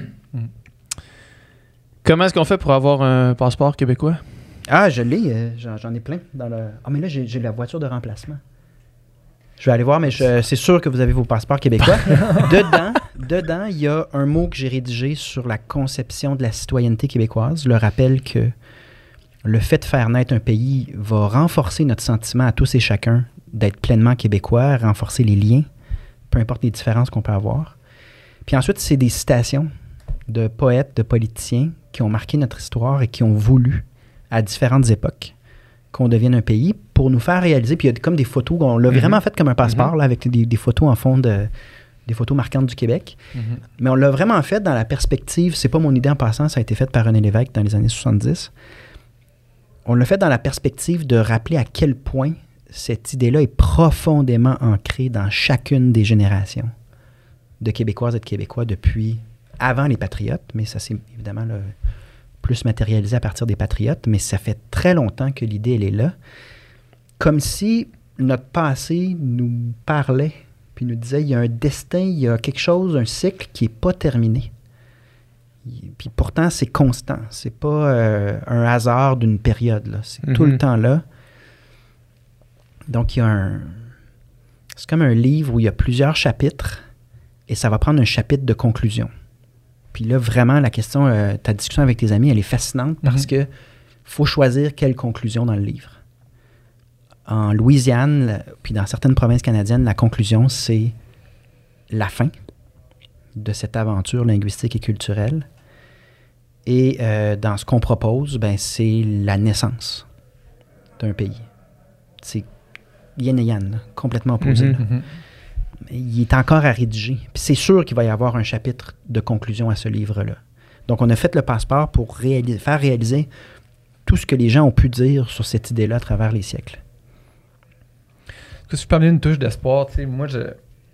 B: Comment est-ce qu'on fait pour avoir un passeport québécois?
D: Ah, je l'ai. Euh, j'en, j'en ai plein. Dans le... Ah, mais là, j'ai, j'ai la voiture de remplacement. Je vais aller voir, mais je, c'est sûr que vous avez vos passeports québécois. dedans, dedans, il y a un mot que j'ai rédigé sur la conception de la citoyenneté québécoise. Le rappel que le fait de faire naître un pays va renforcer notre sentiment à tous et chacun d'être pleinement québécois, renforcer les liens, peu importe les différences qu'on peut avoir. Puis ensuite, c'est des citations de poètes, de politiciens qui ont marqué notre histoire et qui ont voulu, à différentes époques, qu'on devienne un pays pour nous faire réaliser. Puis il y a comme des photos, on l'a mm-hmm. vraiment fait comme un passeport, mm-hmm. là, avec des, des photos en fond, de, des photos marquantes du Québec. Mm-hmm. Mais on l'a vraiment fait dans la perspective, c'est pas mon idée en passant, ça a été fait par René Lévesque dans les années soixante-dix. On l'a fait dans la perspective de rappeler à quel point cette idée-là est profondément ancrée dans chacune des générations de Québécoises et de Québécois depuis avant les Patriotes, mais ça s'est évidemment là, plus matérialisé à partir des Patriotes, mais ça fait très longtemps que l'idée, elle est là. Comme si notre passé nous parlait, puis nous disait, il y a un destin, il y a quelque chose, un cycle qui n'est pas terminé. Puis pourtant, c'est constant. C'est pas euh, un hasard d'une période, là. C'est mm-hmm. tout le temps là. Donc, il y a un... C'est comme un livre où il y a plusieurs chapitres, et ça va prendre un chapitre de conclusion. Puis là, vraiment, la question, euh, ta discussion avec tes amis, elle est fascinante parce mm-hmm. que faut choisir quelle conclusion dans le livre. En Louisiane, la, puis dans certaines provinces canadiennes, la conclusion, c'est la fin de cette aventure linguistique et culturelle. Et euh, dans ce qu'on propose, ben, c'est la naissance d'un pays. C'est yin et yang, là, complètement opposé. Mm-hmm, mm-hmm. Il est encore à rédiger. Puis c'est sûr qu'il va y avoir un chapitre de conclusion à ce livre-là. Donc, on a fait le passeport pour réaliser, faire réaliser tout ce que les gens ont pu dire sur cette idée-là à travers les siècles.
C: Est-ce que si je peux amener une touche d'espoir, tu sais, moi, je...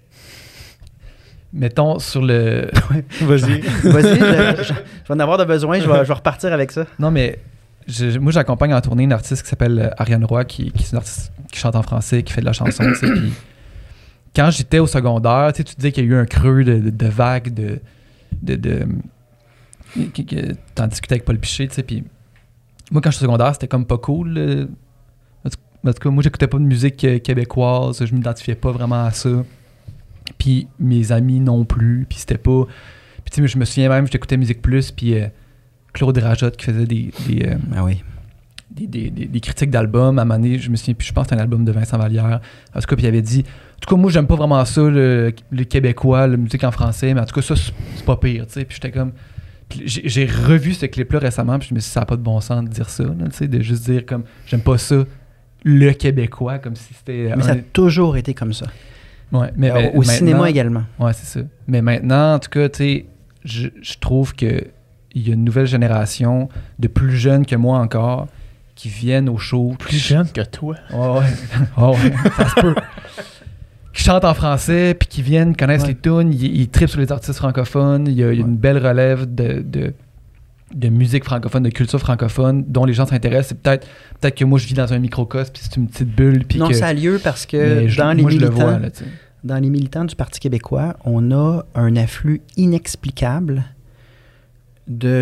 C: Mettons, sur le...
D: Vas-y. Vas-y, je, je, je vais en avoir de besoin, je vais, je vais repartir avec ça.
C: Non, mais je, moi, j'accompagne en tournée une artiste qui s'appelle Ariane Roy, qui, qui est une artiste qui chante en français, qui fait de la chanson, tu sais, puis quand j'étais au secondaire, tu sais, tu disais qu'il y a eu un creux de, de, de vagues, de... de, de, de t'en discutais avec Paul Piché, tu sais, puis moi, quand j'étais au secondaire, c'était comme pas cool. Là. En tout cas, moi, j'écoutais pas de musique québécoise, je m'identifiais pas vraiment à ça. Puis mes amis non plus, puis c'était pas... Puis tu sais, je me souviens même, j'écoutais Musique Plus, puis euh, Claude Rajotte qui faisait des... des euh,
D: ah oui.
C: Des, des, des, des critiques d'albums. À un moment donné, je me souviens, puis je pense que c'était un album de Vincent Vallière. En tout cas, puis il avait dit... En tout cas, moi, j'aime pas vraiment ça, le, le québécois, la musique en français, mais en tout cas, ça, c'est, c'est pas pire, tu sais. Puis j'étais comme... Puis j'ai, j'ai revu ce clip-là récemment, puis je me suis dit, ça n'a pas de bon sens de dire ça, tu sais, de juste dire comme, j'aime pas ça, le québécois, comme si c'était...
D: Mais un... ça a toujours été comme ça.
C: Ouais, mais,
D: mais au cinéma également.
C: Ouais, c'est ça. Mais maintenant, en tout cas, tu sais, je, je trouve que il y a une nouvelle génération de plus jeunes que moi encore qui viennent au show.
B: Plus jeunes que toi?
C: Ouais, ouais. Oh, ouais, ça se peut. Qui chantent en français, puis qui viennent, connaissent ouais. les tunes, ils, ils trippent sur les artistes francophones. Il y a, il y a ouais. une belle relève de, de, de musique francophone, de culture francophone dont les gens s'intéressent. C'est peut-être, peut-être que moi, je vis dans un microcosme, puis c'est une petite bulle. Puis
D: non,
C: que,
D: ça a lieu parce que
C: je,
D: dans, les
C: moi,
D: militants,
C: je le vois, là,
D: dans les militants du Parti québécois, on a un afflux inexplicable de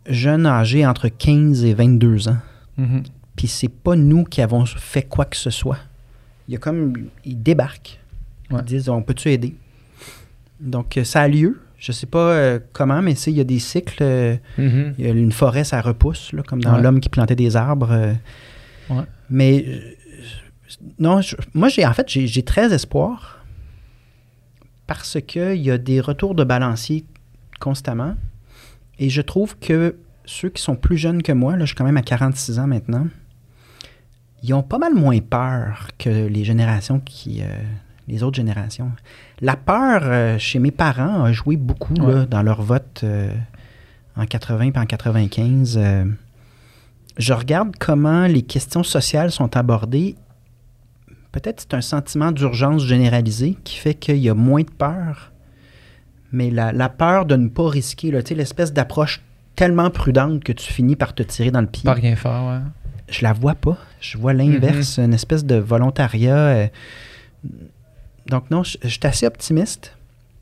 D: jeunes âgés entre quinze et vingt-deux ans.
C: Mm-hmm.
D: Puis c'est pas nous qui avons fait quoi que ce soit. Il y a comme... Ils débarquent. Ouais. Ils disent, on peut-tu aider? Donc, ça a lieu. Je sais pas euh, comment, mais il y a des cycles. Euh, mm-hmm. Il y a une forêt, ça repousse, là, comme dans ouais. L'homme qui plantait des arbres. Euh,
C: ouais.
D: Mais, euh, non, je, moi, j'ai en fait, j'ai, j'ai très espoir parce qu'il y a des retours de balancier constamment. Et je trouve que ceux qui sont plus jeunes que moi, là, je suis quand même à quarante-six ans maintenant, ils ont pas mal moins peur que les générations qui... Euh, les autres générations. La peur euh, chez mes parents a joué beaucoup ouais. là, dans leur vote euh, en quatre-vingts et en quatre-vingt-quinze. Euh, je regarde comment les questions sociales sont abordées. Peut-être c'est un sentiment d'urgence généralisé qui fait qu'il y a moins de peur, mais la, la peur de ne pas risquer, là, l'espèce d'approche tellement prudente que tu finis par te tirer dans le pied.
C: Pas rien faire, ouais.
D: Je la vois pas. Je vois l'inverse, mm-hmm. une espèce de volontariat... Euh, Donc non, je, je suis assez optimiste.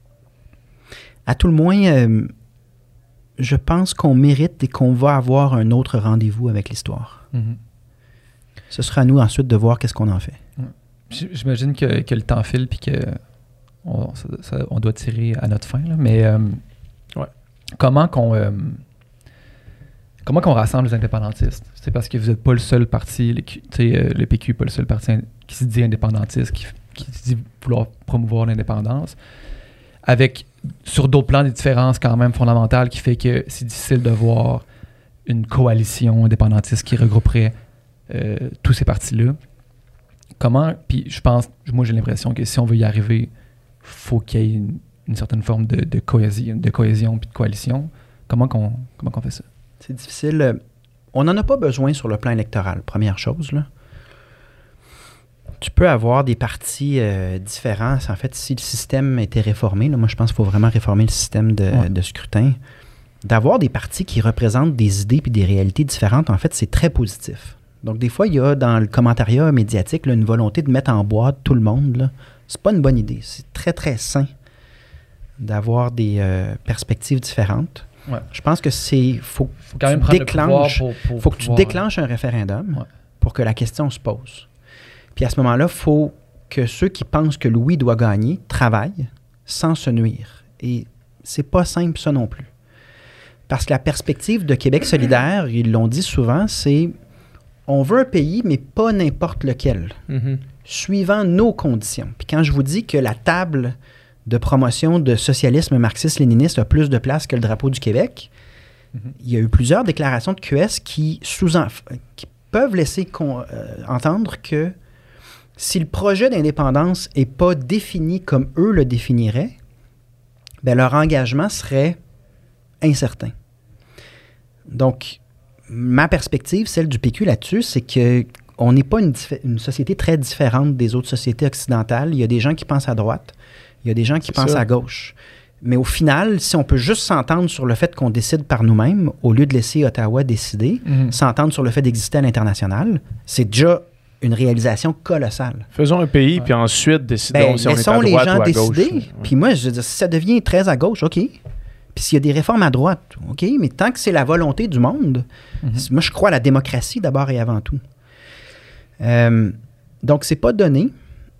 D: À tout le moins, euh, je pense qu'on mérite et qu'on va avoir un autre rendez-vous avec l'histoire.
C: Mm-hmm.
D: Ce sera à nous ensuite de voir qu'est-ce qu'on en fait.
C: J'imagine que, que le temps file et qu'on on doit tirer à notre fin. Là. Mais euh, ouais. comment qu'on euh, comment qu'on rassemble les indépendantistes? C'est parce que vous n'êtes pas le seul parti, le, euh, le P Q n'est pas le seul parti qui se dit indépendantiste, qui qui dit vouloir promouvoir l'indépendance, avec, sur d'autres plans, des différences quand même fondamentales qui fait que c'est difficile de voir une coalition indépendantiste qui regrouperait euh, tous ces partis-là. Comment, puis je pense, moi j'ai l'impression que si on veut y arriver, il faut qu'il y ait une, une certaine forme de, de cohésion, de cohésion puis de coalition. Comment qu'on, comment qu'on fait ça?
D: C'est difficile. On n'en a pas besoin sur le plan électoral, première chose, là. Tu peux avoir des partis euh, différents. En fait, si le système était réformé, là, moi je pense qu'il faut vraiment réformer le système de, ouais. de scrutin. D'avoir des partis qui représentent des idées et des réalités différentes, en fait, c'est très positif. Donc, des fois, il y a dans le commentariat médiatique là, une volonté de mettre en boîte tout le monde. Là. C'est pas une bonne idée. C'est très, très sain d'avoir des euh, perspectives différentes.
C: Ouais.
D: Je pense que c'est... faut, faut quand même déclenches, pour, pour faut que pouvoir... tu déclenches un référendum ouais. pour que la question se pose. Puis à ce moment-là, il faut que ceux qui pensent que Louis doit gagner travaillent sans se nuire. Et c'est pas simple, ça non plus. Parce que la perspective de Québec solidaire, ils l'ont dit souvent, c'est on veut un pays, mais pas n'importe lequel, mm-hmm. suivant nos conditions. Puis quand je vous dis que la table de promotion de socialisme marxiste-léniniste a plus de place que le drapeau du Québec, mm-hmm. il y a eu plusieurs déclarations de Q S qui, sous-en, qui peuvent laisser con, euh, entendre que si le projet d'indépendance n'est pas défini comme eux le définiraient, bien, leur engagement serait incertain. Donc, ma perspective, celle du P Q là-dessus, c'est qu'on n'est pas une, une société très différente des autres sociétés occidentales. Il y a des gens qui pensent à droite, il y a des gens qui c'est pensent ça. à gauche. Mais au final, si on peut juste s'entendre sur le fait qu'on décide par nous-mêmes, au lieu de laisser Ottawa décider, mm-hmm. s'entendre sur le fait d'exister à l'international, c'est déjà une réalisation colossale.
B: Faisons un pays, ouais. puis ensuite décidons
D: ben,
B: si on est à droite ou à gauche.
D: Laissons les gens décider. Puis moi, je veux dire, si ça devient très à gauche, OK. Puis s'il y a des réformes à droite, OK. Mais tant que c'est la volonté du monde, mm-hmm. moi, je crois à la démocratie d'abord et avant tout. Euh, donc, c'est pas donné.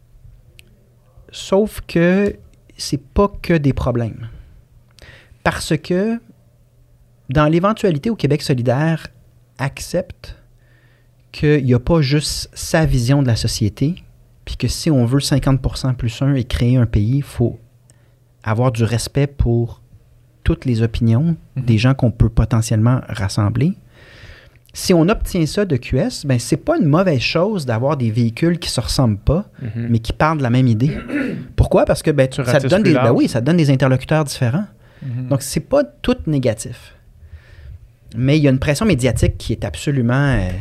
D: Sauf que c'est pas que des problèmes. Parce que dans l'éventualité où Québec solidaire accepte qu'il n'y a pas juste sa vision de la société, puis que si on veut cinquante pour cent plus un et créer un pays, il faut avoir du respect pour toutes les opinions mm-hmm. des gens qu'on peut potentiellement rassembler. Si on obtient ça de Q S, ben c'est pas une mauvaise chose d'avoir des véhicules qui se ressemblent pas, mm-hmm. mais qui parlent de la même idée. Pourquoi? Parce que ben, ça te donne des, ben oui, ça te donne des interlocuteurs différents. Mm-hmm. Donc, c'est pas tout négatif. Mais il y a une pression médiatique qui est absolument... Euh,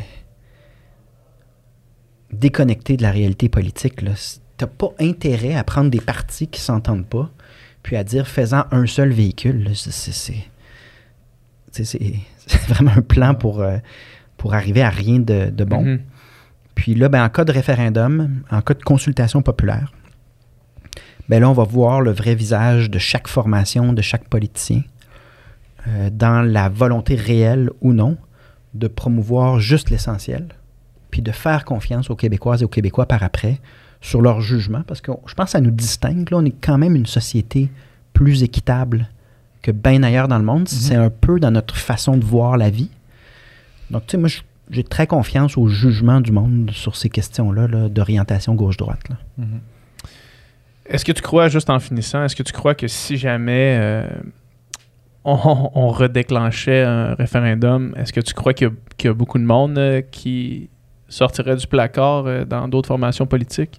D: déconnecté de la réalité politique. Tu n'as pas intérêt à prendre des partis qui ne s'entendent pas, puis à dire faisant un seul véhicule. Là, c'est, c'est, c'est, c'est, c'est vraiment un plan pour, euh, pour arriver à rien de, de bon. Mm-hmm. Puis là, ben, en cas de référendum, en cas de consultation populaire, ben là, on va voir le vrai visage de chaque formation, de chaque politicien. euh, dans la volonté réelle ou non de promouvoir juste l'essentiel, puis de faire confiance aux Québécoises et aux Québécois par après sur leur jugement, parce que je pense que ça nous distingue. Là, on est quand même une société plus équitable que bien ailleurs dans le monde. Mm-hmm. C'est un peu dans notre façon de voir la vie. Donc, tu sais, moi, je, j'ai très confiance au jugement du monde sur ces questions-là là, d'orientation gauche-droite. Là.
B: Mm-hmm. Est-ce que tu crois, juste en finissant, est-ce que tu crois que si jamais euh, on, on redéclenchait un référendum, est-ce que tu crois qu'il y a, qu'il y a beaucoup de monde euh, qui sortirait du placard euh, dans d'autres formations politiques?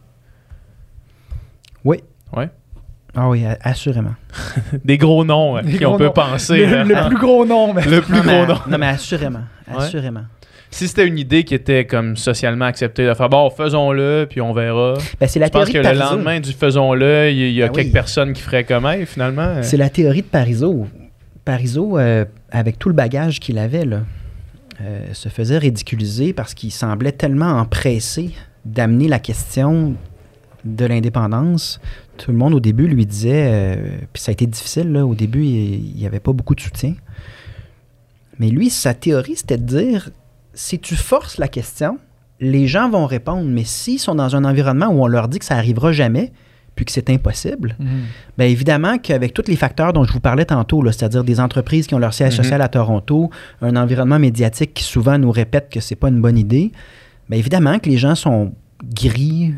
D: Oui.
B: Oui?
D: Ah oui, assurément.
B: Des gros noms euh, qui on peut penser.
C: Le, le plus gros nom. Mais...
B: Le plus
D: non,
B: gros
D: mais,
B: nom.
D: Non, mais assurément. Assurément. Ouais.
B: Si c'était une idée qui était comme socialement acceptée, de faire bon, faisons-le, puis on verra.
D: Ben, c'est la
B: Je
D: théorie
B: pense que
D: de
B: le
D: Parizeau.
B: lendemain du faisons-le, il y, y a
D: ben
B: quelques
D: oui.
B: personnes qui feraient comme elle, finalement.
D: C'est la théorie de Parizeau. Parizeau, euh, avec tout le bagage qu'il avait, là, euh, se faisait ridiculiser parce qu'il semblait tellement empressé d'amener la question de l'indépendance. Tout le monde, au début, lui disait... Euh, puis ça a été difficile, là. Au début, il n'y avait pas beaucoup de soutien. Mais lui, sa théorie, c'était de dire... Si tu forces la question, les gens vont répondre. Mais s'ils sont dans un environnement où on leur dit que ça n'arrivera jamais, puis que c'est impossible, mm-hmm. bien évidemment qu'avec tous les facteurs dont je vous parlais tantôt, là, c'est-à-dire des entreprises qui ont leur siège mm-hmm. social à Toronto, un environnement médiatique qui souvent nous répète que c'est pas une bonne idée, bien évidemment que les gens sont gris,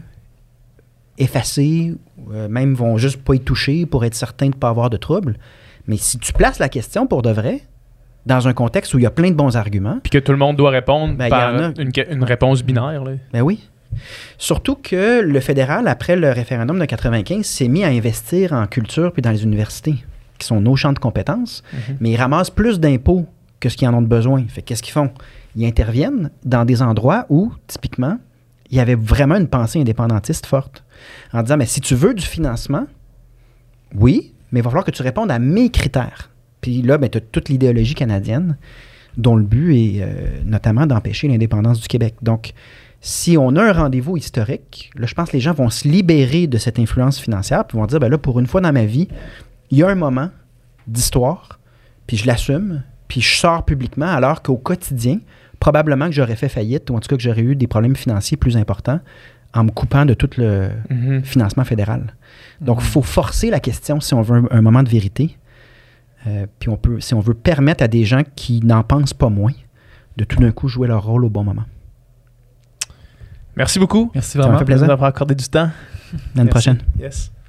D: effacés, euh, même vont juste pas y toucher pour être certains de ne pas avoir de troubles. Mais si tu places la question pour de vrai, dans un contexte où il y a plein de bons arguments...
B: Puis que tout le monde doit répondre
D: ben,
B: par une, une réponse binaire. Là.
D: Ben oui. Surtout que le fédéral, après le référendum de quatre-vingt-quinze, s'est mis à investir en culture puis dans les universités, qui sont nos champs de compétences, mm-hmm. mais ils ramassent plus d'impôts que ce qu'ils en ont de besoin. Fait qu'est-ce qu'ils font? Ils interviennent dans des endroits où, typiquement, il y avait vraiment une pensée indépendantiste forte. En disant, mais si tu veux du financement, oui, mais il va falloir que tu répondes à mes critères. Puis là, ben, tu as toute l'idéologie canadienne dont le but est euh, notamment d'empêcher l'indépendance du Québec. Donc, si on a un rendez-vous historique, là, je pense que les gens vont se libérer de cette influence financière puis vont dire, ben là, pour une fois dans ma vie, il y a un moment d'histoire, puis je l'assume, puis je sors publiquement, alors qu'au quotidien, probablement que j'aurais fait faillite, ou en tout cas que j'aurais eu des problèmes financiers plus importants en me coupant de tout le mm-hmm. financement fédéral. Donc, il mm-hmm. faut forcer la question si on veut un, un moment de vérité. Euh, puis on peut, si on veut permettre à des gens qui n'en pensent pas moins de tout d'un coup jouer leur rôle au bon moment.
B: Merci beaucoup.
C: Merci vraiment.
D: Ça m'a fait plaisir
B: d'avoir accordé du temps.
D: L'année prochaine.
B: Yes.